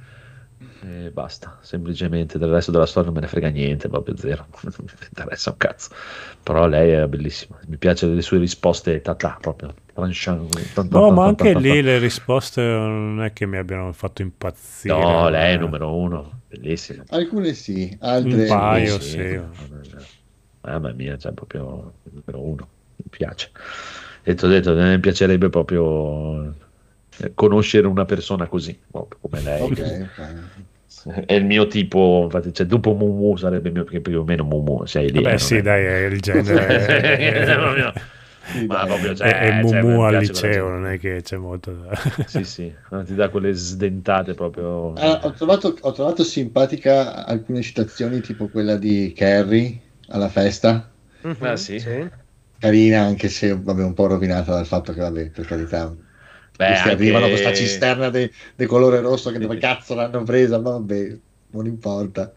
e basta, semplicemente. Del resto della storia non me ne frega niente, proprio zero. Non mi interessa un cazzo. Però lei è bellissima, mi piace le sue risposte, tata, proprio. tranchant, tan, tan, No, tan, ma tan, anche tan, lì tan. le risposte non è che mi abbiano fatto impazzire. No, lei è eh. numero uno, bellissima. Alcune sì, altre Un paio. no. sì. Mamma mia, cioè proprio numero uno, mi piace. Detto, detto, mi piacerebbe proprio eh, conoscere una persona così, proprio come lei. Ok, ok. È il mio tipo, infatti, cioè, dopo Mumu sarebbe il mio, perché più o meno Mumu sei lì. Beh, eh, sì, non è- dai, è il genere. È proprio- Sì, ma dai. proprio, È, cioè, è cioè, Mumu mi al piace quella liceo, gente. non è che c'è molto da... Sì, sì, ma ti dà quelle sdentate proprio. Ah, ho trovato, ho trovato simpatica alcune citazioni, tipo quella di Carrie alla festa, Mhm, Ah, sì? carina, anche se vabbè, un po' rovinata dal fatto che, vabbè, per carità, Beh, questi anche- arrivano con questa cisterna di colore rosso, che Sì, dove sì. cazzo l'hanno presa, ma vabbè, non importa.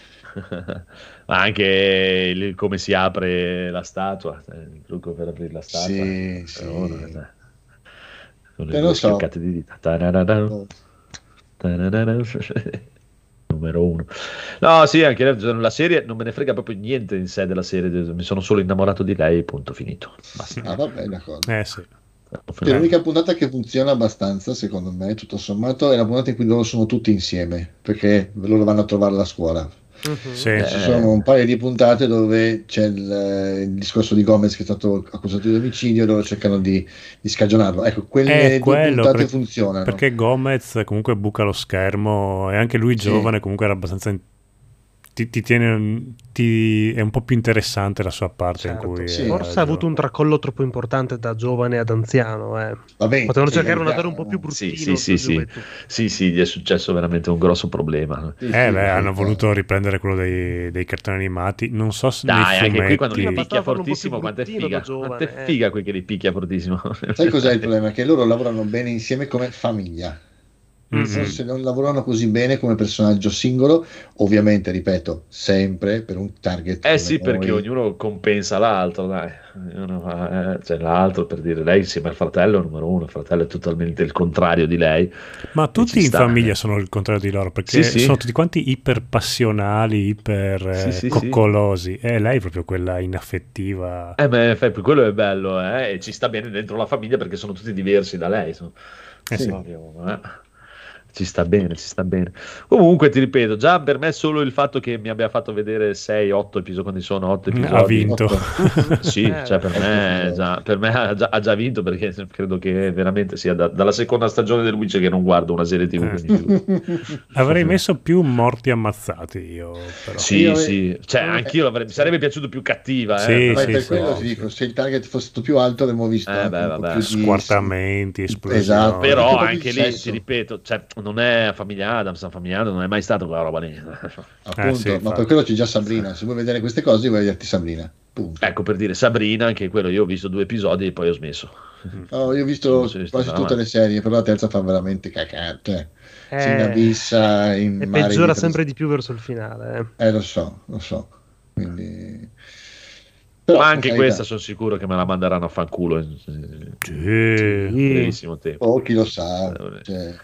Ma anche il- come si apre la statua, eh, il trucco per aprire la statua. Sì, eh, sì. però, eh, con Te le lo due so. schioccate di dita. Tararara, Oh. tararara. Numero uno. No, sì, anche la, la serie non me ne frega proprio niente in sé della serie, mi sono solo innamorato di lei, punto finito. Basta. Ah, vabbè, d'accordo. Eh sì. Cioè, l'unica puntata che funziona abbastanza, secondo me, tutto sommato, è la puntata in cui loro sono tutti insieme, perché loro vanno a trovare la scuola. Mhm. Sì. Eh, Ci sono un paio di puntate dove c'è il, il discorso di Gomez che è stato accusato di omicidio e loro cercano di, di scagionarlo. Ecco, quelle È due quello, puntate per- funzionano. Perché Gomez comunque buca lo schermo e anche lui Sì. giovane comunque era abbastanza... in- Ti, ti tiene... Ti, è un po' più interessante la sua parte Certo, in cui... sì. era Forse ha avuto un giovane. tracollo troppo importante da giovane ad anziano. Eh. Vabbè, Potevano sì, cercare un verità, attore un po' più Sì, bruttino. sì, sì, sì. gioventù. Sì, sì, gli è successo veramente un grosso problema. sì, Eh sì, beh, verità. hanno voluto riprendere quello dei, dei cartoni animati. Non so se Dai, nei anche qui fumetti... quando li Prima picchia bastava farlo un po' più fortissimo, quanto è bruttino figa. da giovane, Quanto è eh. figa qui che li picchia fortissimo. Sai cos'è il problema? Che loro lavorano bene insieme come famiglia. Mm-mm. Forse non lavorano così bene come personaggio singolo, ovviamente, ripeto, sempre per un target. Eh come sì, perché noi. ognuno compensa l'altro, dai. Ognuno fa- eh, cioè l'altro, per dire, lei insieme al fratello è il numero uno, il fratello è totalmente il contrario di lei. Ma E tutti ci in sta, famiglia eh. sono il contrario di loro, perché Sì, sì. sono tutti quanti iper passionali, iper eh, Sì, sì, sì. coccolosi. E lei è proprio quella inaffettiva. Eh, ma infatti, quello è bello, eh, e ci sta bene dentro la famiglia perché sono tutti diversi da lei. Sono... Eh sì. Proprio, eh. Ci sta bene, ci sta bene. Comunque, ti ripeto, già per me solo il fatto che mi abbia fatto vedere sei otto episodi, quando sono otto episodi. Ha vinto. Sì, Eh, cioè per beh. me, già, per me ha, già, ha già vinto, perché credo che veramente sia da- dalla seconda stagione del Witcher che non guardo una serie tivù. Eh. quindi più. Avrei messo più morti ammazzati io, però. Sì, Io- sì, cioè anch'io l'avrei, mi sarebbe piaciuto più cattiva. Sì, eh, Ma sì, per sì. quello no, ti sì. dico, se il target fosse stato più alto avremmo visto Eh, anche beh, un po' vabbè. più di Squartamenti, esplosioni. Esatto. Però Anche un po' anche di lì, sesso. ti ripeto, cioè, non è Famiglia Adams, la Famiglia Adams non è mai stata quella roba lì. appunto, Eh, sì, ma infatti. per quello c'è già Sabrina. Se vuoi vedere queste cose, vuoi vederti Sabrina. Punto. Ecco, per dire Sabrina, anche quello io ho visto due episodi e poi ho smesso. Oh, io ho visto Non si è visto quasi davanti. tutte le serie, però la terza fa veramente cacate. Eh, Si inabissa in e mari peggiora di- sempre di più verso il finale. eh. Eh, lo so, lo so. Quindi... Però, Ma per anche carità, questa sono sicuro che me la manderanno a fanculo in, in Sì. brevissimo tempo. oh, chi lo sa. Cioè,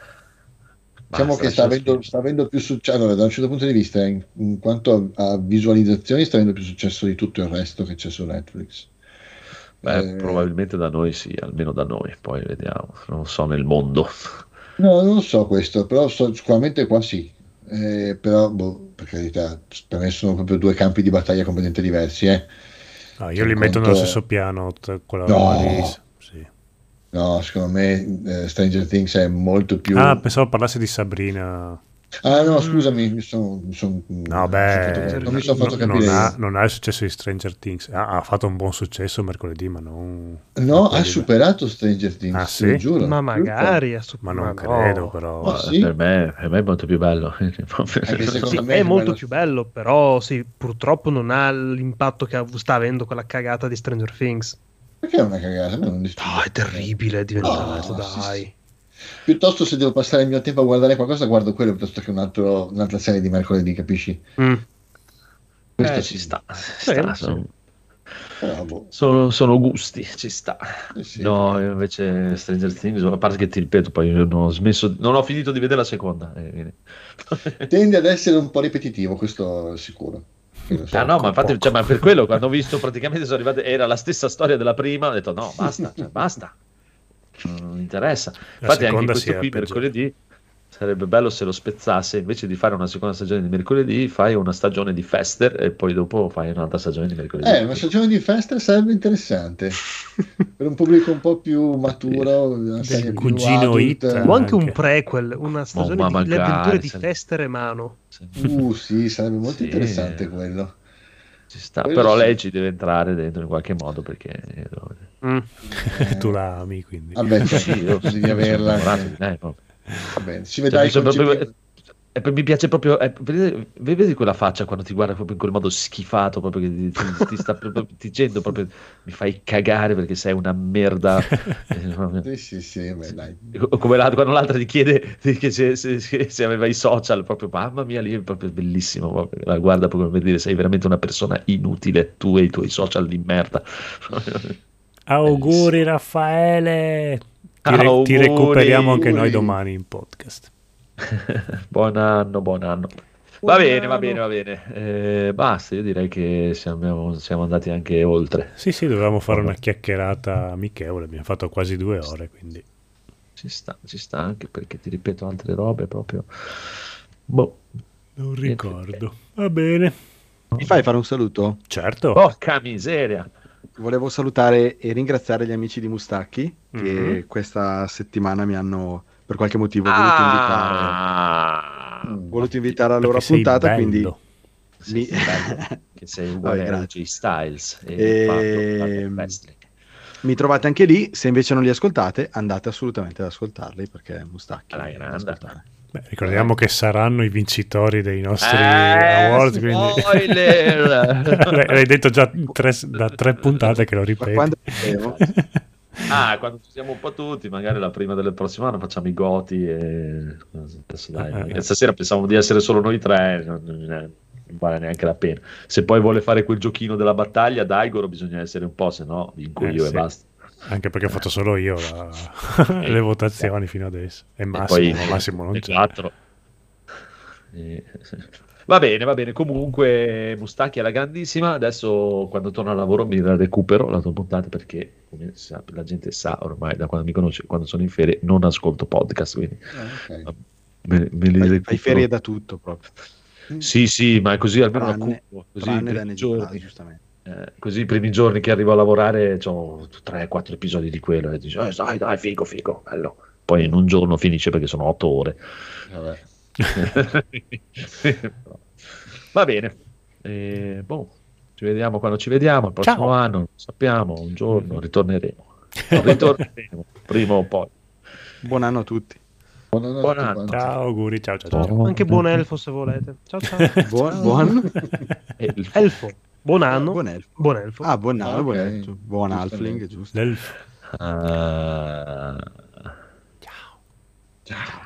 diciamo Basta, che sta lascia avendo, stare. sta avendo più successo, allora, da un certo punto di vista, in, in quanto a, a visualizzazioni, sta avendo più successo di tutto il resto che c'è su Netflix. Beh, Eh, probabilmente da noi sì, almeno da noi, poi vediamo, non so nel mondo. No, non so questo, però so- sicuramente qua sì. Eh, però, boh, per carità, per me sono proprio due campi di battaglia completamente diversi, eh. Ah, io Cioè, li un metto conto nello è- stesso piano, t- quella No. roba lì. Sì. No, secondo me eh, Stranger Things è molto più... Ah, pensavo parlassi di Sabrina. Ah, no, scusami, mi sono... mi son- No, non beh, mi son fatto- non mi sono fatto no- capire non, ha, io. non ha il successo di Stranger Things. Ha, ha fatto un buon successo mercoledì, ma non... No, ha mercoledì. superato Stranger Things, Ah, te sì? lo giuro. Ma magari, a su- Ma non no. credo, però. Ma sì. Per me, per me è molto più bello. Anche Sì, secondo me è è molto bello- più bello, però sì, purtroppo non ha l'impatto che av- sta avendo quella cagata di Stranger Things. Perché è una cagata? A me non disturba. No, è terribile, è diventato, No, sì, dai. sì. Piuttosto se devo passare il mio tempo a guardare qualcosa, guardo quello piuttosto che un altro- un'altra serie di mercoledì, capisci? Mm. Questo Eh, sì. ci sta, ci Sì, sta, sì. sono, Però, boh, sono- sono gusti, ci sta. eh sì, No, perché- io invece Stranger Things, a parte che ti ripeto, poi io non ho smesso, non ho finito di vedere la seconda. eh, quindi- tende ad essere un po' ripetitivo, questo è sicuro. Quello sì. Ah no, ma infatti, poco. cioè, ma per quello quando ho visto praticamente sono arrivate, era la stessa storia della prima, ho detto no, basta, cioè, basta, non mi interessa. Infatti anche seconda questo si è qui peggiorata. mercoledì sarebbe bello se lo spezzasse, invece di fare una seconda stagione di mercoledì fai una stagione di Fester e poi dopo fai un'altra stagione di mercoledì. Eh, una stagione di festa sarebbe interessante per un pubblico un po' più maturo, una serie più cugino adult. Hit. O anche un Anche. prequel, una stagione ma di magari, le avventure di se- Fester e Mano. Uh, sì, sarebbe molto Sì. interessante quello. Ci sta, Quello però sì. lei ci deve entrare dentro in qualche modo perché Mm. Eh, Tu la ami, quindi. Vabbè, cioè, sì, io devi sono averla. innamorato eh. di lei proprio. Vabbè, si Cioè, vedrà mi i sembra concetti- proprio- e poi mi piace proprio, eh, vedete, vedi quella faccia quando ti guarda proprio in quel modo schifato, proprio che ti, ti- ti sta proprio dicendo proprio mi fai cagare perché sei una merda. Sì, sì, sì, beh, dai. O come la- quando l'altra ti chiede che se, se- se- se aveva i social, proprio mamma mia, lì è proprio bellissimo. Proprio. La guarda proprio per dire sei veramente una persona inutile, tu e i tuoi social di merda. Auguri Raffaele! Ti, re- ti Auguri. recuperiamo anche noi Auguri. domani in podcast. Buon anno, buon anno. Va bene, va bene, va bene. Eh, basta, io direi che siamo, siamo andati anche oltre. Sì, sì, dovevamo fare una chiacchierata amichevole, abbiamo fatto quasi due ore, quindi... Ci sta, ci sta anche perché ti ripeto altre robe proprio. Boh. Non ricordo. Va bene. Mi fai fare un saluto? Certo. Porca miseria. Volevo salutare e ringraziare gli amici di Mustacchi che Mhm. questa settimana mi hanno per qualche motivo voluto invitare, Ah, voluto invitare alla loro Perché sei puntata, bello. quindi sì, mi- sì, bello, che sei uguale Vabbè, a grazie. J Styles e Ehm, Pablo- Pablo Wrestling. mi trovate anche lì. Se invece non li ascoltate, andate assolutamente ad ascoltarli perché Mustacchi Alla è da grande. ascoltare. Beh, ricordiamo che saranno i vincitori dei nostri Eh, awards, quindi... spoiler! L'hai l'hai detto già tre- da tre puntate che lo Ma ripeti. quando potevo, Ah, quando ci siamo un po' tutti, magari la prima del prossimo anno facciamo i goti e adesso dai, Eh, magari eh. stasera pensavamo di essere solo noi tre, non, non- non vale neanche la pena. Se poi vuole fare quel giochino della battaglia, Daigoro bisogna essere un po', se no vinco Eh, io sì. e basta. Anche perché ho fatto solo io la- le votazioni fino adesso. E E Massimo, poi Massimo non le c'è. quattro. E- Va bene, va bene. Comunque, Mustacchi è la grandissima. Adesso, quando torno al lavoro, mi la recupero la tua puntata perché, come sa- la gente sa ormai da quando mi conosce, quando sono in ferie, non ascolto podcast. Quindi Ah, ok. me, me li fai, recupero. fai ferie da tutto proprio. Sì, sì, ma è così almeno la Tranne, cupo. Così i tranne da primi Nedi giorni, Plaza, giustamente. eh, così i primi giorni che arrivo a lavorare ho tre quattro episodi di quello e dico, eh, dai, dai, figo, figo, bello. Poi in un giorno finisce perché sono otto ore. Vabbè. Va bene. Eh, boh, ci vediamo quando ci vediamo. Il prossimo Ciao. anno, non sappiamo, un giorno ritorneremo. Ritorneremo prima o poi. Buon anno a tutti. Buon anno a Buon tutti anno. quanti. Ciao, auguri, ciao, ciao, ciao. Anche buon elfo se volete. Ciao ciao. Buon, buon. E il- Elfo. Buon anno. Buon elfo. Buon elfo. Ah, buon anno, Ah, buon, ok. elfo. Buon Giustamente. halfling, giusto. L'elfo. Ah. Ciao.